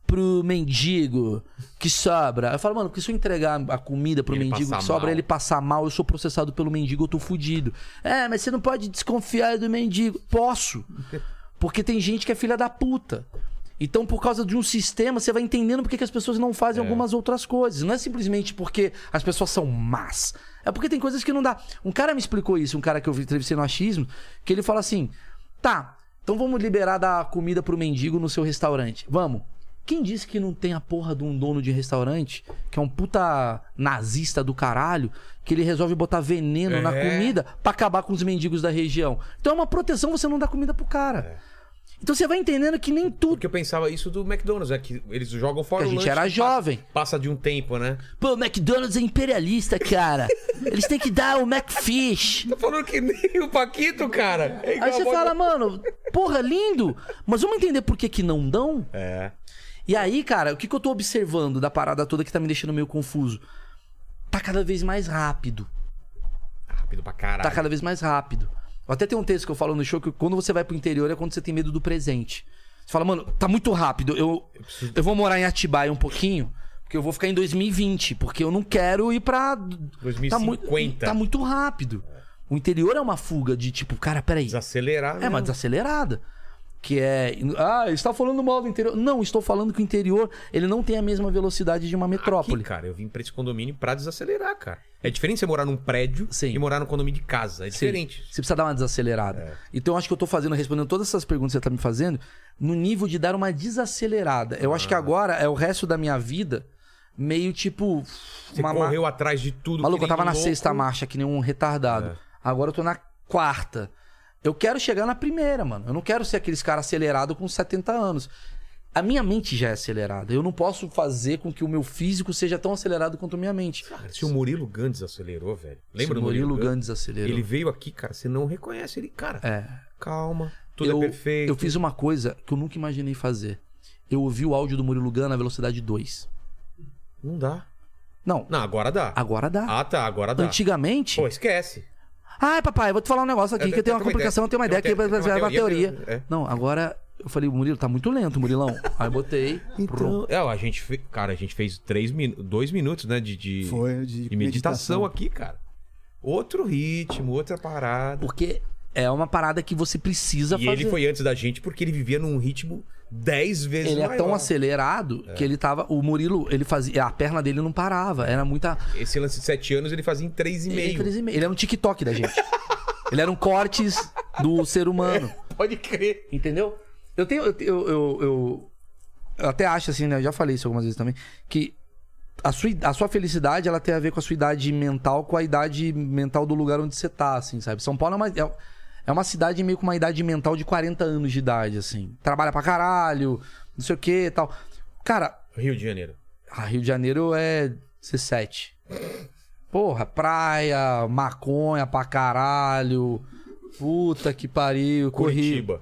pro mendigo que sobra? Eu falo, mano, porque se eu entregar a comida pro Ele mendigo passar que sobra, mal. ele passar mal, eu sou processado pelo mendigo, eu tô fudido. É, mas você não pode desconfiar do mendigo. Posso. Porque tem gente que é filha da puta. Então, por causa de um sistema, você vai entendendo por que que as pessoas não fazem É. algumas outras coisas. Não é simplesmente porque as pessoas são más. É porque tem coisas que não dá. Um cara me explicou isso, um cara que eu entrevistei no Achismo, que ele fala assim, tá, então vamos liberar dar comida pro mendigo no seu restaurante. Vamos. Quem disse que não tem a porra de um dono de restaurante, que é um puta nazista do caralho, que ele resolve botar veneno É. na comida pra acabar com os mendigos da região? Então é uma proteção você não dar comida pro cara. É. Então você vai entendendo que nem tudo... Porque eu pensava isso do McDonald's, é que eles jogam fora Que a o gente lanche, era passa- jovem. Passa de um tempo, né? Pô, o McDonald's é imperialista, cara. Eles têm que dar o McFish. Tô falando que nem o Paquito, cara. É igual Aí você a bola- fala, mano, porra, lindo. Mas vamos entender por que que não dão? É. E aí, cara, o que que eu tô observando da parada toda que tá me deixando meio confuso? Tá cada vez mais rápido. Rápido pra caralho. Tá cada vez mais rápido. Até tem um texto que eu falo no show que quando você vai pro interior é quando você tem medo do presente. Você fala, mano, tá muito rápido. Eu, eu vou morar em Atibaia um pouquinho, porque eu vou ficar em dois mil e vinte, porque eu não quero ir pra... dois mil e Tá, cinquenta. muito, tá muito rápido. O interior é uma fuga de tipo, cara, peraí. Desacelerar, É uma desacelerada. Que é... Ah, está falando mal do interior. Não, estou falando que o interior, ele não tem a mesma velocidade de uma metrópole. Aqui, cara, eu vim pra esse condomínio pra desacelerar, cara. É diferente você morar num prédio Sim. e morar num condomínio de casa. É Sim. diferente. Você precisa dar uma desacelerada. É. Então eu acho que eu tô fazendo, respondendo todas essas perguntas que você tá me fazendo, no nível de dar uma desacelerada. Eu acho que agora é o resto da minha vida meio tipo... Você uma- correu atrás de tudo. Maluco, que eu tava nem na louco. sexta marcha, que nem um retardado. É. Agora eu tô na quarta. Eu quero chegar na primeira, mano. Eu não quero ser aqueles caras acelerados com setenta anos. A minha mente já é acelerada. Eu não posso fazer com que o meu físico seja tão acelerado quanto a minha mente. Cara, se o Murilo Gandes acelerou, velho. Lembra Se do o Murilo Gandes? Gandes acelerou. Ele veio aqui, cara, você não reconhece ele, cara. É. Calma, tudo eu, é perfeito. Eu fiz uma coisa que eu nunca imaginei fazer. Eu ouvi o áudio do Murilo Gun na velocidade dois. Não dá. Não, Não, agora dá. agora dá. Ah, tá, agora dá. Antigamente... Pô, esquece. Ai, papai, eu vou te falar um negócio aqui, Eu que eu tenho tenho uma uma complicação, ideia. eu tenho uma Eu ideia que tenho- vai eu tenho fazer uma uma teoria teoria. mesmo, é. Não, agora eu falei, Murilo, tá muito lento, Murilão. Aí eu botei. Então, é, a gente fe... cara, a gente fez três min... dois minutos, né, de, de... Foi de, de meditação, aqui, cara. Outro ritmo, outra parada. Porque é uma parada que você precisa E fazer. ele foi antes da gente porque ele vivia num ritmo dez vezes Ele é maior. tão acelerado que ele tava. O Murilo, ele fazia. A perna dele não parava. Era muita. Esse lance de sete anos ele fazia em três e Ele, meio. três e meio. Ele era um TikTok da gente. Ele era um cortes do ser humano. Pode crer. Entendeu? Eu tenho. Eu, eu, eu, eu, eu até acho assim, né? Eu já falei isso algumas vezes também. Que a sua, a sua felicidade ela tem a ver com a sua idade mental, com a idade mental do lugar onde você tá, assim, sabe? São Paulo é uma. É, é uma cidade meio com uma idade mental de quarenta anos de idade, assim. Trabalha pra caralho, não sei o que e tal. Cara, Rio de Janeiro. ah, Rio de Janeiro é dezessete. Porra, praia, maconha pra caralho. Puta que pariu. Corri... Curitiba.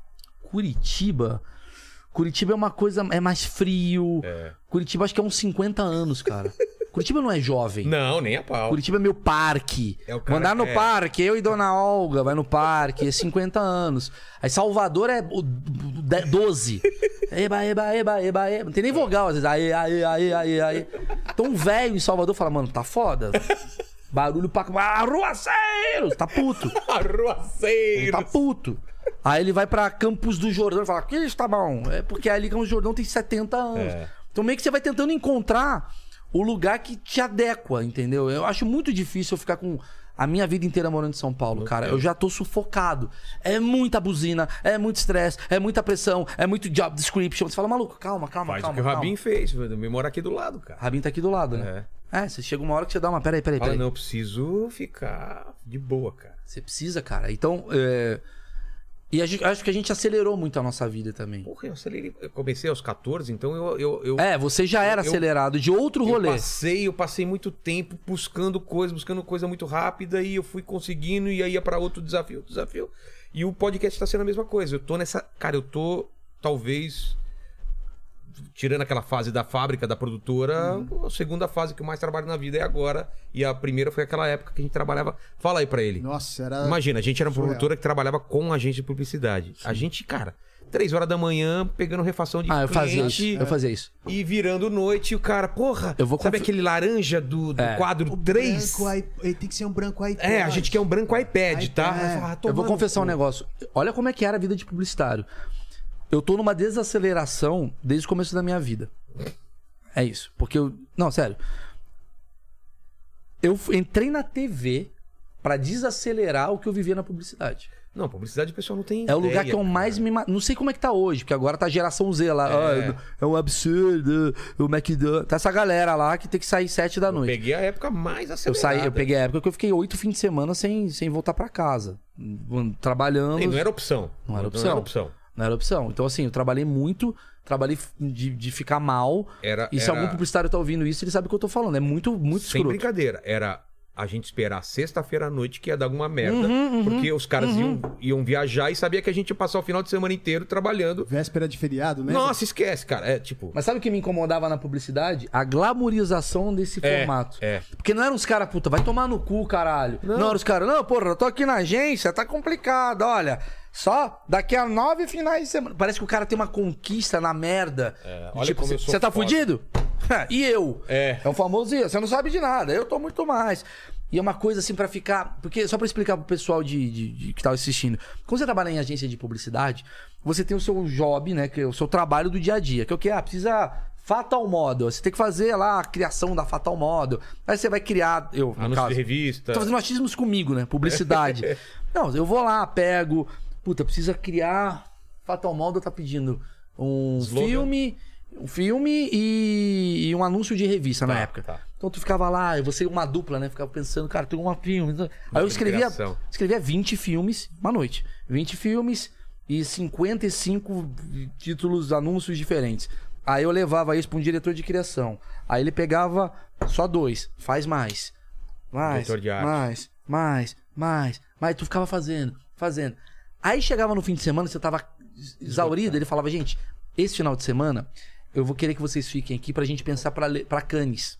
Curitiba? Curitiba é uma coisa... É mais frio. É. Curitiba acho que é uns cinquenta anos, cara. Curitiba não é jovem. Não, nem a pau. Curitiba é meu parque. É o cara Mandar no que é- parque, eu e Dona Olga, vai no parque, é cinquenta anos. Aí Salvador é o- de- doze. Eba, eba, eba, eba, eba. Não tem nem vogal, às vezes. Aí, aí, aí, aí, aí. Então um velho em Salvador fala, mano, tá foda. Barulho pra... Arruaceiros! Tá puto. Arruaceiro. Ele tá puto. Aí ele vai pra Campos do Jordão e fala, que isso tá bom. É porque ali Campos do Jordão tem setenta anos. É. Então meio que você vai tentando encontrar o lugar que te adequa, entendeu? Eu acho muito difícil eu ficar com a minha vida inteira morando em São Paulo, cara. Eu já tô sufocado. É muita buzina, é muito estresse, é muita pressão, é muito job description. Você fala, maluco, calma, calma, Faz calma. o que o calma. Rabin fez, me mora aqui do lado, cara. Rabin tá aqui do lado, né? É. você chega uma hora que você dá uma... Peraí, peraí, Fala, peraí. não, eu preciso ficar de boa, cara. Você precisa, cara. Então, é... E a gente- acho que a gente acelerou muito a nossa vida também. Porra, eu acelerei. Eu comecei aos catorze, então eu... eu, eu... É, você já era Eu- acelerado de outro Eu rolê. passei, eu passei muito tempo buscando coisa, buscando coisa muito rápida e eu fui conseguindo e aí ia pra outro desafio, outro desafio. E o podcast tá sendo a mesma coisa. Eu tô nessa, cara, eu tô talvez tirando aquela fase da fábrica, da produtora, Uhum. a segunda fase que eu mais trabalho na vida é agora e a primeira foi aquela época que a gente trabalhava. Fala aí pra ele. Nossa, era. Imagina, a gente era uma surreal. produtora que trabalhava com agência de publicidade. A gente, cara, três horas da manhã, pegando refação de Ah, eu fazia cliente. isso. Eu fazia isso. E virando noite, e o cara, porra, Eu vou sabe confi- aquele laranja do, do É. quadro O três? branco, aí, ele tem que ser um branco iPod. É, a gente quer um branco iPad, tá? iPad. Aí fala, ah, Eu vou tomando confessar um cu. negócio. Olha como é que era a vida de publicitário. Eu tô numa desaceleração desde o começo da minha vida. É isso. Porque eu... Não, sério. Eu f- entrei na T V pra desacelerar o que eu vivia na publicidade. Não, publicidade o pessoal não tem É o lugar ideia, que eu mais cara. me... ma- Não sei como é que tá hoje, porque agora tá a geração Z lá. É. Ah, é um absurdo, o McDonald's. Tá essa galera lá que tem que sair sete da Eu noite. peguei a época mais Eu, acelerada. saí, eu peguei a época que eu fiquei oito fins de semana sem, sem voltar pra casa. Hum, Trabalhando. E não era opção. Não era opção. Não era opção. Não era opção. Então, assim, eu trabalhei muito, trabalhei f- de, de ficar mal. Era, E se era- algum publicitário tá ouvindo isso, ele sabe o que eu tô falando. É muito, muito Sem escroto. brincadeira. Era a gente esperar sexta-feira à noite que ia dar alguma merda. Uhum, porque os caras iam, iam viajar e sabia que a gente ia passar o final de semana inteiro trabalhando. Véspera de feriado, lembra? Nossa, esquece, cara. É tipo. Mas sabe o que me incomodava na publicidade? A glamorização desse É, formato. é. Porque não eram os caras, puta, vai tomar no cu, caralho. Não, eram os caras, não, porra, eu tô aqui na agência, tá complicado, olha. Só daqui a nove finais de semana. Parece que o cara tem uma conquista na merda. É, De olha tipo, como eu sou você tá foda. fudido? E eu? É. É o famoso, "Ih, você não sabe de nada, eu tô muito mais. E é uma coisa assim pra ficar. Porque, só pra explicar pro pessoal de, de- de- que tá assistindo. Quando você trabalha em agência de publicidade, você tem o seu job, né? Que é o seu trabalho do dia a dia. Que é o que? Ah, precisa Fatal Model. Você tem que fazer lá a criação da Fatal Model. Aí você vai criar. Eu, no Anúncio caso, de revista. tô fazendo achismos comigo, né? Publicidade. Não, eu vou lá, pego. Puta, precisa criar. Fatal Model tá pedindo um Slogan. filme. Um filme e, e um anúncio de revista na Tá, época. tá. Então tu ficava lá, você uma dupla, né? Ficava pensando, cara, tem um filme. Aí eu de escrevia, criação. escrevia vinte filmes uma noite. vinte filmes e cinquenta e cinco títulos, anúncios diferentes. Aí eu levava isso pra um diretor de criação. Aí ele pegava só dois, faz mais. Mais, Diretor de arte. mais, mais, mais. Mas tu ficava fazendo, fazendo. Aí chegava no fim de semana, você tava exaurido, ele falava, gente, esse final de semana eu vou querer que vocês fiquem aqui pra gente pensar pra, le- pra Cannes.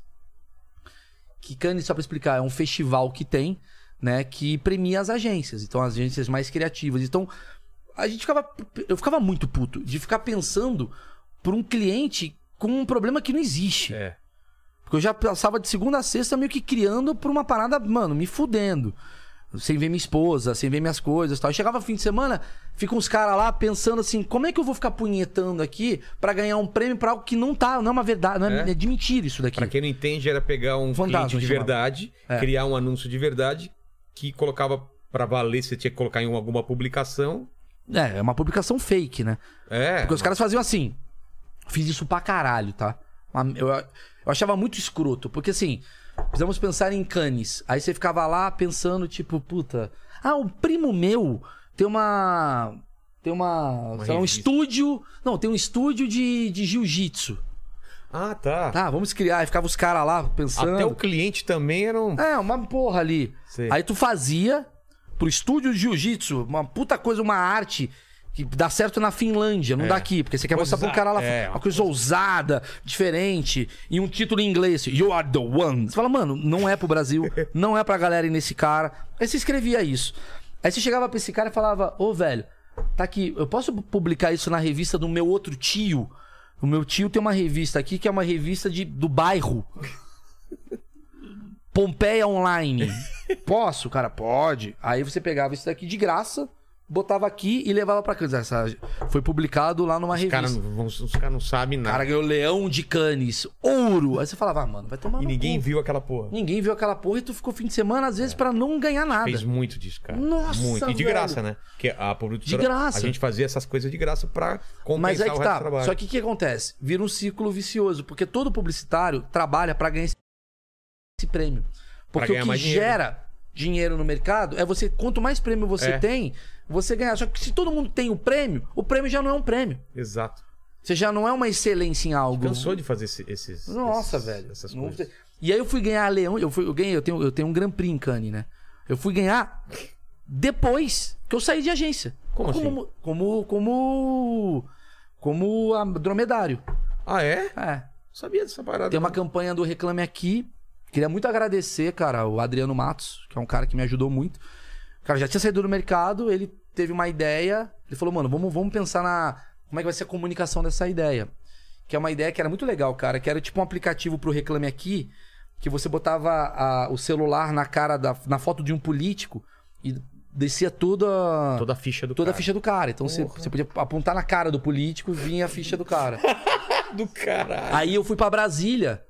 Que Cannes, só pra explicar, é um festival que tem, né, que premia as agências. Então, as agências mais criativas. Então, a gente ficava... Eu ficava muito puto de ficar pensando por um cliente com um problema que não existe. É. Porque eu já passava de segunda a sexta meio que criando por uma parada, mano, me fudendo. Sem ver minha esposa, sem ver minhas coisas e tal. E chegava fim de semana, ficam os caras lá pensando assim, como é que eu vou ficar punhetando aqui pra ganhar um prêmio pra algo que não tá, não é uma verdade, não é, É. é de mentira isso daqui. Pra quem não entende, era pegar um Fantasma, cliente de chamava. verdade, É. criar um anúncio de verdade que colocava pra valer, você tinha que colocar em alguma publicação. É, é uma publicação fake, né? É. Porque os caras faziam assim. Fiz isso pra caralho, tá? Uma- Eu, eu achava muito escroto, porque assim, precisamos pensar em Cannes. Aí você ficava lá pensando, tipo, puta. Ah, o primo meu tem uma. Tem uma. Uma sei lá, um revista. estúdio. Não, tem um estúdio de, de jiu-jitsu. Ah, tá. Tá, vamos criar. Aí ficava os caras lá pensando. Até o cliente também era um... É, uma porra ali. Sei. Aí tu fazia pro estúdio de jiu-jitsu, uma puta coisa, uma arte que dá certo na Finlândia, não É. dá aqui, porque você quer Coisa mostrar pro cara lá é, uma uma coisa ousada, diferente, e um título em inglês, You Are the One. Você fala, mano, não é pro Brasil, não é pra galera ir nesse cara. Aí você escrevia isso. Aí você chegava pra esse cara e falava, ô velho, tá aqui, eu posso publicar isso na revista do meu outro tio? O meu tio tem uma revista aqui que é uma revista de, do bairro. Pompeia Online. Posso? Cara, pode. Aí você pegava isso daqui de graça, botava aqui e levava pra Cannes. Essa foi publicado lá numa Os revista. caras não, os caras não sabem O nada. cara ganhou Leão de Cannes, ouro. Aí você falava, ah, mano, vai tomar E no ninguém cu. viu aquela porra. Ninguém viu aquela porra e tu ficou fim de semana, às vezes, pra não ganhar nada. Fez muito disso, cara. Nossa, muito. E de velho. graça, né? Porque a produtora, De graça. a gente fazia essas coisas de graça pra compensar Mas aí o que resto do tá. trabalho. Só que o que acontece? Vira um ciclo vicioso, porque todo publicitário trabalha pra ganhar esse esse prêmio. Pra Porque o ganhar que mais dinheiro. gera dinheiro no mercado é você, quanto mais prêmio você É. tem, você ganhar. Só que se todo mundo tem o prêmio, o prêmio já não é um prêmio. Exato. Você já não é uma excelência em algo. Cansou de fazer esse- esses. Nossa, esses- velho. Essas Não coisas. sei. E aí eu fui ganhar Leão, eu, fui, eu ganhei, eu tenho, eu tenho um Grand Prix em Cannes, né? Eu fui ganhar depois que eu saí de agência. Como como, como, como, como a dromedário. Ah, é? É. Sabia dessa parada. Tem uma campanha do Reclame Aqui. Queria muito agradecer, cara, o Adriano Matos, que é um cara que me ajudou muito. cara já tinha saído do mercado, ele teve uma ideia, ele falou, mano, vamos, vamos pensar na... Como é que vai ser a comunicação dessa ideia? Que é uma ideia que era muito legal, cara, que era tipo um aplicativo pro Reclame Aqui, que você botava a, o celular na cara, da, na foto de um político e descia toda... Toda a ficha do toda cara. a ficha do cara. Então você, você podia apontar na cara do político e vinha a ficha do cara. do caralho. Aí eu fui pra Brasília,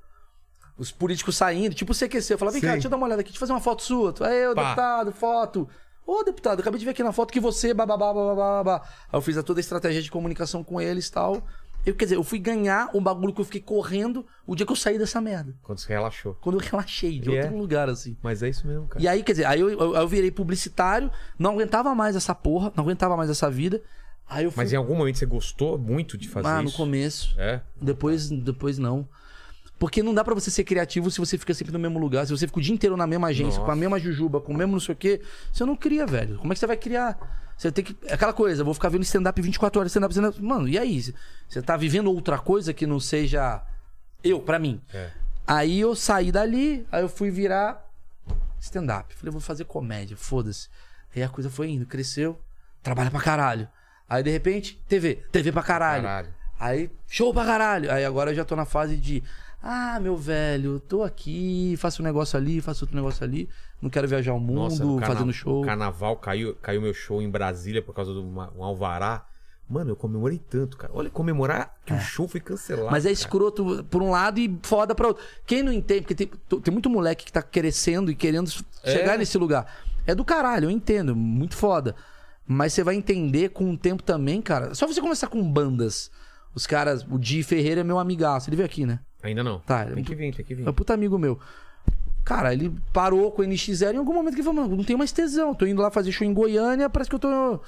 os políticos saindo, tipo o C Q C. Eu falava, vem cá, Sim. deixa eu dar uma olhada aqui, deixa eu fazer uma foto sua. Aí, ô, Pá. deputado, foto. Ô, deputado, acabei de ver aqui na foto que você, bababá, bababá, babá. Aí eu fiz a toda a estratégia de comunicação com eles e tal. Eu, quer dizer, eu fui ganhar um bagulho que eu fiquei correndo o dia que eu saí dessa merda. Quando você relaxou. Quando eu relaxei de E outro é? lugar, assim. Mas é isso mesmo, cara. E aí, quer dizer, aí eu, eu, eu virei publicitário, não aguentava mais essa porra, não aguentava mais essa vida. Aí eu fui... Mas em algum momento você gostou muito de fazer Ah, no isso? começo. É? Depois, depois não. Porque não dá pra você ser criativo se você fica sempre no mesmo lugar. Se você fica o dia inteiro na mesma agência, Nossa. com a mesma jujuba, com o mesmo não sei o quê, você não cria, velho. Como é que você vai criar? Você tem que... Aquela coisa, eu vou ficar vendo stand-up vinte e quatro horas, stand-up, stand-up. Mano, e aí? Você tá vivendo outra coisa que não seja eu, pra mim. É. Aí eu saí dali, aí eu fui virar stand-up. Falei, vou fazer comédia, foda-se. Aí a coisa foi indo, cresceu, trabalha pra caralho. Aí de repente, T V, T V pra caralho. Caralho. Aí, show pra caralho. Aí agora eu já tô na fase de... Ah, meu velho, tô aqui, faço um negócio ali, faço outro negócio ali. Não quero viajar o mundo, Nossa, no carna- fazendo show. Carnaval caiu, caiu meu show em Brasília por causa de uma- um alvará. Mano, eu comemorei tanto, cara. Olha, comemorar que o show foi cancelado. Mas é cara. escroto por um lado e foda pra outro. Quem não entende, porque tem, tem muito moleque que tá crescendo e querendo chegar É. nesse lugar. É do caralho, eu entendo, muito foda. Mas você vai entender com o tempo também, cara. Só você começar com bandas. Os caras, o Di Ferreira é meu amigaço. Ele veio aqui, né? Ainda não. Tá, ele é tem um que vir, tem que vir. É um puta amigo meu. Cara, ele parou com o N X zero em algum momento que ele falou, mano, não tenho mais tesão. Tô indo lá fazer show em Goiânia, parece que eu tô...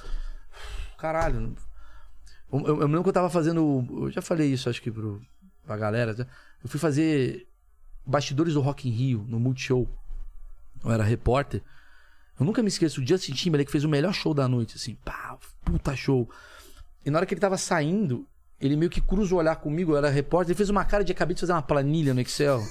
Caralho. Eu, eu, eu me lembro que eu tava fazendo... Eu já falei isso, acho que pro, pra galera. Eu fui fazer bastidores do Rock in Rio, no Multishow. Eu era repórter. Eu nunca me esqueço, o Justin Timberlake fez o melhor show da noite, assim. Pá, puta show. E na hora que ele tava saindo... Ele meio que cruza o olhar comigo, eu era repórter, ele fez uma cara de acabei de fazer uma planilha no Excel.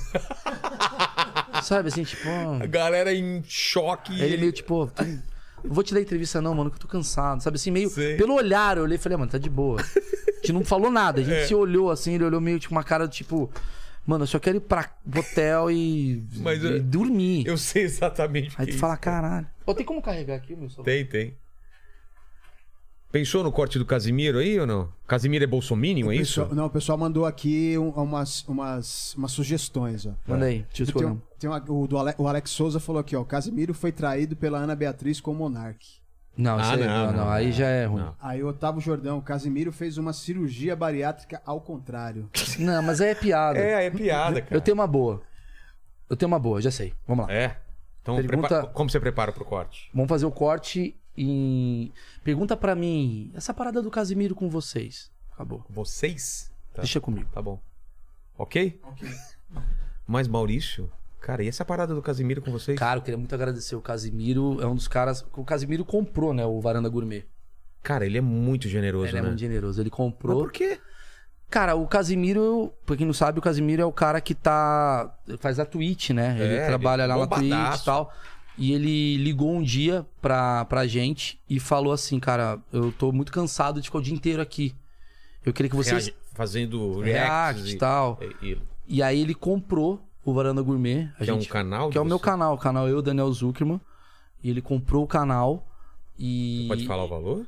Sabe, assim, tipo... ó. A galera em choque. Aí ele meio tipo... ó, não vou te dar entrevista não, mano, que eu tô cansado. Sabe, assim, meio... Sei. Pelo olhar, eu olhei e falei, mano, tá de boa. A gente não falou nada, a gente É. se olhou assim, ele olhou meio tipo uma cara tipo... Mano, eu só quero ir pra hotel e, Mas e eu- dormir. Eu sei exatamente o Aí que tu é fala, isso, cara. caralho. Pô, tem como carregar aqui, meu celular? Tem, tem. Pensou no corte do Casimiro aí ou não? Casimiro é bolsominion, é O isso? pessoal- não, o pessoal mandou aqui um- umas, umas, umas sugestões, ó. Manda aí, deixa eu Tem, escolher. um- tem uma- o, do Ale- o Alex Souza falou aqui, ó. Casimiro foi traído pela Ana Beatriz com o Monark. Não, isso Ah, aí, não, não, não, não, aí não, já é ruim. não. Aí o Otávio Jordão, Casimiro fez uma cirurgia bariátrica ao contrário. Não, mas aí é piada. É, é piada, cara. Eu tenho uma boa. Eu tenho uma boa, já sei. Vamos lá. É? Então, Pergunta- prepara- como você prepara pro corte? Vamos fazer o corte em... Pergunta pra mim, essa parada do Casimiro com vocês. Acabou. Vocês? Tá, Deixa comigo. tá bom. Ok? Ok. Mas, Maurício, cara, e essa parada do Casimiro com vocês? Cara, eu queria muito agradecer. O Casimiro é um dos caras... O Casimiro comprou, né, o Varanda Gourmet. Cara, ele é muito generoso, Ele é né? muito generoso. Ele Mas comprou... por quê? Cara, o Casimiro, pra quem não sabe, o Casimiro é o cara que tá... Faz a Twitch, né? Ele É, trabalha ele lá na Twitch bombadaço. e tal. E ele ligou um dia pra, pra gente e falou assim, cara, eu tô muito cansado de ficar o dia inteiro aqui. Eu queria que vocês... Reage- Fazendo React reacts e e tal. E, e- E aí ele comprou o Varanda Gourmet. A que é um gente, canal Que é o de meu você? canal, o canal eu, Daniel Zuckerman. E ele comprou o canal e... Pode falar o valor?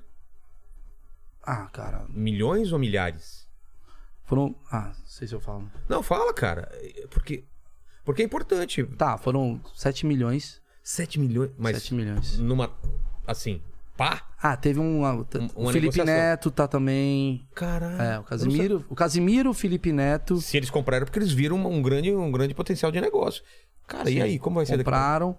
Ah, cara, Milhões ou milhares? foram... Ah, não sei se eu falo. Não, fala, cara. Porque, porque é importante. Tá, foram sete milhões. sete milhões. Mas sete milhões. numa. Assim, pá? Ah, teve um... Um- o uma Felipe negociação. Neto tá também... Caralho. É, o Casimiro... O Casimiro, o Felipe Neto... Se eles compraram, é porque eles viram um grande, um grande potencial de negócio. Cara, e aí? Como vai ser daqui? compraram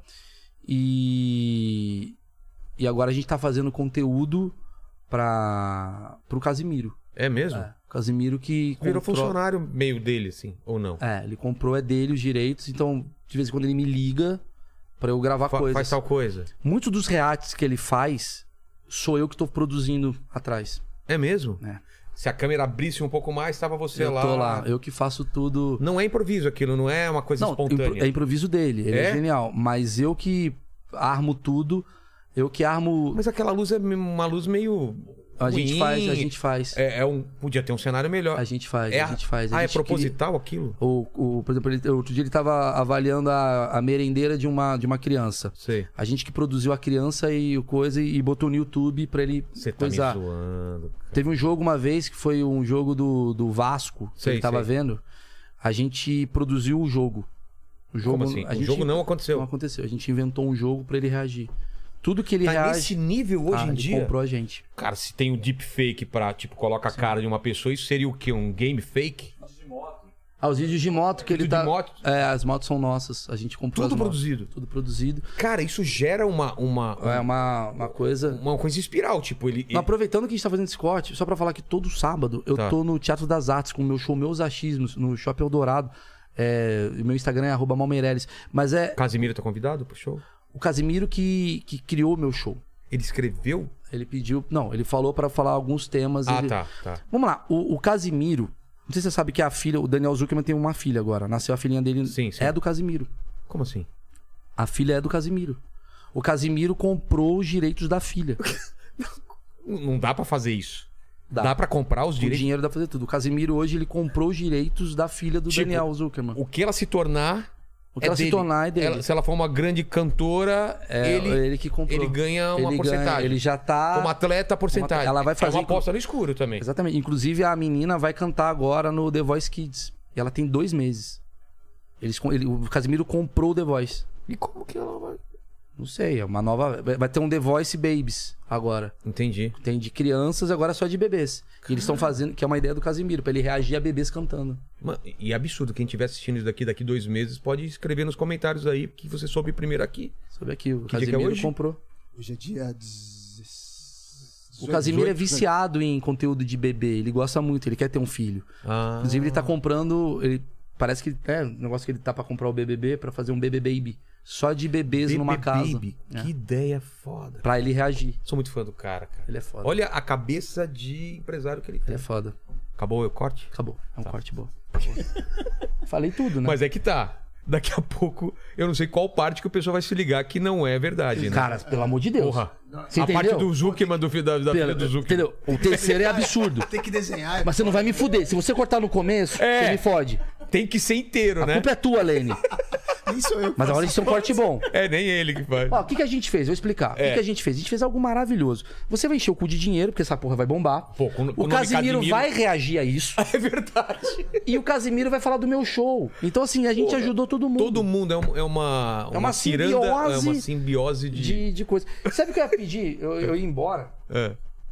e... E agora a gente tá fazendo conteúdo pra... pro Casimiro. É mesmo? É, o Casimiro que Virou comprou- funcionário meio dele, assim, ou não? É, ele comprou, é dele os direitos, então de vez em quando ele me liga pra eu gravar Fa- coisas. faz tal coisa. Muitos dos reacts que ele faz, sou eu que tô produzindo atrás. É mesmo? É. Se a câmera abrisse um pouco mais, estava você eu lá. tô lá, eu que faço tudo. Não é improviso aquilo, não é uma coisa Não, espontânea. impro- é improviso dele, ele é? É? genial. Mas eu que armo tudo, Eu que armo... Mas aquela luz é uma luz meio... A gente ruim. faz, a gente faz. É, é um... Podia ter um cenário melhor. A gente faz, é a gente faz. A ah, gente é proposital queria... aquilo? O, o, por exemplo, ele, outro dia ele tava avaliando a, a merendeira de uma, de uma criança. Sei. A gente que produziu a criança e o coisa e botou no YouTube pra ele Você tá coisar. me zoando, cara. Teve um jogo uma vez que foi um jogo do, do Vasco, que sei, ele tava sei. vendo. A gente produziu o jogo. O jogo, Como assim? A o gente, jogo não aconteceu? Não aconteceu. A gente inventou um jogo pra ele reagir. Tudo que ele tá reage... nesse nível hoje ah, em ele dia? comprou a gente. Cara, se tem o deepfake pra, tipo, coloca a cara de uma pessoa, isso seria o quê? Um game fake? Ah, os vídeos de moto que Vídeo ele tá... de moto? É, as motos são nossas. A gente comprou Tudo as motos. produzido? Tudo produzido. Cara, isso gera uma... uma É uma, uma coisa... Uma coisa espiral, tipo, ele... Mas aproveitando que a gente tá fazendo esse corte, só pra falar que todo sábado eu Tá. tô no Teatro das Artes com o meu show Meus Achismos, no Shopping Eldorado. É, meu Instagram é arroba malmeireles. Mas é Casimiro tá convidado pro show? o Casimiro que, que criou o meu show. Ele escreveu? Ele pediu... Não, ele falou pra falar alguns temas. Ah, ele... tá, tá. Vamos lá, o, o Casimiro... Não sei se você sabe que a filha... O Daniel Zuckerman tem uma filha agora. Nasceu a filhinha dele. Sim, sim. É do Casimiro. Como assim? A filha é do Casimiro. O Casimiro comprou os direitos da filha. Não dá pra fazer isso. Dá. Dá pra comprar os O direitos? dinheiro dá pra fazer tudo. O Casimiro hoje ele comprou os direitos da filha do Tipo, Daniel Zuckerman. O que ela se tornar... O que é ela se dele. tornar é dele. Ela- se ela for uma grande cantora, É ele, ele que comprou. ele ganha uma Ele porcentagem. ganha- ele já tá... Como atleta, a porcentagem. Ela vai fazer É uma aposta no escuro também. Exatamente. Inclusive, a menina vai cantar agora no The Voice Kids. E ela tem dois meses. Eles, ele, o Casimiro comprou o The Voice. E como que ela vai... Não sei, é uma nova... vai- Vai ter um The Voice Babies agora. Entendi. Tem de crianças, agora é só de bebês. E eles estão fazendo... Que é uma ideia do Casimiro, pra ele reagir a bebês cantando. Mano, e é absurdo. Quem estiver assistindo isso daqui daqui dois meses pode escrever nos comentários aí que você soube primeiro aqui. Sabe aqui, o Que dia que é Casimiro hoje? comprou. Hoje é dia... O Casimiro é dezoito, viciado em conteúdo de bebê. Ele gosta muito, ele quer ter um filho. Ah. Inclusive, ele tá comprando... Ele, parece que é um negócio que ele tá pra comprar o B B B, pra fazer um Bebê Baby. Só de bebês Baby numa casa. Baby. É. Que ideia foda. Pra ele reagir. Sou muito fã do cara, cara. Ele é foda. Olha a cabeça de empresário que ele Ele tem. é foda. Acabou o corte? Acabou. É um corte bom. Falei tudo, né? Mas é que tá. Daqui a pouco, eu não sei qual parte que o pessoal vai se ligar que não é verdade, né? Cara, pelo amor de Deus. Porra. Você a entendeu? parte do Zuckerman, do, filho da, da Pelo- filha do Zuckerman. Entendeu? O terceiro é absurdo. Tem que desenhar. Mas você não vai me fuder. Se você cortar no começo, É. você me fode. Tem que ser inteiro, A né? culpa é tua, Lene. Nem sou eu. que Mas faço agora isso é um corte bom. É, nem ele que faz. Ó, o que, que a gente fez? Vou explicar. O É. que, que a gente fez? A gente fez algo maravilhoso. Você vai encher o cu de dinheiro, porque essa porra vai bombar. Pô, com- com o o nome Casimiro Casimiro- vai reagir a isso. É verdade. E o Casimiro vai falar do meu show. Então, assim, a gente Porra, ajudou todo mundo. Todo mundo é, um- é uma, É uma ciranda, é uma simbiose simbiose de... De, de coisa. Sabe o que eu ia pedir? Eu, eu ia embora. É,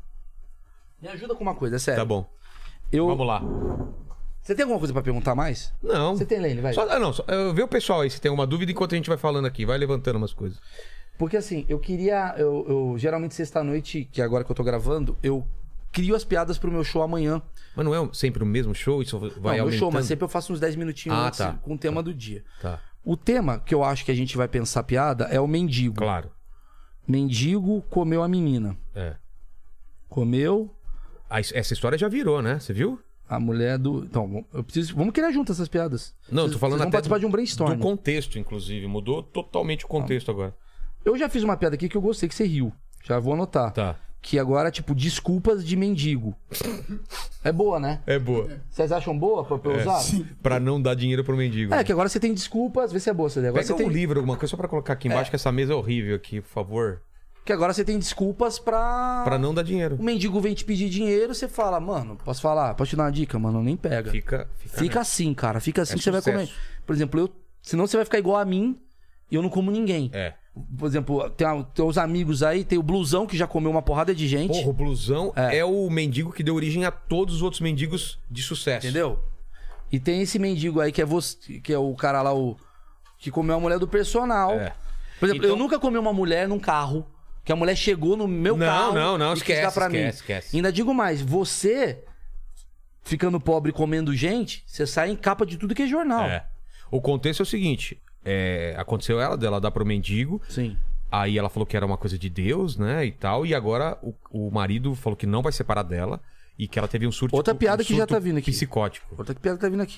Me ajuda com uma coisa, é sério. tá bom. Eu... Vamos lá. Você tem alguma coisa pra perguntar mais? Não. Você tem, Lene, vai. Só, ah, não, só, eu, vê o pessoal aí se tem alguma dúvida enquanto a gente vai falando aqui. Vai levantando umas coisas. Porque assim, eu queria. Eu, eu geralmente sexta-noite, que é agora que eu tô gravando, eu crio as piadas pro meu show amanhã. Mas não é sempre o mesmo show? Isso vai Não, aumentando? meu show, mas sempre eu faço uns dez minutinhos Ah, antes tá. com o tema do dia. Tá, O tema que eu acho que a gente vai pensar piada é o mendigo. claro. Mendigo comeu a menina. É. Comeu Ah, isso- essa história já virou, né? Você viu? a mulher do. Então, eu preciso. Vamos criar junto essas piadas. Não, eu Vocês- tô falando vocês vão até participar do, de um brainstorm. do contexto, inclusive. Mudou totalmente o contexto agora. Eu já fiz uma piada aqui que eu gostei, que você riu. Já vou anotar. Tá. Que agora, tipo, desculpas de mendigo. É boa, né? É boa. Vocês acham boa pra, pra eu usar? Pra não dar dinheiro pro mendigo. É, que agora você tem desculpas, vê se é boa essa ideia. Agora Pega você um tem... livro, alguma coisa, só pra colocar aqui embaixo, que essa mesa é horrível aqui, por favor. Que agora você tem desculpas pra... Pra não dar dinheiro. O mendigo vem te pedir dinheiro, você fala, mano, posso falar? Posso te dar uma dica? Mano, nem pega. Fica, fica, Fica né? assim, cara. Fica assim É que você vai comer. sucesso. Por exemplo, eu... senão você vai ficar igual a mim e eu não como ninguém. É. Por exemplo, tem, a- tem os amigos aí, tem o Blusão que já comeu uma porrada de gente. Porra, o blusão é. É. o mendigo que deu origem a todos os outros mendigos de sucesso. Entendeu? E tem esse mendigo aí que é você, que é o cara lá, o que comeu a mulher do personal. É. Por exemplo, Então- eu nunca comi uma mulher num carro, que a mulher chegou no meu Não, carro não, não, e quis esquece, dar pra esquece, mim. esquece. E ainda digo mais, você ficando pobre comendo gente, você sai em capa de tudo que é jornal. É. O contexto é o seguinte: é, aconteceu ela, dela dar pro mendigo. Sim. Aí ela falou que era uma coisa de Deus, né? E tal. E agora o, o marido falou que não vai separar dela. E que ela teve um surto. Outra piada um que já surto tá vindo aqui. Psicótico. Outra piada que tá vindo aqui.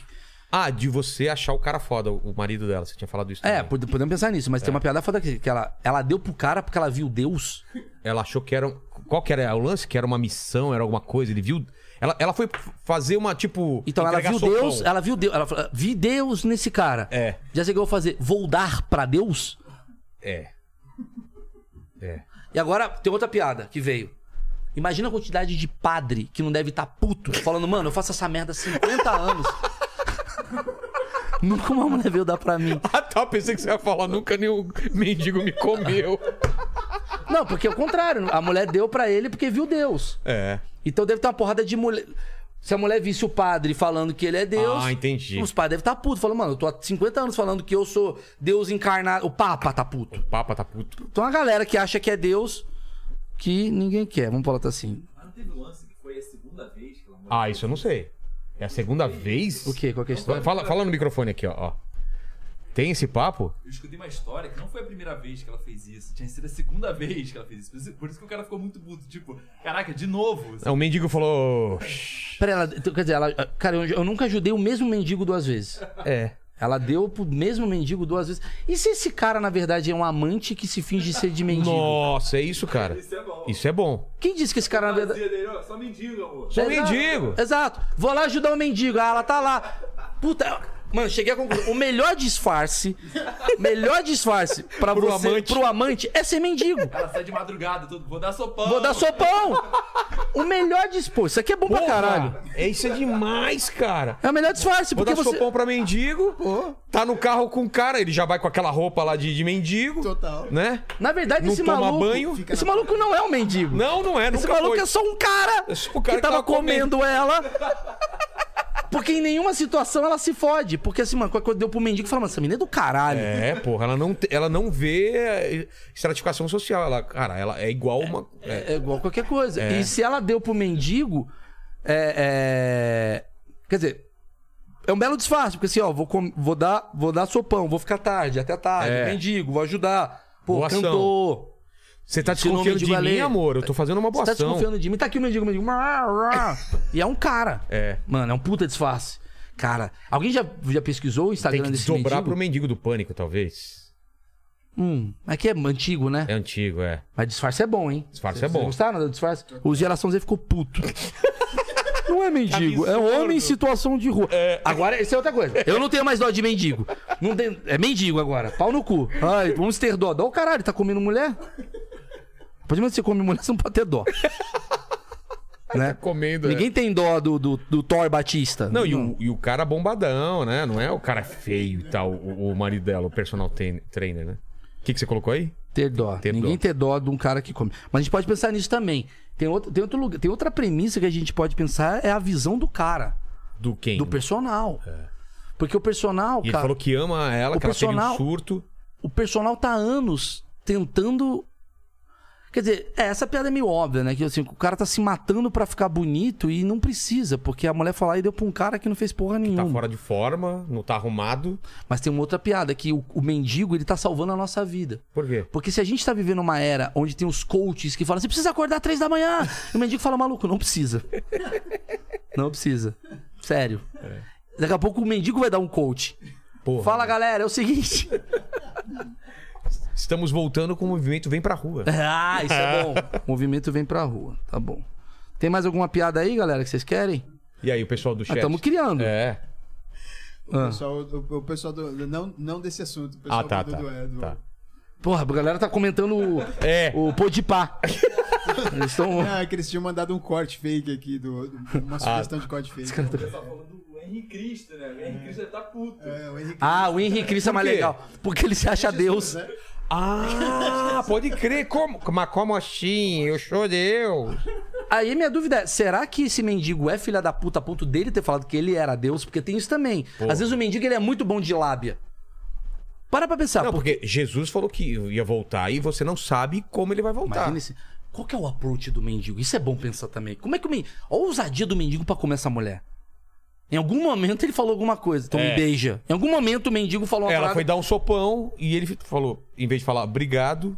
Ah, de você achar o cara foda, o marido dela. Você tinha falado isso também. É, pod- podemos pensar nisso, mas É. tem uma piada foda aqui, que ela, ela deu pro cara porque ela viu Deus. Ela achou que era... um- Qual que era o lance? Que era uma missão, era alguma coisa. Ele viu... Ela, ela foi fazer uma, tipo... Então ela entregar viu sopão. Deus, ela viu Deus, ela falou, vi Deus nesse cara. É. Já sei o que eu vou fazer, vou dar pra Deus? É. É. E agora tem outra piada que veio. Imagina a quantidade de padre que não deve estar puto, falando, mano, eu faço essa merda há cinquenta anos. Nunca uma mulher veio dar pra mim. Ah, tá. Pensei que você ia falar, nunca nenhum mendigo me comeu. Não, porque é o contrário. A mulher deu pra ele porque viu Deus. É. Então deve ter uma porrada de mulher... Se a mulher visse o padre falando que ele é Deus... Ah, entendi. Os padres devem estar putos. Falando, mano, eu tô há cinquenta anos falando que eu sou Deus encarnado. O Papa tá puto. O Papa tá puto. Então a galera que acha que é Deus, que ninguém quer. Vamos falar assim. Mas não teve um lance que foi a segunda vez que ela morreu? Ah, isso eu não sei. É a segunda vez? O quê? Qual que é a história? Fala, fala no microfone aqui, ó, ó. Tem esse papo? Eu escutei uma história que não foi a primeira vez que ela fez isso. Tinha sido a segunda vez que ela fez isso. Por isso, por isso que o cara ficou muito puto. Tipo, caraca, de novo. Não, o mendigo falou... Pera, ela, quer dizer, ela, cara, eu, eu nunca ajudei o mesmo mendigo duas vezes. É. Ela deu pro mesmo mendigo duas vezes. E se esse cara, na verdade, é um amante que se finge ser de mendigo? Nossa, é isso, cara. Isso é bom. Isso é bom. Quem disse que esse cara, na verdade... Fazia dele, ó, só mendigo, amor. Sou Exato, mendigo. Exato. Vou lá ajudar o mendigo. Ah, ela tá lá. Puta... Mano, cheguei à conclusão. O melhor disfarce, melhor disfarce pra Pro você, amante. pro amante, é ser mendigo. Ela sai de madrugada, tudo. Vou dar sopão. Vou dar sopão. O melhor disfarce. Isso aqui é bom pra caralho. É isso é demais, cara. É o melhor disfarce, Vou porque dar você... sopão pra mendigo, tá no carro com o cara, ele já vai com aquela roupa lá de, de mendigo, Total. né? Na verdade, Não esse toma maluco... banho. Fica Esse na- maluco não é um mendigo. Não, não é, Esse nunca maluco foi. é só um cara, É só o cara que tava, que tava comendo ela. Porque em nenhuma situação ela se fode. Porque assim, mano, qualquer coisa deu pro mendigo e fala, mano, essa menina é do caralho. É, porra, ela não, te- ela não vê estratificação social. Ela, cara, ela é igual uma. É. É igual qualquer coisa. É. E se ela deu pro mendigo, é, é... quer dizer, é um belo disfarce, porque assim, ó, vou, com- vou, dar, vou dar sopão, vou ficar tarde, até tarde, É. mendigo, vou ajudar. Pô, Boa ação. cantor. Você tá Se o nome desconfiando de de mim, valer- amor? Eu tô fazendo uma boa Você tá ação. desconfiando de mim? Tá aqui o mendigo, o mendigo. E é um cara. É. Mano, é um puta disfarce. Cara, alguém já, já pesquisou o Tem Instagram que desse desdobrar mendigo? pro mendigo do pânico, talvez. Hum, aqui é antigo, né? É antigo, é. Mas disfarce é bom, hein? Disfarce Vocês é bom. gostaram do disfarce? O Geração Z ficou puto. Não é mendigo, é homem em situação de rua. Agora, isso é outra coisa. Eu não tenho mais dó de mendigo. Não tem... É mendigo agora. Pau no cu. Ai, vamos ter dó. Dó o caralho, tá comendo mulher? Pode mais você come mulher, você não pode ter dó. Né? Comendo. Ninguém tem dó do, do, do Thor Batista. Não, e o, e o cara bombadão, né? Não é o cara feio e tal, o, o marido dela, o personal ten- trainer, né? O que, que você colocou aí? Ter dó. Ter Ninguém dó. ter dó de um cara que come. Mas a gente pode pensar nisso também. Tem, outro, tem, outro lugar, tem outra premissa que a gente pode pensar, é a visão do cara. Do quem? Do personal. Porque o personal, E ele cara, falou que ama ela, o que ela teve personal- um surto. o personal tá há anos tentando... Quer dizer, é, essa piada é meio óbvia, né? Que assim, o cara tá se matando pra ficar bonito e não precisa, porque a mulher foi lá e deu pra um cara que não fez porra nenhuma. Tá fora de forma, não tá arrumado. Mas tem uma outra piada, que o, o mendigo, ele tá salvando a nossa vida. Por quê? Porque se a gente tá vivendo uma era onde tem os coaches que falam, você precisa acordar às três da manhã. E o mendigo fala, maluco, não precisa. Não precisa. Sério. Daqui a pouco o mendigo vai dar um coach. Porra. Fala, galera, é o seguinte. Estamos voltando com o movimento Vem Pra Rua. Ah, isso é bom. O movimento vem pra rua. Tá bom. Tem mais alguma piada aí, galera, que vocês querem? E aí, o pessoal do chat? Estamos criando. É. O Ah. pessoal, o, o pessoal do. Não, não desse assunto. O pessoal Ah, tá, do, tá. do, é, do- tá. Porra, a galera tá comentando o, É. o Podpah. Eles estão... Ah, é que eles tinham mandado um corte fake aqui, do, do- uma sugestão de corte fake. O pessoal falando do Henrique Cristo, né? O Henrique Cristo deve tá puto. É, o Henrique Ah, o Henrique Cristo é mais Por quê? legal. Porque ele se acha Deus. né? Ah, pode crer. Como? Mas como assim? Eu sou Deus. Aí minha dúvida é, será que esse mendigo é filha da puta a ponto dele ter falado que ele era Deus? Porque tem isso também. Às vezes o mendigo ele é muito bom de lábia. Para pra pensar. Não, porque... porque Jesus falou que ia voltar e você não sabe como ele vai voltar. Imagina esse... Qual que é o approach do mendigo? Isso é bom pensar também. Como é que o mendigo... Olha a ousadia do mendigo pra comer essa mulher. Em algum momento ele falou alguma coisa. Então É. me beija. Em algum momento o mendigo falou uma Ela parada... foi dar um sopão e ele falou, em vez de falar obrigado...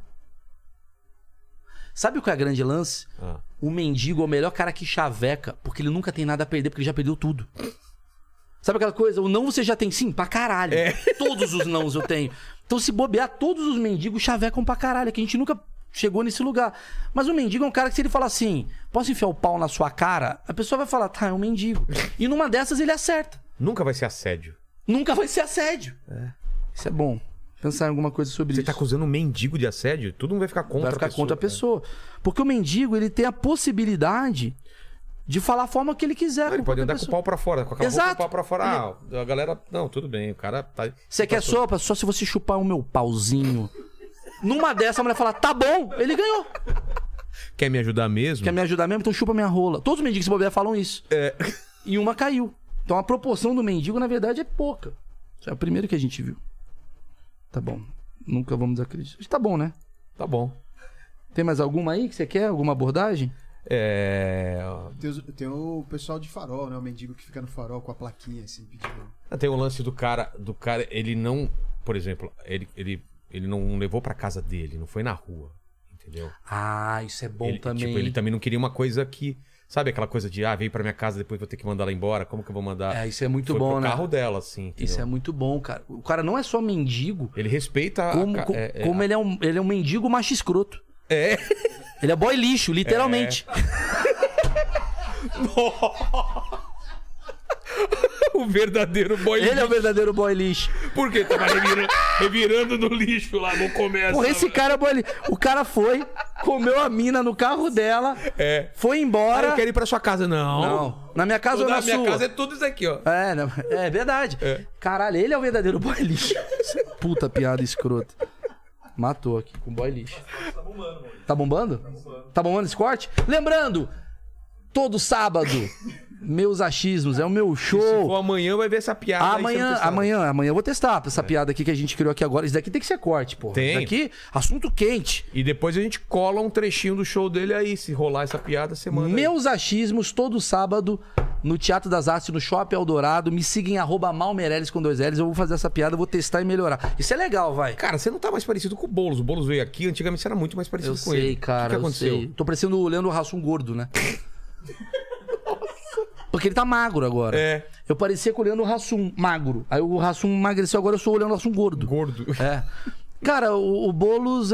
Sabe qual é a grande lance? Ah. O mendigo é o melhor cara que chaveca, porque ele nunca tem nada a perder, porque ele já perdeu tudo. Sabe aquela coisa? O não você já tem sim? Pra caralho. É. Todos os nãos eu tenho. Então se bobear, todos os mendigos chavecam pra caralho. Que a gente nunca chegou nesse lugar. Mas o mendigo é um cara que se ele falar assim, posso enfiar o pau na sua cara? A pessoa vai falar, tá, é um mendigo. E numa dessas ele acerta. Nunca vai ser assédio. Nunca vai ser assédio. É. Isso é bom. Pensar em alguma coisa sobre Você isso. tá acusando um mendigo de assédio? Todo mundo vai ficar contra Vai ficar a pessoa. contra a cara. pessoa. Porque o mendigo, ele tem a possibilidade de falar a forma que ele quiser. Ah, ele com pode qualquer andar com o pessoa. pau pra fora, com aquela roupa Exato. com o pau pra fora. Ah, a galera... Não, tudo bem, o cara tá... Você quer sopa? Só se você chupar o meu pauzinho. Numa dessa, a mulher fala, tá bom, ele ganhou. Quer me ajudar mesmo? Quer me ajudar mesmo? Então chupa minha rola. Todos os mendigos que se bobear falam isso. É. E uma caiu. Então a proporção do mendigo, na verdade, é pouca. Isso é o primeiro que a gente viu. Tá bom. Nunca vamos desacreditar. Tá bom, né? Tá bom. Tem mais alguma aí que você quer? Alguma abordagem? É... Tem, os- tem o pessoal de farol, né? O mendigo que fica no farol com a plaquinha, assim, pedindo. Tem o lance do cara... Do cara, ele não... Por exemplo, ele, ele, ele não levou pra casa dele, não foi na rua. Entendeu? Ah, isso é bom ele, também. Tipo, ele também não queria uma coisa que... Sabe aquela coisa de, ah, veio pra minha casa, depois vou ter que mandar ela embora, como que eu vou mandar? É, isso é muito Foi bom, pro né? carro dela, assim. Entendeu? Isso é muito bom, cara. O cara não é só mendigo, Ele respeita... a como, ca- co- é, é, como ele, é um, ele é um mendigo macho escroto. É... Ele é boy lixo, literalmente. o verdadeiro boy Ele é o lixo. verdadeiro boy lixo. Por quê? Tava revirando, revirando no lixo lá no começo. Porra, esse cara é boy lixo. O cara foi, comeu a mina no carro dela, É. foi Ah, embora. eu quero ir pra sua casa. Não. Não. Na minha casa ou Na na minha sua? casa é tudo isso aqui, ó. É, não, é verdade. É. Caralho, ele é o verdadeiro boy lixo. Puta piada escrota. Matou aqui com boy lixo. Tá bombando, mano. Tá bombando? Tá bombando esse corte? Lembrando, todo sábado, meus achismos, é o meu Se show. for amanhã, vai ver essa piada aí Amanhã, sendo testada. amanhã, amanhã eu vou testar essa piada aqui que a gente criou aqui agora. Isso daqui tem que ser corte, pô. Tem. Isso daqui, assunto quente. E depois a gente cola um trechinho do show dele aí. Se rolar essa piada, você manda aí. Meus achismos, todo sábado, no Teatro das Artes, no Shopping Eldorado. Me siga em arroba Malmeirelles com dois L's. Eu vou fazer essa piada, eu vou testar e melhorar. Isso é legal, vai. Cara, você não tá mais parecido com o Boulos. O Boulos veio aqui, antigamente você era muito mais parecido Eu com sei, ele. cara, O que, que eu aconteceu? sei. Tô parecendo o Leandro Hassum gordo, né? Porque ele tá magro agora. É. Eu parecia com o Leandro Hassum magro. Aí o Hassum emagreceu, agora eu sou o Leandro Hassum gordo. Gordo. É. Cara, o, o Boulos,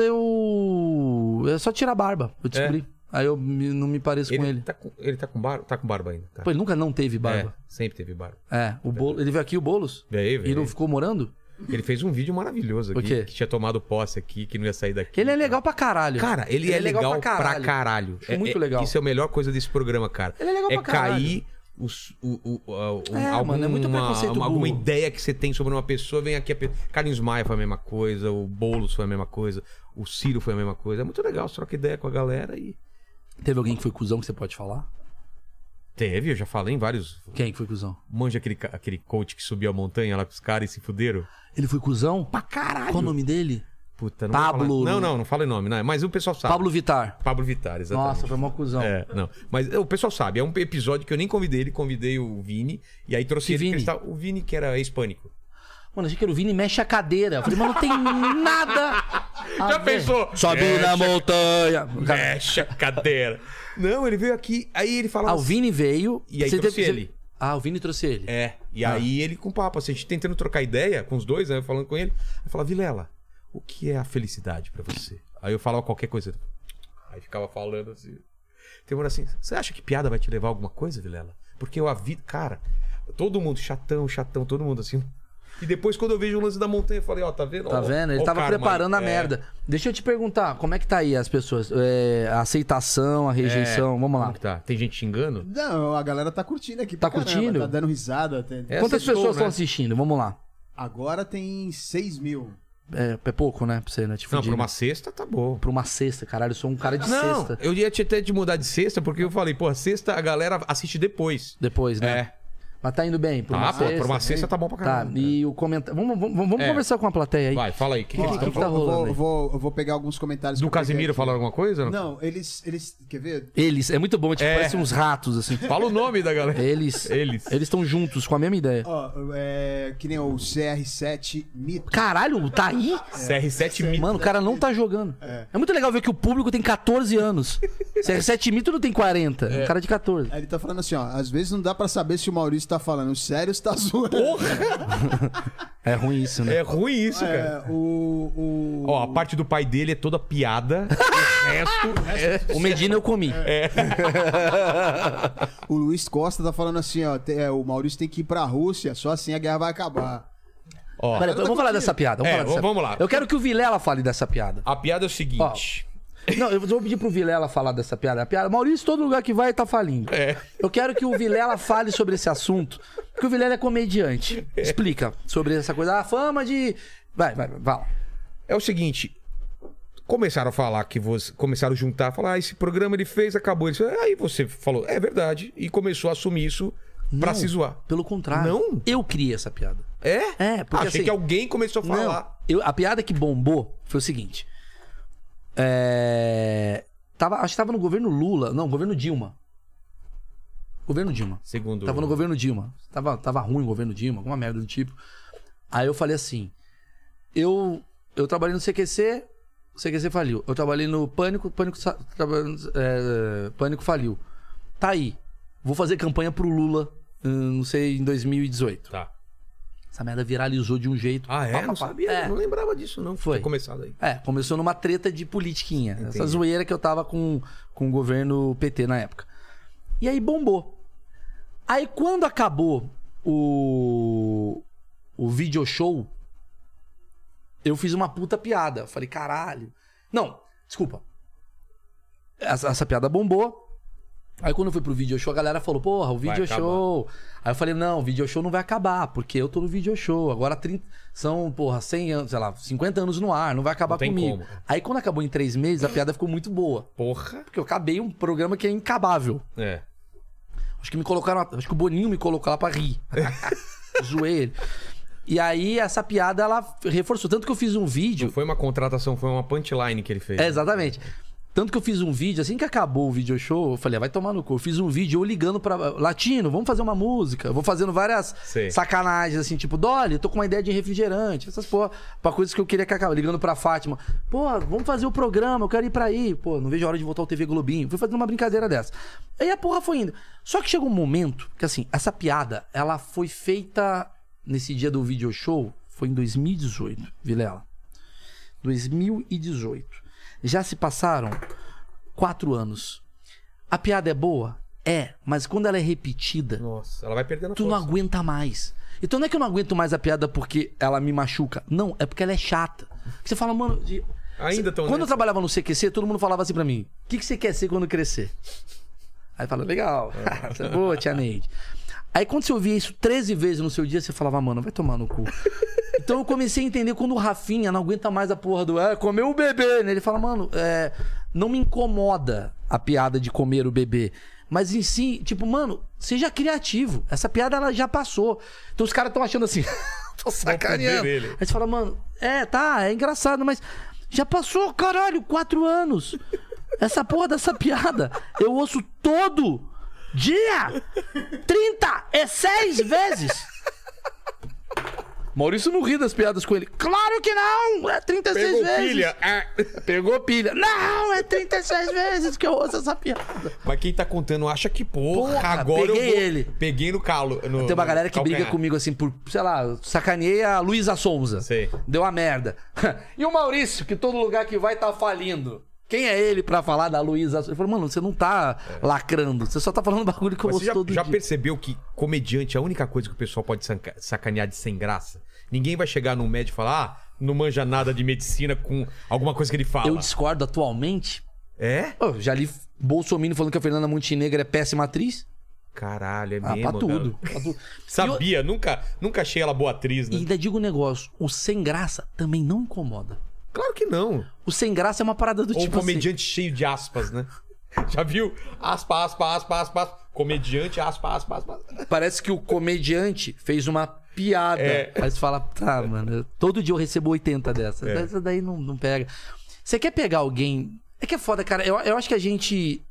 eu... É só tirar a barba, eu descobri. Aí eu me- não me pareço com Ele, ele. tá com, ele tá com barba? Tá com barba ainda. Tá. Pô, ele nunca não teve barba. É, sempre teve barba. É, o Boulos... Ele veio aqui, o Boulos? Veio, veio. E não ficou morando? Ele fez um vídeo maravilhoso aqui. O quê? Que tinha tomado posse aqui, que não ia sair daqui. Ele é legal pra caralho. Cara, ele, é legal, pra caralho. Acho É- muito é- legal. Isso é a melhor coisa desse programa, cara. Ele é legal pra cair os, o, o, o, o- É, alguma, mano, é muito preconceito uma- alguma burro. ideia que você tem sobre uma pessoa, vem aqui a pe... Carlinhos Maia foi a mesma coisa, o Boulos foi a mesma coisa, o Ciro foi a mesma coisa. É muito legal, você troca ideia com a galera e... Teve alguém que foi cuzão que você pode falar? Teve, eu já falei em vários... Quem que foi cuzão? Manja aquele, ca- aquele coach que subiu a montanha lá com os caras e se fuderam? Ele foi cuzão? Pra caralho! Qual o nome dele? Puta, não vou Pablo- falar- Não, não, não fala nome, não, mas o pessoal sabe. Pablo Vittar. Pablo Vittar, exatamente. Nossa, foi mó cuzão. É, não. Mas é, o pessoal sabe, é um episódio que eu nem convidei ele, convidei o Vini, e aí trouxe Que ele porque Vini? ele está- o Vini que era ex-pânico. Mano, achei que era o Vini mexe a cadeira. Eu falei, mano, não tem nada. a Já ver. pensou? Sobe Mexe na a- montanha. Mexe a cadeira. Não, ele veio aqui, aí ele falava Ah, o Vini veio. E aí você trouxe teve- ele. Ah, o Vini trouxe ele. É, e Ah. aí ele com papo, assim, a gente tentando trocar ideia com os dois, né, eu falando com ele, eu falava, Vilela, o que é a felicidade pra você? Aí eu falava qualquer coisa, aí ficava falando assim, tem uma hora assim, você acha que piada vai te levar a alguma coisa, Vilela? Porque eu a vida, cara, todo mundo chatão, chatão, todo mundo assim. E depois quando eu vejo o lance da montanha, eu falei, ó, tá vendo? Tá Ó, vendo? Ele ó o tava karma preparando aí. a É. merda. Deixa eu te perguntar, como é que tá aí as pessoas? É, a aceitação, a rejeição, vamos lá. Como que tá? Tem gente xingando? Não, a galera tá curtindo aqui. Tá pra caramba, curtindo? Tá dando risada. Tem- É. Quantas acertou, pessoas estão né? assistindo? Vamos lá. Agora tem seis mil. É, é pouco, né? Pra você, né? Te Não, fudir, pra uma né? sexta tá bom. Pra uma cesta, caralho. Eu sou um cara de Não, cesta. eu ia te até de mudar de sexta, porque eu falei, pô, sexta a galera assiste depois. Depois, né? É. Mas tá indo bem. Por uma Ah, pô, cesta. pra uma sexta tá bom pra Tá, caramba. e o comentário. Vamos, vamos, vamos É. conversar com a plateia aí. Vai, fala aí. O que, Ó, que eles que estão que tá eu, falando? rolando vou, aí? eu, vou, eu vou pegar alguns comentários. Do que eu peguei Casimiro aqui. falaram alguma coisa? Não, eles, eles. Quer ver? Eles, é muito bom, tipo, É. parece uns ratos, assim. Fala o nome da galera. Eles. Eles. Eles estão juntos com a mesma ideia. Ó, é, que nem o C R sete Mito. Caralho, tá aí? C R sete Mito. Mano, o cara não tá jogando. É. muito legal ver que o público tem catorze anos. C R sete Mito não tem quarenta. É um cara de catorze. Aí ele tá falando assim, ó. Às vezes não dá pra saber se o Maurício tá falando sério, você tá zoando. Porra! É ruim isso, né? É ruim isso, cara. É, o, o... Ó, a parte do pai dele é toda piada. O resto... O Medina eu comi. O Luiz Costa tá falando assim, ó. te- é, o Maurício tem que ir pra Rússia, só assim a guerra vai acabar. Ó, Peraí, vamos falar dessa piada. Vamos, É, falar dessa... vamos lá. Eu quero que o Vilela fale dessa piada. a piada é o seguinte... Não, eu vou pedir pro Vilela falar dessa piada. A piada, Maurício, todo lugar que vai tá falindo. É. Eu quero que o Vilela fale sobre esse assunto, porque o Vilela é comediante. Explica sobre essa coisa, a fama de... Vai, vai, vai, vai lá. É o seguinte... Começaram a falar que você... Começaram a juntar, falar, ah, esse programa ele fez, acabou. Ele fez, aí você falou, é verdade. E começou a assumir isso pra Não, se zoar. Pelo contrário. Não? Eu criei essa piada. É? É, porque Achei assim... que alguém começou a falar. Não, eu, a piada que bombou foi o seguinte. É... Tava, acho que tava no governo Lula. Não, governo Dilma. Governo Dilma. Segundo... Tava no governo Dilma. Tava, tava ruim o governo Dilma, alguma merda do tipo. Aí eu falei assim... Eu, eu trabalhei no C Q C, o C Q C faliu. Eu trabalhei no Pânico, Pânico, sa- trabalhando, é, Pânico faliu. Tá aí. Vou fazer campanha pro Lula, hum, não sei, em dois mil e dezoito. Tá. Essa merda viralizou de um jeito. Ah, é? Pá, pá, Não pá. sabia. É. Não lembrava disso, não. Foi. Ter começado aí. É, começou numa treta de politiquinha. Essa Entendi. zoeira que eu tava com, com o governo P T na época. E aí bombou. Aí quando acabou o, o video show, eu fiz uma puta piada. Falei, caralho. Não, desculpa. Essa, essa piada bombou. Aí quando eu fui pro video show, a galera falou, porra, o video Vai show. Aí eu falei, não, o video show não vai acabar, porque eu tô no video show. Agora trinta, são, porra, cem anos, sei lá, cinquenta anos no ar, não vai acabar Não tem comigo. como. Aí quando acabou em três meses, a piada ficou muito boa. Porra. Porque eu acabei um programa que é incabável. É. Acho que me colocaram, acho que o Boninho me colocou lá pra rir. Zoei ele. E aí essa piada, ela reforçou. Tanto que eu fiz um vídeo... Não foi uma contratação, foi uma punchline que ele fez. É, exatamente. Tanto que eu fiz um vídeo, assim que acabou o video show, eu falei, ah, vai tomar no cu. Eu fiz um vídeo eu ligando pra... Latino, vamos fazer uma música. Eu vou fazendo várias Sei. sacanagens, assim, tipo, Dolly, eu tô com uma ideia de refrigerante. Essas porra, pra coisas que eu queria que acabasse. Ligando pra Fátima. Pô, vamos fazer o programa, eu quero ir pra aí. Pô, não vejo a hora de voltar ao T V Globinho. Fui fazendo uma brincadeira dessa. Aí a porra foi indo. Só que chegou um momento que, assim, essa piada, ela foi feita nesse dia do video show, foi em dois mil e dezoito, Vilela. dois mil e dezoito. Já se passaram quatro anos. A piada é boa? É, mas quando ela é repetida, Nossa, ela vai perdendo a tu não força. aguenta mais. Então não é que eu não aguento mais a piada porque ela me machuca. Não, é porque ela é chata. Você fala, mano... de- Ainda tão Quando eu nessa. trabalhava no C Q C, todo mundo falava assim pra mim, o que, que você quer ser quando crescer? Aí fala, legal. Boa, tia Neide. Aí quando você ouvia isso treze vezes no seu dia, você falava, mano, vai tomar no cu. Então eu comecei a entender quando o Rafinha não aguenta mais a porra do... É, comeu o bebê, né? Ele fala, mano, é, não me incomoda a piada de comer o bebê. Mas em si, tipo, mano, seja criativo. Essa piada, ela já passou. Então os caras estão achando assim... tô sacaneando. comer ele. Aí você fala, mano, é, tá, é engraçado, mas... Já passou, caralho, quatro anos. Essa porra dessa piada, eu ouço todo dia trinta e seis vezes. Maurício não ri das piadas com ele. Claro que não! É trinta e seis Pegou vezes. pilha. Ah. Pegou pilha. Não, é trinta e seis vezes que eu ouço essa piada. Mas quem tá contando acha que, porra, Porra, agora peguei eu vou... ele. Peguei no calo. No, Tem uma galera que briga calcanhar. comigo assim por, sei lá, sacaneei a Luísa Sonza. Sei. Deu uma merda. E o Maurício, que todo lugar que vai tá falindo. Quem é ele pra falar da Luísa Sonza? Eu falo, mano, você não tá lacrando. Você só tá falando bagulho que eu Mas ouço você já, todo já dia. percebeu que comediante é a única coisa que o pessoal pode saca- sacanear de sem graça? Ninguém vai chegar num médico e falar, ah, não manja nada de medicina com alguma coisa que ele fala. Eu discordo atualmente. É? Ô, já li Bolsonaro falando que a Fernanda Montenegro é péssima atriz. Caralho, é Ah, mesmo, pra tudo. cara. Pra tudo. Sabia, nunca, nunca achei ela boa atriz, E né? ainda digo um negócio: o sem graça também não incomoda. Claro que não. O sem graça é uma parada do Ou um tipo assim. comediante cheio de aspas, né? Já viu? Aspa, aspa, aspa, aspa, aspa. Comediante, aspa, aspa, aspa. Parece que o comediante fez uma piada. É. Aí você fala, tá, mano, eu- todo dia eu recebo oitenta dessas. É. Essa daí não, não pega. Você quer pegar alguém. É que é foda, cara. Eu, eu acho que a gente.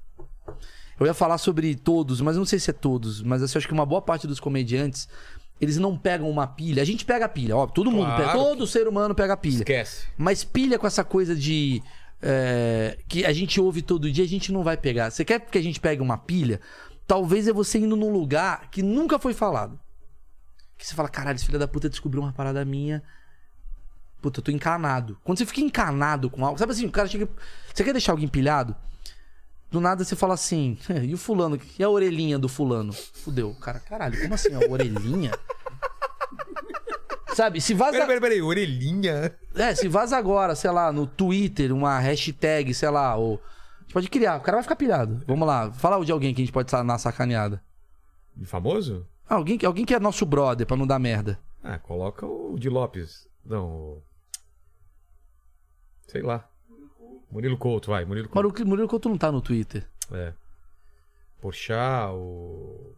Eu ia falar sobre todos, mas eu não sei se é todos. Mas assim, eu acho que uma boa parte dos comediantes, eles não pegam uma pilha. A gente pega a pilha, ó. Todo mundo Claro pega. Todo ser humano pega a pilha. Esquece. Mas pilha com essa coisa de... é, que a gente ouve todo dia, a gente não vai pegar. Você quer que a gente pegue uma pilha? talvez é você indo num lugar que nunca foi falado. Que você fala, caralho, esse filho da puta descobriu uma parada minha. Puta, eu tô encanado. Quando você fica encanado com algo... Sabe assim, o cara chega... Você quer deixar alguém empilhado? Do nada você fala assim... E o fulano? E a orelhinha do fulano? Fudeu. Cara, caralho, como assim a orelhinha? Sabe, se vaza... Peraí, peraí, peraí, orelhinha? É, se vaza agora, sei lá, no Twitter, uma hashtag, sei lá, ou... A gente pode criar, o cara vai ficar pilhado. Vamos lá, fala de alguém que a gente pode dar sacaneada. Famoso? Ah, alguém, alguém que é nosso brother, pra não dar merda. Ah, coloca o Di Lopes. Não, o... Sei lá. Murilo Couto, vai, Murilo Couto. Mas o Murilo Couto não tá no Twitter. É. Porchat, o...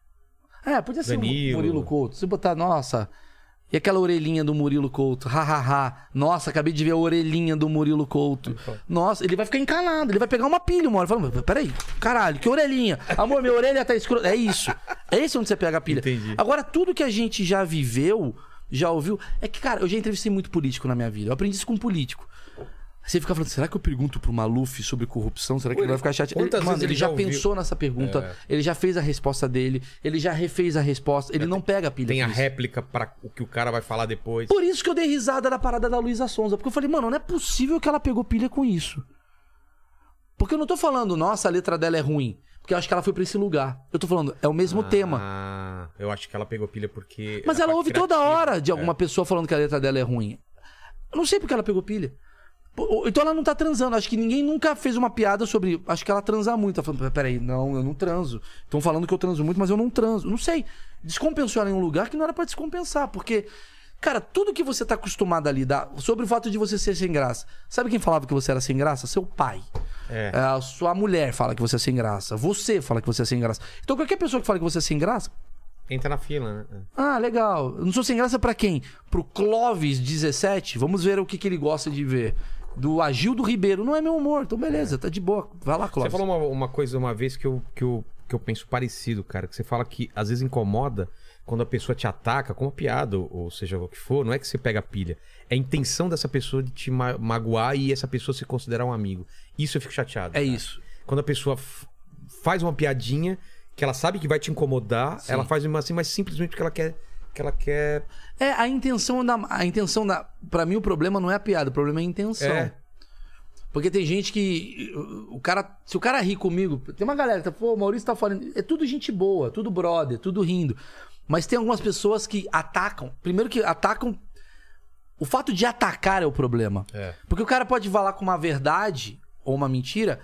É, podia ser Danilo. o Murilo Couto. Se botar, nossa... E aquela orelhinha do Murilo Couto? Hahaha. Nossa, acabei de ver a orelhinha do Murilo Couto. Nossa, ele vai ficar encanado. Ele vai pegar uma pilha uma hora. Falando, peraí, caralho, que orelhinha? Amor, minha orelha tá escura. É isso. É isso onde você pega a pilha. Entendi. Agora, tudo que a gente já viveu, já ouviu... É que, cara, eu já entrevistei muito político na minha vida. Eu aprendi isso com um político. Você fica falando, será que eu pergunto pro Maluf sobre corrupção? Será que ele vai ficar chateado? Ele, mano, ele, ele já, já pensou nessa pergunta, é. Ele já fez a resposta dele, ele já refez a resposta, ele é, não pega a pilha. Tem a réplica para o que o cara vai falar depois. Por isso que eu dei risada da parada da Luísa Sonza, porque eu falei, mano, não é possível que ela pegou pilha com isso. Porque eu não tô falando, nossa, a letra dela é ruim, porque eu acho que ela foi pra esse lugar. Eu tô falando, é o mesmo ah, tema. Ah, eu acho que ela pegou pilha porque... Mas ela ouve criativa. Toda hora de alguma é. pessoa falando que a letra dela é ruim. Eu não sei porque ela pegou pilha. Então ela não tá transando. Acho que ninguém nunca fez uma piada sobre... Acho que ela transa muito. Ela falando, peraí, não, eu não transo. Estão falando que eu transo muito, mas eu não transo. Não sei. Descompensou ela em um lugar que não era pra descompensar. Porque, cara, tudo que você tá acostumado a lidar... Sobre o fato de você ser sem graça. Sabe quem falava que você era sem graça? Seu pai. É. A sua mulher fala que você é sem graça. Você fala que você é sem graça. Então qualquer pessoa que fala que você é sem graça... Entra na fila, né? Ah, legal. Eu não sou sem graça pra quem? Pro Clóvis dezessete? Vamos ver o que, que ele gosta de ver. Do Agildo Ribeiro. Não é meu humor. Então beleza, é. Tá de boa. Vai lá, Clóvis. Você falou uma, uma coisa uma vez que eu, que, eu, que eu penso parecido, cara. Que você fala que às vezes incomoda quando a pessoa te ataca com uma piada, ou, ou seja o que for. Não é que você pega a pilha. É a intenção dessa pessoa de te ma magoar e essa pessoa se considerar um amigo. Isso eu fico chateado. É cara. isso. Quando a pessoa faz uma piadinha que ela sabe que vai te incomodar, sim, ela faz uma assim, mas simplesmente porque ela quer... que ela quer... É, a intenção da... A intenção da... Pra mim o problema não é a piada, o problema é a intenção. É. Porque tem gente que... O cara... Se o cara ri comigo... Tem uma galera que tá... Pô, o Maurício tá falando... É tudo gente boa, tudo brother, tudo rindo. Mas tem algumas pessoas que atacam. Primeiro que atacam... O fato de atacar é o problema. É. Porque o cara pode falar com uma verdade ou uma mentira...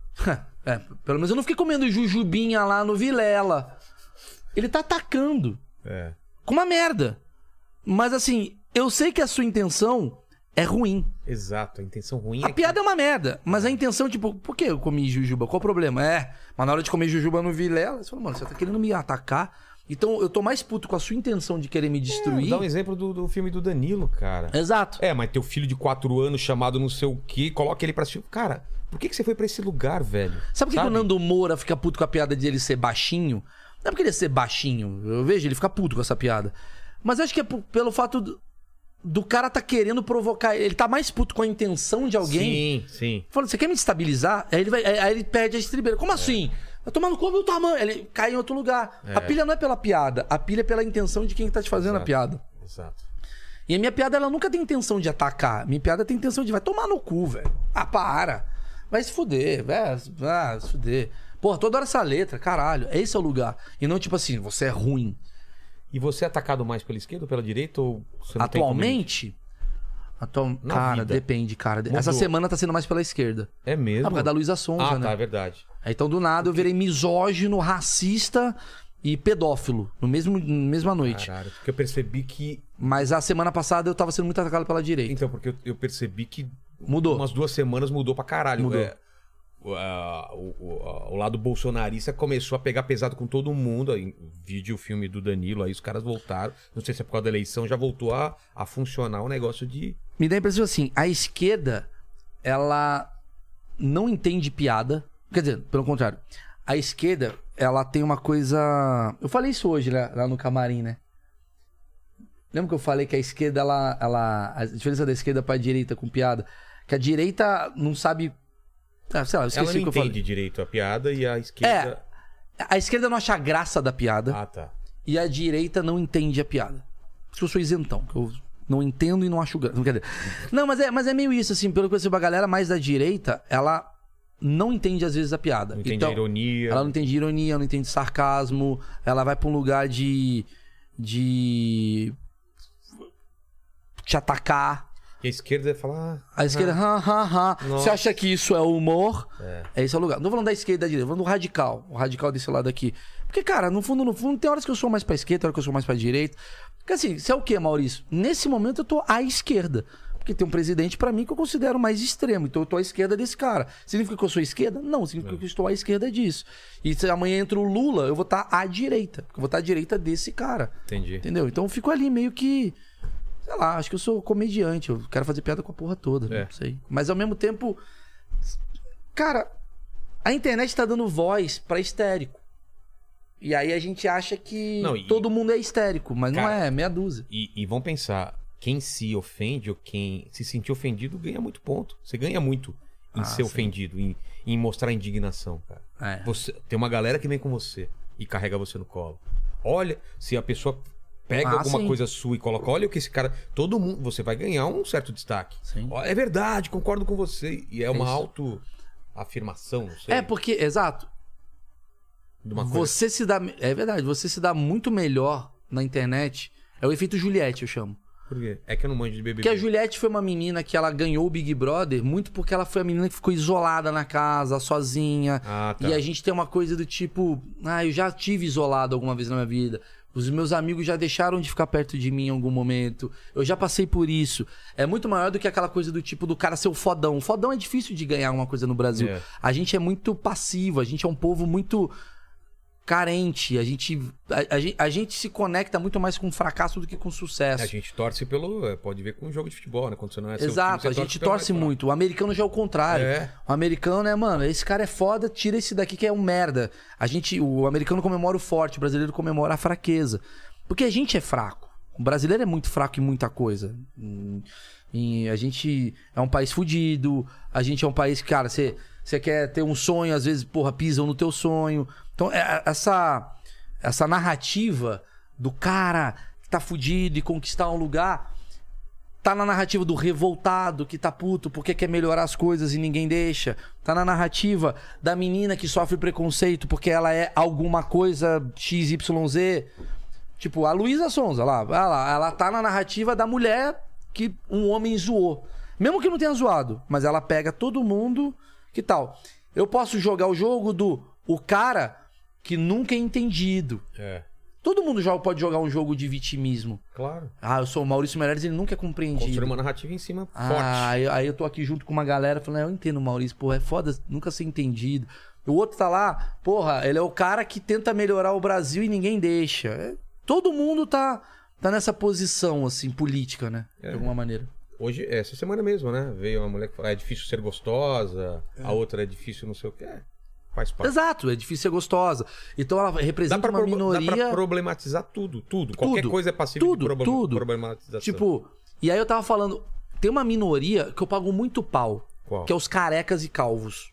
É, pelo menos eu não fiquei comendo jujubinha lá no Vilela. Ele tá atacando. É. Com uma merda. Mas assim, eu sei que a sua intenção é ruim. Exato, a intenção ruim A é piada que... é uma merda. Mas a intenção, tipo, por que eu comi jujuba? Qual o problema? É, mas na hora de comer jujuba no Vilela, você fala, mano, você tá querendo me atacar? Então eu tô mais puto com a sua intenção de querer me destruir. É, dá um exemplo do, do filme do Danilo, cara. Exato. É, mas teu filho de quatro anos chamado não sei o quê, coloca ele pra assistir. Cara, por que, que você foi pra esse lugar, velho? Sabe por que o Nando Moura fica puto com a piada de ele ser baixinho? Não é porque ele ser baixinho. Eu vejo ele fica puto com essa piada. Mas acho que é pelo fato do, do cara tá querendo provocar. Ele tá mais puto com a intenção de alguém. Sim, sim. Falando, você quer me destabilizar? Aí ele, vai, aí ele perde a estribeira. Como é. assim? Vai tomar no cu meu tamanho. Ele cai em outro lugar. É. A pilha não é pela piada. A pilha é pela intenção de quem tá te fazendo Exato. a piada. Exato. E a minha piada, ela nunca tem intenção de atacar. Minha piada tem intenção de vai tomar no cu, velho. Ah, para. Vai se fuder, velho. Vai se fuder. Porra, toda hora essa letra, caralho. Esse é o lugar. E não tipo assim, você é ruim. E você é atacado mais pela esquerda ou pela direita? Ou você não Atualmente? Atual... Cara, vida. depende, cara. Mudou. Essa semana tá sendo mais pela esquerda. É mesmo? Ah, por causa da Luísa Sonza, ah, né? Ah, tá, é verdade. Então, do nada, eu virei misógino, racista e pedófilo. No mesmo, na mesma noite. Caralho, porque eu percebi que... Mas a semana passada eu tava sendo muito atacado pela direita. Então, porque eu, eu percebi que... Mudou. Umas duas semanas mudou pra caralho. Mudou. É, o, a, o, o, o lado bolsonarista começou a pegar pesado com todo mundo. Aí, vídeo o filme do Danilo, aí os caras voltaram. Não sei se é por causa da eleição, já voltou a, a funcionar o negócio de... Me dá a impressão assim, a esquerda, ela não entende piada. Quer dizer, pelo contrário. A esquerda, ela tem uma coisa... Eu falei isso hoje lá, lá no camarim, né? Lembra que eu falei que a esquerda, ela, ela... A diferença da esquerda pra direita com piada... Que a direita não sabe... Ah, sei lá, eu esqueci ela não o que eu falei. entende direito a piada e a esquerda... A esquerda não acha a graça da piada. Ah, tá. E a direita não entende a piada. Por isso que eu sou isentão, que eu não entendo e não acho graça. Não, quer dizer. não mas, é, mas é meio isso, assim, pelo que eu percebo, a galera mais da direita, ela não entende às vezes a piada. Não entende então, a ironia. Ela não entende ironia, não entende sarcasmo, ela vai pra um lugar de... de... te atacar. E a esquerda vai falar... A esquerda, ha, ha, ha. Você acha que isso é humor? É. É esse é o lugar. Não tô falando da esquerda e da direita, tô falando do radical. O radical desse lado aqui. Porque, cara, no fundo, no fundo, tem horas que eu sou mais pra esquerda, tem horas que eu sou mais pra direita. Porque assim, você é o quê, Maurício? Nesse momento eu tô à esquerda. Porque tem um presidente pra mim que eu considero mais extremo. Então eu tô à esquerda desse cara. Significa que eu sou esquerda? Não, significa é. que eu estou à esquerda disso. E se amanhã entra o Lula, eu vou estar à direita. Porque eu vou estar à direita desse cara. Entendi. Entendeu? Então eu fico ali meio que... Sei lá, acho que eu sou comediante. Eu quero fazer piada com a porra toda. É. Não sei. Mas ao mesmo tempo... Cara, a internet tá dando voz pra histérico. E aí a gente acha que não, e... todo mundo é histérico. Mas cara, não é, é meia dúzia. E, e vamos pensar... Quem se ofende ou quem se sentir ofendido ganha muito ponto. Você ganha muito em ah, ser sim. ofendido, em, em mostrar indignação, cara. É. Você, tem uma galera que vem com você e carrega você no colo. Olha, se a pessoa pega ah, alguma sim. coisa sua e coloca, olha o que esse cara... Todo mundo... Você vai ganhar um certo destaque. Sim. É verdade, concordo com você. E é uma auto-afirmação, não sei. É porque, exato. De uma coisa... Você se dá... É verdade, você se dá muito melhor na internet. É o efeito Juliette, eu chamo. Por quê? É que eu não manjo de B B B. Porque a Juliette foi uma menina que ela ganhou o Big Brother muito porque ela foi a menina que ficou isolada na casa, sozinha. Ah, tá. E a gente tem uma coisa do tipo... Ah, eu já tive isolado alguma vez na minha vida. Os meus amigos já deixaram de ficar perto de mim em algum momento. Eu já passei por isso. É muito maior do que aquela coisa do tipo do cara ser o fodão. O fodão é difícil de ganhar alguma coisa no Brasil. É. A gente é muito passivo. A gente é um povo muito... carente, a gente, a, a, a gente se conecta muito mais com fracasso do que com sucesso. A gente torce pelo... Pode ver com um jogo de futebol, né? Quando você não é Exato, seu time, a gente torce muito. O americano já é o contrário. É. O americano, né, mano? Esse cara é foda, tira esse daqui que é um merda. A gente, o americano comemora o forte, o brasileiro comemora a fraqueza. Porque a gente é fraco. O brasileiro é muito fraco em muita coisa. Em, em, a gente é um país fudido, a gente é um país que, cara, você... Você quer ter um sonho, às vezes, porra, pisam no teu sonho. Então, essa, essa narrativa do cara que tá fudido e conquistar um lugar, tá na narrativa do revoltado que tá puto porque quer melhorar as coisas e ninguém deixa. Tá na narrativa da menina que sofre preconceito porque ela é alguma coisa X Y Z. Tipo, a Luísa Sonza, lá, ela, ela tá na narrativa da mulher que um homem zoou. Mesmo que não tenha zoado, mas ela pega todo mundo... Que tal? Eu posso jogar o jogo do o cara que nunca é entendido. É. Todo mundo já pode jogar um jogo de vitimismo. Claro. Ah, eu sou o Maurício Meirelles, ele nunca é compreendido. Construir uma narrativa em cima ah, forte. Aí, aí eu tô aqui junto com uma galera falando, eu entendo o Maurício, porra, é foda nunca ser entendido. O outro tá lá, porra, ele é o cara que tenta melhorar o Brasil e ninguém deixa. É, todo mundo tá, tá nessa posição, assim, política, né? É. De alguma maneira. Hoje, essa semana mesmo, né? Veio uma mulher que falou, é difícil ser gostosa, é. A outra é difícil não sei o que. É, faz parte. Exato, é difícil ser gostosa. Então ela representa uma pro, minoria... Dá pra problematizar tudo, tudo. tudo Qualquer coisa é passível tudo, de proble tudo. problematização. Tipo, e aí eu tava falando, tem uma minoria que eu pago muito pau. Qual? Que é os carecas e calvos.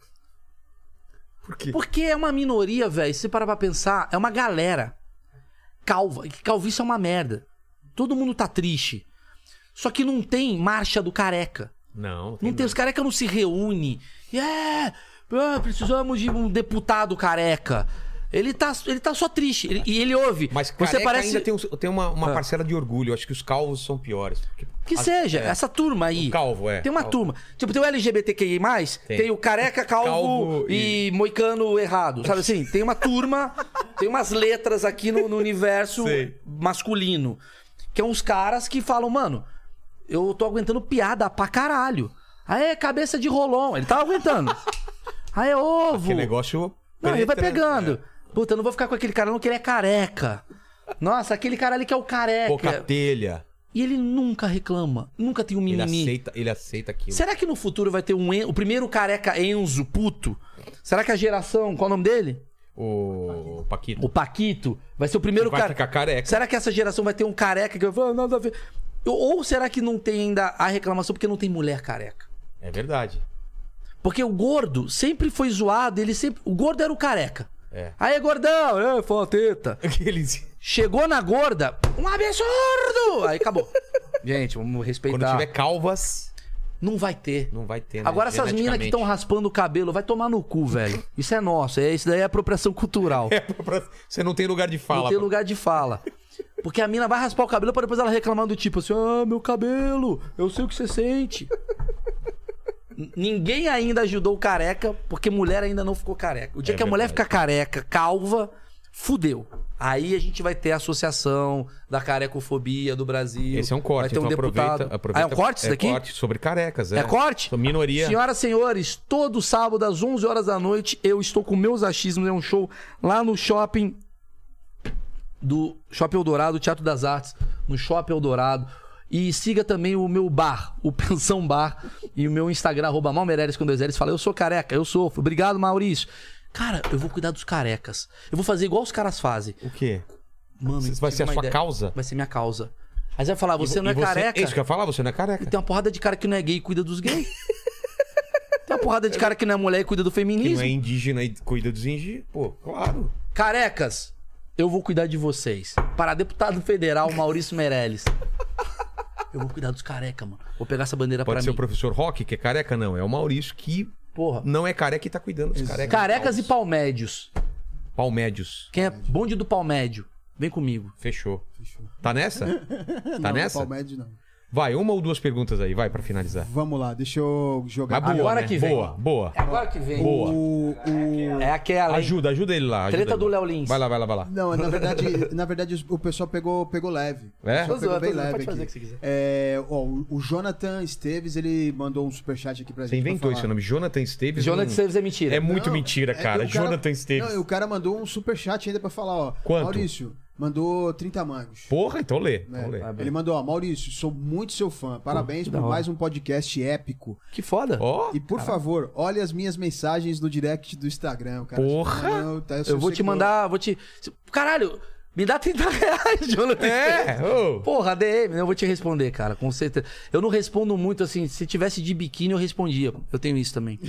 Por quê? Porque é uma minoria, velho, se você parar pra pensar, é uma galera calva. E calvície é uma merda. Todo mundo tá triste. Só que não tem marcha do careca. Não, tem não tem. Os carecas não se reúnem. É, ah, precisamos de um deputado careca. Ele tá, ele tá só triste. Ele, e ele ouve. Mas careca você parece... ainda tem, tem uma, uma ah. parcela de orgulho. Eu acho que os calvos são piores. Que As... seja, é. essa turma aí. O calvo, é. Tem uma calvo. turma. Tipo, tem o L G B T Q I mais, tem, tem o careca, calvo, calvo e... e moicano errado. Sabe assim? Tem uma turma, tem umas letras aqui no, no universo Sei. masculino. Que é uns caras que falam, mano... Eu tô aguentando piada pra caralho. Aê, cabeça de rolon. Ele tá aguentando. Aê, ovo. Que negócio... Não, ele vai pegando. É. Puta, eu não vou ficar com aquele cara não, que ele é careca. Nossa, aquele cara ali que é o careca. Pouca telha. E ele nunca reclama. Nunca tem um mimimi. Ele aceita, ele aceita aquilo. Será que no futuro vai ter um... En... O primeiro careca Enzo, puto? Será que a geração... Qual é o nome dele? O Paquito. O Paquito. Vai ser o primeiro cara... Vai ficar careca. Será que essa geração vai ter um careca que vai falar, nada a ver... Ou será que não tem ainda a reclamação porque não tem mulher careca? É verdade. Porque o gordo sempre foi zoado, ele sempre... O gordo era o careca. É. Aí, gordão, é, foi uma teta. Aqueles... Chegou na gorda, um absurdo! Aí acabou. Gente, vamos respeitar. Quando tiver calvas, Não vai ter. não vai ter, né? Agora essas minas que estão raspando o cabelo, vai tomar no cu, velho. Isso é nosso, é, isso daí é apropriação cultural. É, pra- você não tem lugar de fala. Não tem pô. lugar de fala. Porque a mina vai raspar o cabelo pra depois ela reclamar do tipo assim, ah, meu cabelo, eu sei o que você sente. N- Ninguém ainda ajudou o careca, porque mulher ainda não ficou careca. O dia É que a mulher verdade. ficar careca, calva, fudeu. Aí a gente vai ter a associação da carecofobia do Brasil. Esse é um corte, vai ter um então deputado. aproveita, aproveita. Ah, é um corte isso é daqui? corte sobre carecas, é. É corte? Sou minoria. Senhoras e senhores, todo sábado às onze horas da noite eu estou com meus achismos, é um show lá no shopping do Shopping Eldorado, Teatro das Artes, no Shopping Eldorado. E siga também o meu bar, o Pensão Bar, e o meu Instagram, arroba Malmeireles com dois L's. Fala, eu sou careca, eu sofro. Obrigado, Maurício. Cara, eu vou cuidar dos carecas. Eu vou fazer igual os caras fazem. O quê? Mano, Isso vai tive ser a uma sua ideia. causa? Vai ser minha causa. Aí você vai falar, você E não é você- careca. É isso que eu ia falar, você não é careca. E tem uma porrada de cara que não é gay e cuida dos gays. Tem uma porrada de cara que não é mulher e cuida do Que feminismo. não é indígena e cuida dos indígenas. Pô, claro. Carecas, eu vou cuidar de vocês. Para deputado federal Maurício Meirelles. Eu vou cuidar dos careca, mano. Vou pegar essa bandeira Pode pra ser mim. o professor Roque, que é careca, não. É o Maurício que Porra. não é careca e tá cuidando dos carecas. Carecas e palmédios. Palmédios. Quem é bonde do palmédio? Vem comigo. Fechou. Tá nessa? Tá Não, nessa? Palmédio não. Vai, uma ou duas perguntas aí, vai, pra finalizar. Vamos lá, deixa eu jogar. Mas boa, Agora né? que vem. Boa, boa. É agora que vem. Boa. O, o... É aquela. hein? Ajuda, ajuda ele lá. ajuda Treta ele do lá. Léo Lins. Vai lá, vai lá, vai lá. Não, na verdade, na verdade o pessoal pegou, pegou leve. É? O pessoal Tô pegou zoando, bem tô zoando, leve pode fazer aqui. o que você quiser. É, ó, o- o Jonathan Esteves, ele mandou um superchat aqui pra Você gente. pra inventou falar. esse nome, Jonathan Esteves. Jonathan não- Esteves é mentira. É muito Não, mentira, é que cara. o cara- Jonathan Esteves. Não, e o cara mandou um superchat ainda pra falar, ó. Quanto? Maurício, mandou trinta mangos. Porra, então lê. É, Então lê. ele mandou, ó, Maurício, sou muito seu fã. Parabéns que por da hora. mais um podcast épico. Que foda. Ó, E por favor, olhe as minhas mensagens no direct do Instagram, cara. Porra! Não, tá, seu Eu vou te seguidor. mandar, vou te... Caralho, me dá trinta reais, Jonathan Esteves. é, ô. Porra, D M, eu vou te responder, cara, com certeza. Eu não respondo muito assim, se tivesse de biquíni eu respondia. Eu tenho isso também.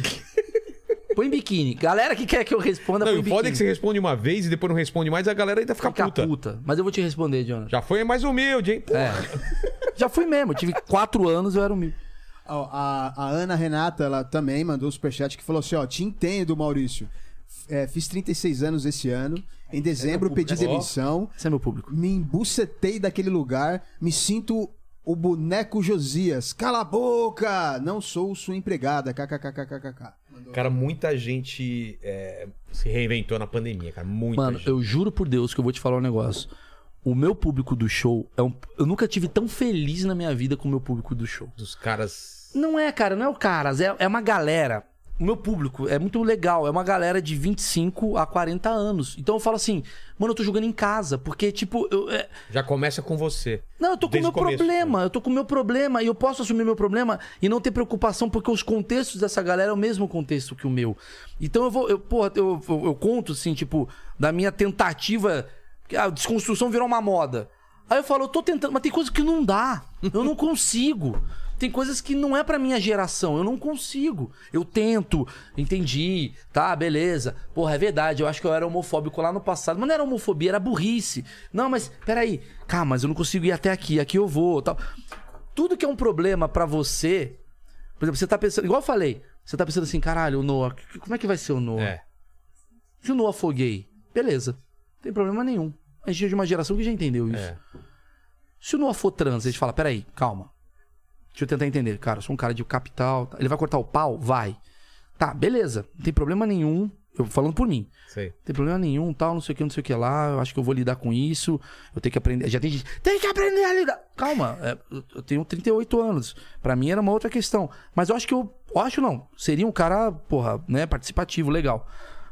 Põe biquíni. Galera que quer que eu responda, Não, põe e o biquíni. foda é que você responde uma vez e depois não responde mais, a galera ainda fica, Fica puta. puta. Mas eu vou te responder, Jonathan. Já foi mais humilde, hein? Porra. É. Já fui mesmo, eu tive quatro anos, eu era humilde. Ó, a, a Ana Renata, ela também mandou um superchat que falou assim, ó, te entendo, Maurício. É, fiz trinta e seis anos esse ano. Em dezembro pedi público. demissão. Esse é meu público. Me embucetei daquele lugar. Me sinto o boneco Josias. Cala a boca! Não sou sua empregada. KKKKKK. Cara, muita gente é, se reinventou na pandemia, cara. Muita Mano, gente. eu juro por Deus que eu vou te falar um negócio. O meu público do show é um... Eu nunca tive tão feliz na minha vida com o meu público do show. Dos caras... Não é, cara, não é o caras, é, é uma galera. O meu público é muito legal, é uma galera de vinte e cinco a quarenta anos. Então eu falo assim, mano, eu tô jogando em casa, porque, tipo, eu, é- Já começa com você. não, eu tô com o Desde meu o começo, problema, eu tô com o meu problema e eu posso assumir meu problema e não ter preocupação, porque os contextos dessa galera é o mesmo contexto que o meu. Então eu vou, eu, porra, eu, eu, eu conto, assim, tipo, da minha tentativa, que a desconstrução virou uma moda. Aí eu falo, eu tô tentando, mas tem coisa que não dá, eu não consigo. Tem coisas que não é pra minha geração, eu não consigo. Eu tento, entendi, tá, beleza. Porra, é verdade, eu acho que eu era homofóbico lá no passado. Mas não era homofobia, era burrice. Não, mas peraí, calma, mas eu não consigo ir até aqui, aqui eu vou, tal. Tudo que é um problema pra você... Por exemplo, você tá pensando... Igual eu falei, você tá pensando assim, caralho, o Noah, como é que vai ser o Noah? É. Se o Noah for gay, beleza, não tem problema nenhum. A gente é de uma geração que já entendeu isso. É. Se o Noah for trans, a gente fala, peraí, calma. Deixa eu tentar entender. Cara, eu sou um cara de capital. tá? Ele vai cortar o pau? Vai. Tá, beleza. Não tem problema nenhum. Eu falando por mim. Sei. Não tem problema nenhum, tal, não sei o que, não sei o que lá. Eu acho que eu vou lidar com isso. Eu tenho que aprender. Já tem gente. Tem que aprender a lidar. Calma, é, eu- eu tenho trinta e oito anos. Pra mim era uma outra questão. Mas eu acho que eu. eu acho não. Seria um cara, porra, né, participativo, legal.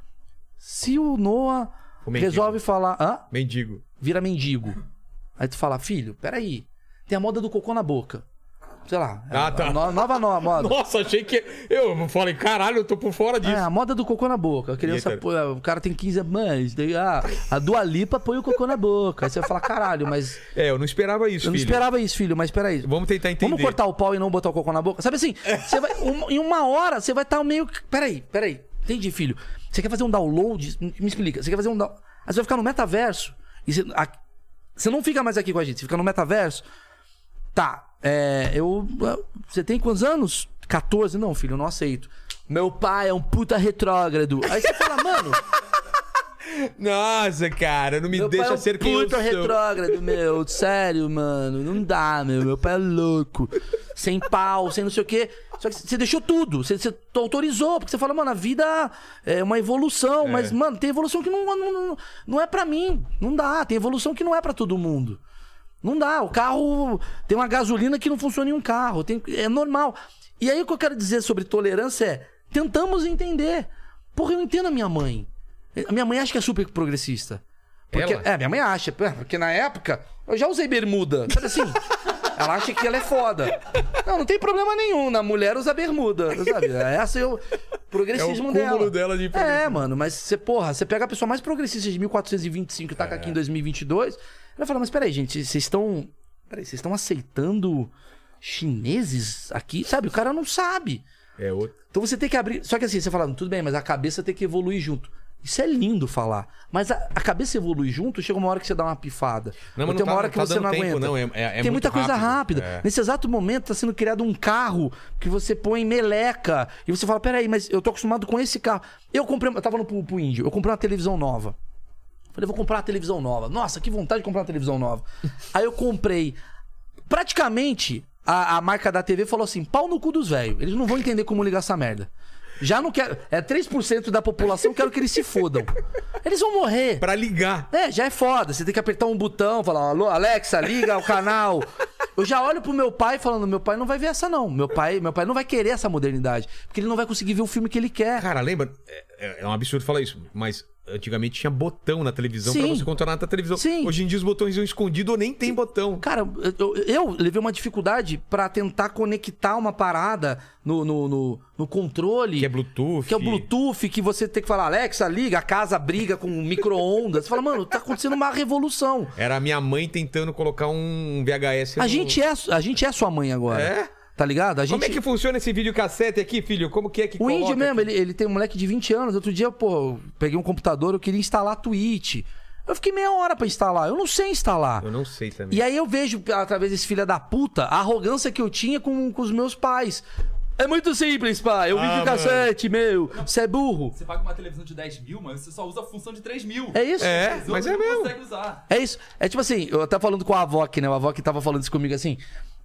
Se o Noah O mendigo. resolve falar. Hã? Mendigo. Vira mendigo. Aí tu fala, filho, peraí. Tem a moda do cocô na boca. Sei lá. Ah, tá. a no- nova no- moda. Nossa, achei que... Eu falei, caralho, eu tô por fora disso. É, a moda do cocô na boca. A criança, Eita. põe, o cara tem quinze anos, daí, ah, a Dua Lipa põe o cocô na boca. Aí você vai falar, caralho, mas... É, eu não esperava isso, Eu não filho. esperava isso, filho, mas peraí. Vamos tentar entender. Vamos cortar o pau e não botar o cocô na boca? Sabe assim, você vai, um- em uma hora você vai estar meio... Peraí, peraí. Entendi, filho. Você quer fazer um download? Me explica. Você quer fazer um download? Aí você vai ficar no metaverso. E você, a, você não fica mais aqui com a gente, você fica no metaverso. Tá, é, eu... Você tem quantos anos? catorze? Não, filho, eu não aceito. Meu pai é um puta retrógrado. Aí você fala, mano... Nossa, cara, não me meu deixa pai é um ser quem eu puta sou. retrógrado, meu. Sério, mano. Não dá, meu. Meu pai é louco. Sem pau, sem não sei o quê. Só que você deixou tudo. Você, você autorizou. Porque você fala, mano, a vida é uma evolução. É. Mas, mano, tem evolução que não, não, não é pra mim. Não dá. Tem evolução que não é pra todo mundo. Não dá. O carro... Tem uma gasolina que não funciona em um carro. Tem, é normal. E aí o que eu quero dizer sobre tolerância é... Tentamos entender. Porra, eu entendo a minha mãe. A minha mãe acha que é super progressista. Porque, Ela? é, minha mãe acha. Porque na época, eu já usei bermuda. Sabe assim? Ela acha que ela é foda. Não, não tem problema nenhum na mulher usar bermuda. Sabe? Essa é o progressismo É o dela. cúmulo dela de progressismo. É, mano, mas você, porra, você pega a pessoa mais progressista de mil quatrocentos e vinte e cinco que tá É. aqui em dois mil e vinte e dois, ela fala, mas peraí, gente, vocês estão... Peraí, vocês estão aceitando chineses aqui? Sabe? O cara não sabe. É outro. Então você tem que abrir... Só que assim, você fala, tudo bem, mas a cabeça tem que evoluir junto. Isso é lindo falar. Mas a, a cabeça evolui junto, chega uma hora que você dá uma pifada. Não, Ou mas tem não uma tá- hora que tá você dando não tempo, aguenta. não, é- é- é tem muito muita coisa rápido. rápida. É. Nesse exato momento tá sendo criado um carro que você põe meleca. E você fala, peraí, mas eu tô acostumado com esse carro. Eu comprei... Eu tava no pro, pro índio. Eu comprei uma televisão nova. Falei, vou comprar uma televisão nova. Nossa, que vontade de comprar uma televisão nova. Aí eu comprei. Praticamente, a, a marca da T V falou assim, pau no cu dos velhos. Eles não vão entender como ligar essa merda. Já não quero... É três por cento da população, quero que eles se fodam. Eles vão morrer. Pra ligar. É, já é foda. Você tem que apertar um botão, falar, alô, Alexa, liga o canal. Eu já olho pro meu pai falando, meu pai não vai ver essa não. Meu pai, meu pai não vai querer essa modernidade. Porque ele não vai conseguir ver o filme que ele quer. Cara, lembra? É, é um absurdo falar isso, mas antigamente tinha botão na televisão Sim. pra você controlar na televisão. Sim. Hoje em dia os botões são escondidos ou nem tem botão. Cara, eu, eu levei uma dificuldade pra tentar conectar uma parada no, no, no, no controle. Que é Bluetooth. Que é o Bluetooth, que você tem que falar, Alexa, liga, a casa briga com micro-ondas. Você fala, mano, tá acontecendo uma revolução. Era a minha mãe tentando colocar um V H S A no... gente é, a gente é sua mãe agora. É? Tá ligado? A gente... Como é que funciona esse videocassete aqui, filho? Como que é que O índio coloca mesmo, aqui? ele, ele tem um moleque de vinte anos. Outro dia, pô, eu peguei um computador, eu queria instalar a Twitch. Eu fiquei meia hora pra instalar. Eu não sei instalar. Eu não sei também. E aí eu vejo, através desse filho da puta, a arrogância que eu tinha com, com os meus pais. É muito simples, pai. Eu Ah, vi o cassete, meu. Você é burro. Você paga uma televisão de dez mil, mas você só usa a função de três mil. É isso? É, Os mas outros é não mesmo. consegue usar. É isso. É tipo assim, eu até falando com a avó aqui, né? A avó que tava falando isso comigo assim.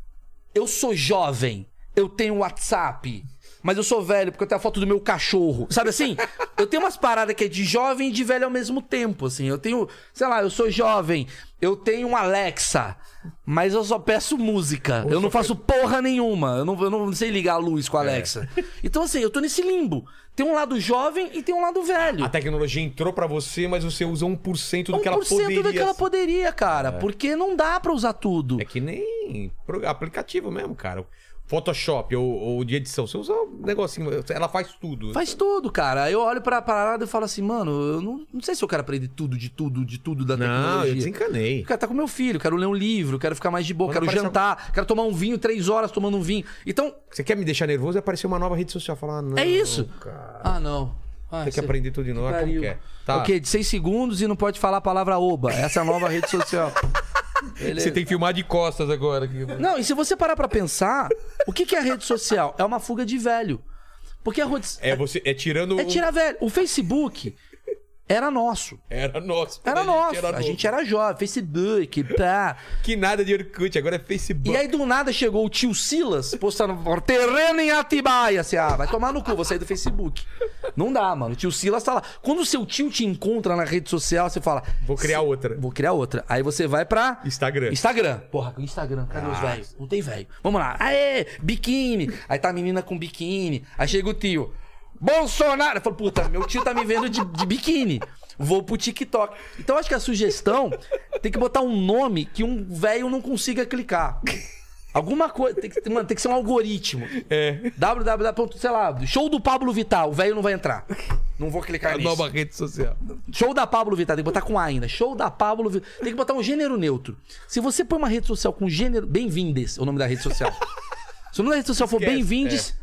Eu sou jovem, eu tenho WhatsApp, mas eu sou velho porque eu tenho a foto do meu cachorro. Sabe assim? Eu tenho umas paradas que é de jovem e de velho ao mesmo tempo, assim. Eu tenho, sei lá, eu sou jovem, eu tenho um Alexa, mas eu só peço música. Eu não faço porra nenhuma. Eu não, eu não sei ligar a luz com a Alexa. Então, assim, eu tô nesse limbo. Tem um lado jovem e tem um lado velho. A tecnologia entrou pra você, mas você usa um por cento do que ela um por cento poderia. do que ela poderia, cara. Porque não dá pra usar tudo. É que nem pro- aplicativo mesmo, cara. Photoshop ou, ou de edição. Você usa um negocinho, ela faz tudo. Faz tudo, cara. Eu olho pra parada e falo assim, mano, eu não, não sei se eu quero aprender tudo, de tudo, de tudo da Não, tecnologia. eu desencanei. Eu quero estar com meu filho, quero ler um livro, quero ficar mais de boa, Quando quero aparece jantar, quero tomar um vinho três horas tomando um vinho. Então, Você quer me deixar nervoso? Vai aparecer uma nova rede social. Falar, não, é isso. cara. Ah, não. Ah, Tem que cê- aprender tudo de novo. Como pariu. que é? Tá. Ok, de seis segundos e não pode falar a palavra oba. Essa é a nova rede social. Beleza. Você tem que filmar de costas agora. Não, e se você parar pra pensar, o que que é a rede social? É uma fuga de velho. Porque a rede... É, você, é tirando... É tirar velho. O Facebook era nosso. Era nosso. quando Era a gente nosso. era A novo. gente era jovem. Facebook, pá. Que nada de Orkut, agora é Facebook. E aí do nada chegou o tio Silas postando terreno em Atibaia. Assim, ah, vai tomar no cu, vou sair do Facebook. Não dá, mano. O tio Silas tá lá. Quando o seu tio te encontra na rede social, você fala... Vou criar outra. Vou criar outra. Aí você vai pra... Instagram. Instagram. Porra, Instagram. Cadê os velhos? Não tem velho. Vamos lá. Aê, biquíni. Aí tá a menina com biquíni. Aí chega o tio. Bolsonaro. Eu falo, puta, meu tio tá me vendo de, de biquíni. Vou pro TikTok. Então acho que a sugestão tem que botar um nome que um velho não consiga clicar. Alguma coisa. Tem que, mano, tem que ser um algoritmo. É. www. Sei lá, show do Pablo Vittar. O velho não vai entrar. Não vou clicar A nisso. nova rede social. Show da Pablo Vittar, tem que botar com A ainda. Show da Pablo Vittar. Tem que botar um gênero neutro. Se você põe uma rede social com gênero. Bem-vindes, é o nome da rede social. Se o nome da rede social for Esquece, Bem-vindes,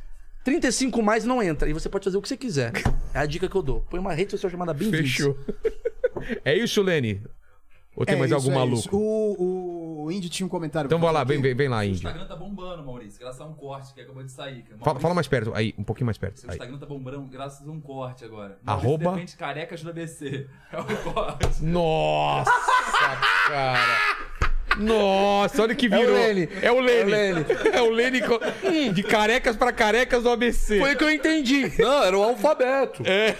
trinta e cinco mais não entra. E você pode fazer o que você quiser. É a dica que eu dou. Põe uma rede social chamada Bem-vindos. Fechou. É isso, Lene? Ou tem É mais isso, algum é maluco? isso. O, o Indy tinha um comentário. Então pra vai lá, fazer vem, aqui. vem, vem lá, O Índio. Instagram tá bombando, Maurício, graças a um corte que acabou de sair. Que é Fala, Maurício- fala mais perto, aí, um pouquinho mais perto. Seu Aí. Instagram tá bombando graças a um corte agora. Arroba- Maurício defende carecas do A B C. É o corte. Nossa, cara. Nossa, olha o que virou. Lene. É o Lene. É o Lene. É o Lene co- de carecas pra carecas do A B C. Foi o que eu entendi. Não, era o alfabeto. É.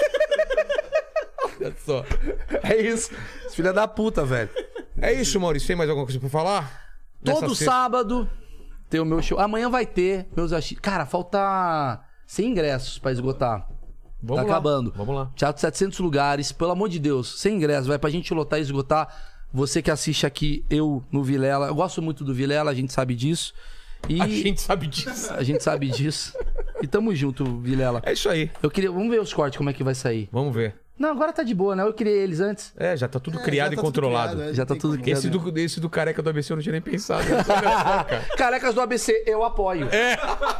Olha só. É isso. Filha da puta, velho. É isso, Maurício. Tem mais alguma coisa pra falar? Nessa Todo sexta- sábado tem o meu show. Amanhã vai ter meus achismos. Cara, falta cem ingressos pra esgotar. Vamos tá lá. acabando. Vamos lá. Teatro setecentos lugares. Pelo amor de Deus, cem ingressos. Vai pra gente lotar e esgotar. Você que assiste aqui, eu no Vilela. Eu gosto muito do Vilela, a gente sabe disso. E A gente sabe disso. a gente sabe disso. E tamo junto, Vilela. É isso aí. Eu queria... Vamos ver os cortes, como é que vai sair. Vamos ver. Não, agora tá de boa, né? Eu criei eles antes. É, já tá tudo É, criado já e tá tudo controlado. criado, é, Já não tá tem tudo como. criado. Esse do, esse do careca do A B C eu não tinha nem pensado. Olha só, cara. Carecas do A B C, eu apoio. É.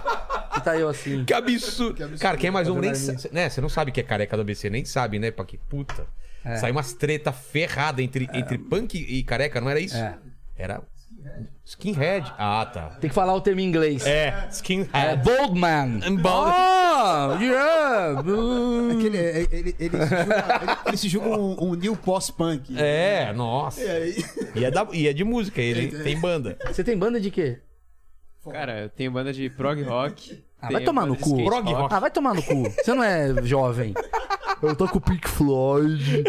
E tá eu assim. Que absurdo. Cara, quem é mais um nem Fazendo sabe. Né? Você não sabe que é careca do A B C, nem sabe, né? Pra que puta. É. Saiu umas treta ferrada entre, entre punk e careca, não era isso? É. Era skinhead. Ah, tá. Tem que falar o termo em inglês. É, É, skinhead. bold man. Bold. Ah, yeah. É que ele, ele, ele, ele se julga, ele, ele se julga um, um new post-punk. É, nossa. E aí... E é, da, e é de música, ele tem banda. Você tem banda de quê? Cara, eu tenho banda de prog rock. Ah, tenho vai tomar banda no de cu. skate Prog rock. Ah, vai tomar no cu. Você não é jovem. Eu tô com o Pink Floyd.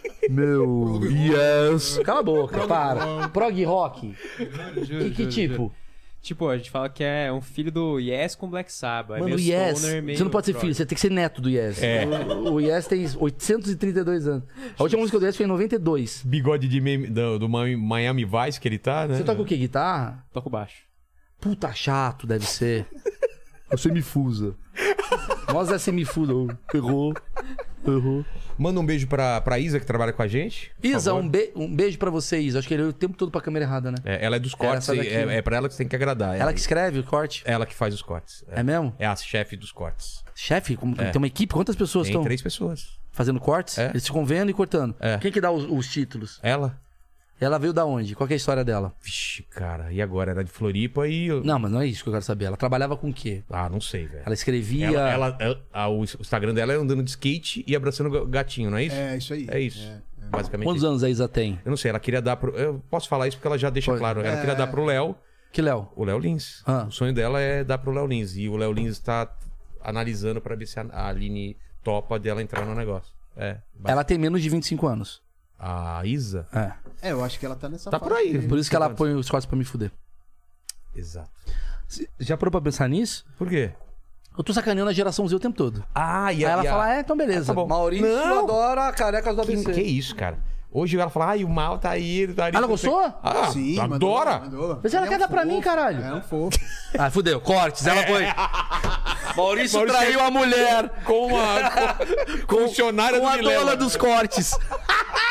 Meu, yes. Cala a boca, para. Prog rock. Juro, E que juro, tipo? juro. Tipo, a gente fala que é um filho do Yes com Black Sabbath. Mano, o meio Yes. stoner, meio Você não pode ser prog. filho, você tem que ser neto do Yes. É. O, o Yes tem oitocentos e trinta e dois anos. A última música do Yes foi em noventa e dois. Bigode de meme- do, do Miami Vice que ele tá, né? Você toca o quê? Guitarra? Toco baixo. Puta chato, deve ser. Eu semifusa. Nós é semifusa. Errou. Errou. Manda um beijo pra, pra Isa, que trabalha com a gente. por Isa, favor. um, be um beijo pra você, Isa. Acho que ele é o tempo todo pra câmera errada, né? É, ela é dos cortes, essa daqui, é, né? é pra ela que você tem que agradar. Ela que escreve o corte. Ela que faz os cortes. É mesmo? É a chefe dos cortes. Chefe, como- É. tem uma equipe? Quantas pessoas Tem estão três pessoas. fazendo cortes? É. Eles ficam vendo e cortando. É. Quem que dá os, os títulos? Ela? Ela veio da onde? Qual que é a história dela? Vixe, cara. E agora? Era de Floripa e... eu- Não, mas não é isso que eu quero saber. Ela trabalhava com o quê? Ah, não sei, velho. Ela escrevia... Ela, ela- ela- a- o Instagram dela é andando de skate e abraçando o gatinho, não é isso? É, isso aí. É isso. Basicamente Quantos isso. anos a Isa tem? Eu não sei, ela queria dar pro... Eu posso falar isso porque ela já deixa Pode. claro. Ela É. queria dar pro Léo, Que Léo? o Léo Lins. Ah. O sonho dela é dar pro Léo Lins. E o Léo Lins tá analisando pra ver se a a Aline topa dela entrar no negócio. É. Ela tem menos de vinte e cinco anos. A Isa? É. É, eu acho que ela tá nessa Tá fase por aí. aí. Por isso que ela põe os cortes pra me fuder. Exato. Já parou pra pensar nisso? Por quê? Eu tô sacaneando a geração Z o tempo todo. Ah, e Aí a, ela e a- fala, é, então beleza. Ah, tá bom. Maurício Não. adora carecas do A B Que, C. que isso, cara? Hoje ela fala, ai, o mal tá aí. Tá aí Ela gostou? Ah, Sim, adora. mandou, mandou. Mas ela É quer um dar pra mim, fofo. caralho. É um fofo. Ah, fudeu. Cortes, ela foi. Maurício, Maurício traiu a mulher Com a com, funcionária com do a Vilela. dona dos cortes.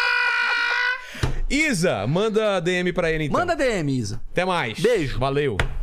Isa, manda D M pra ele então. Manda D M, Isa. Até mais. Beijo. Valeu.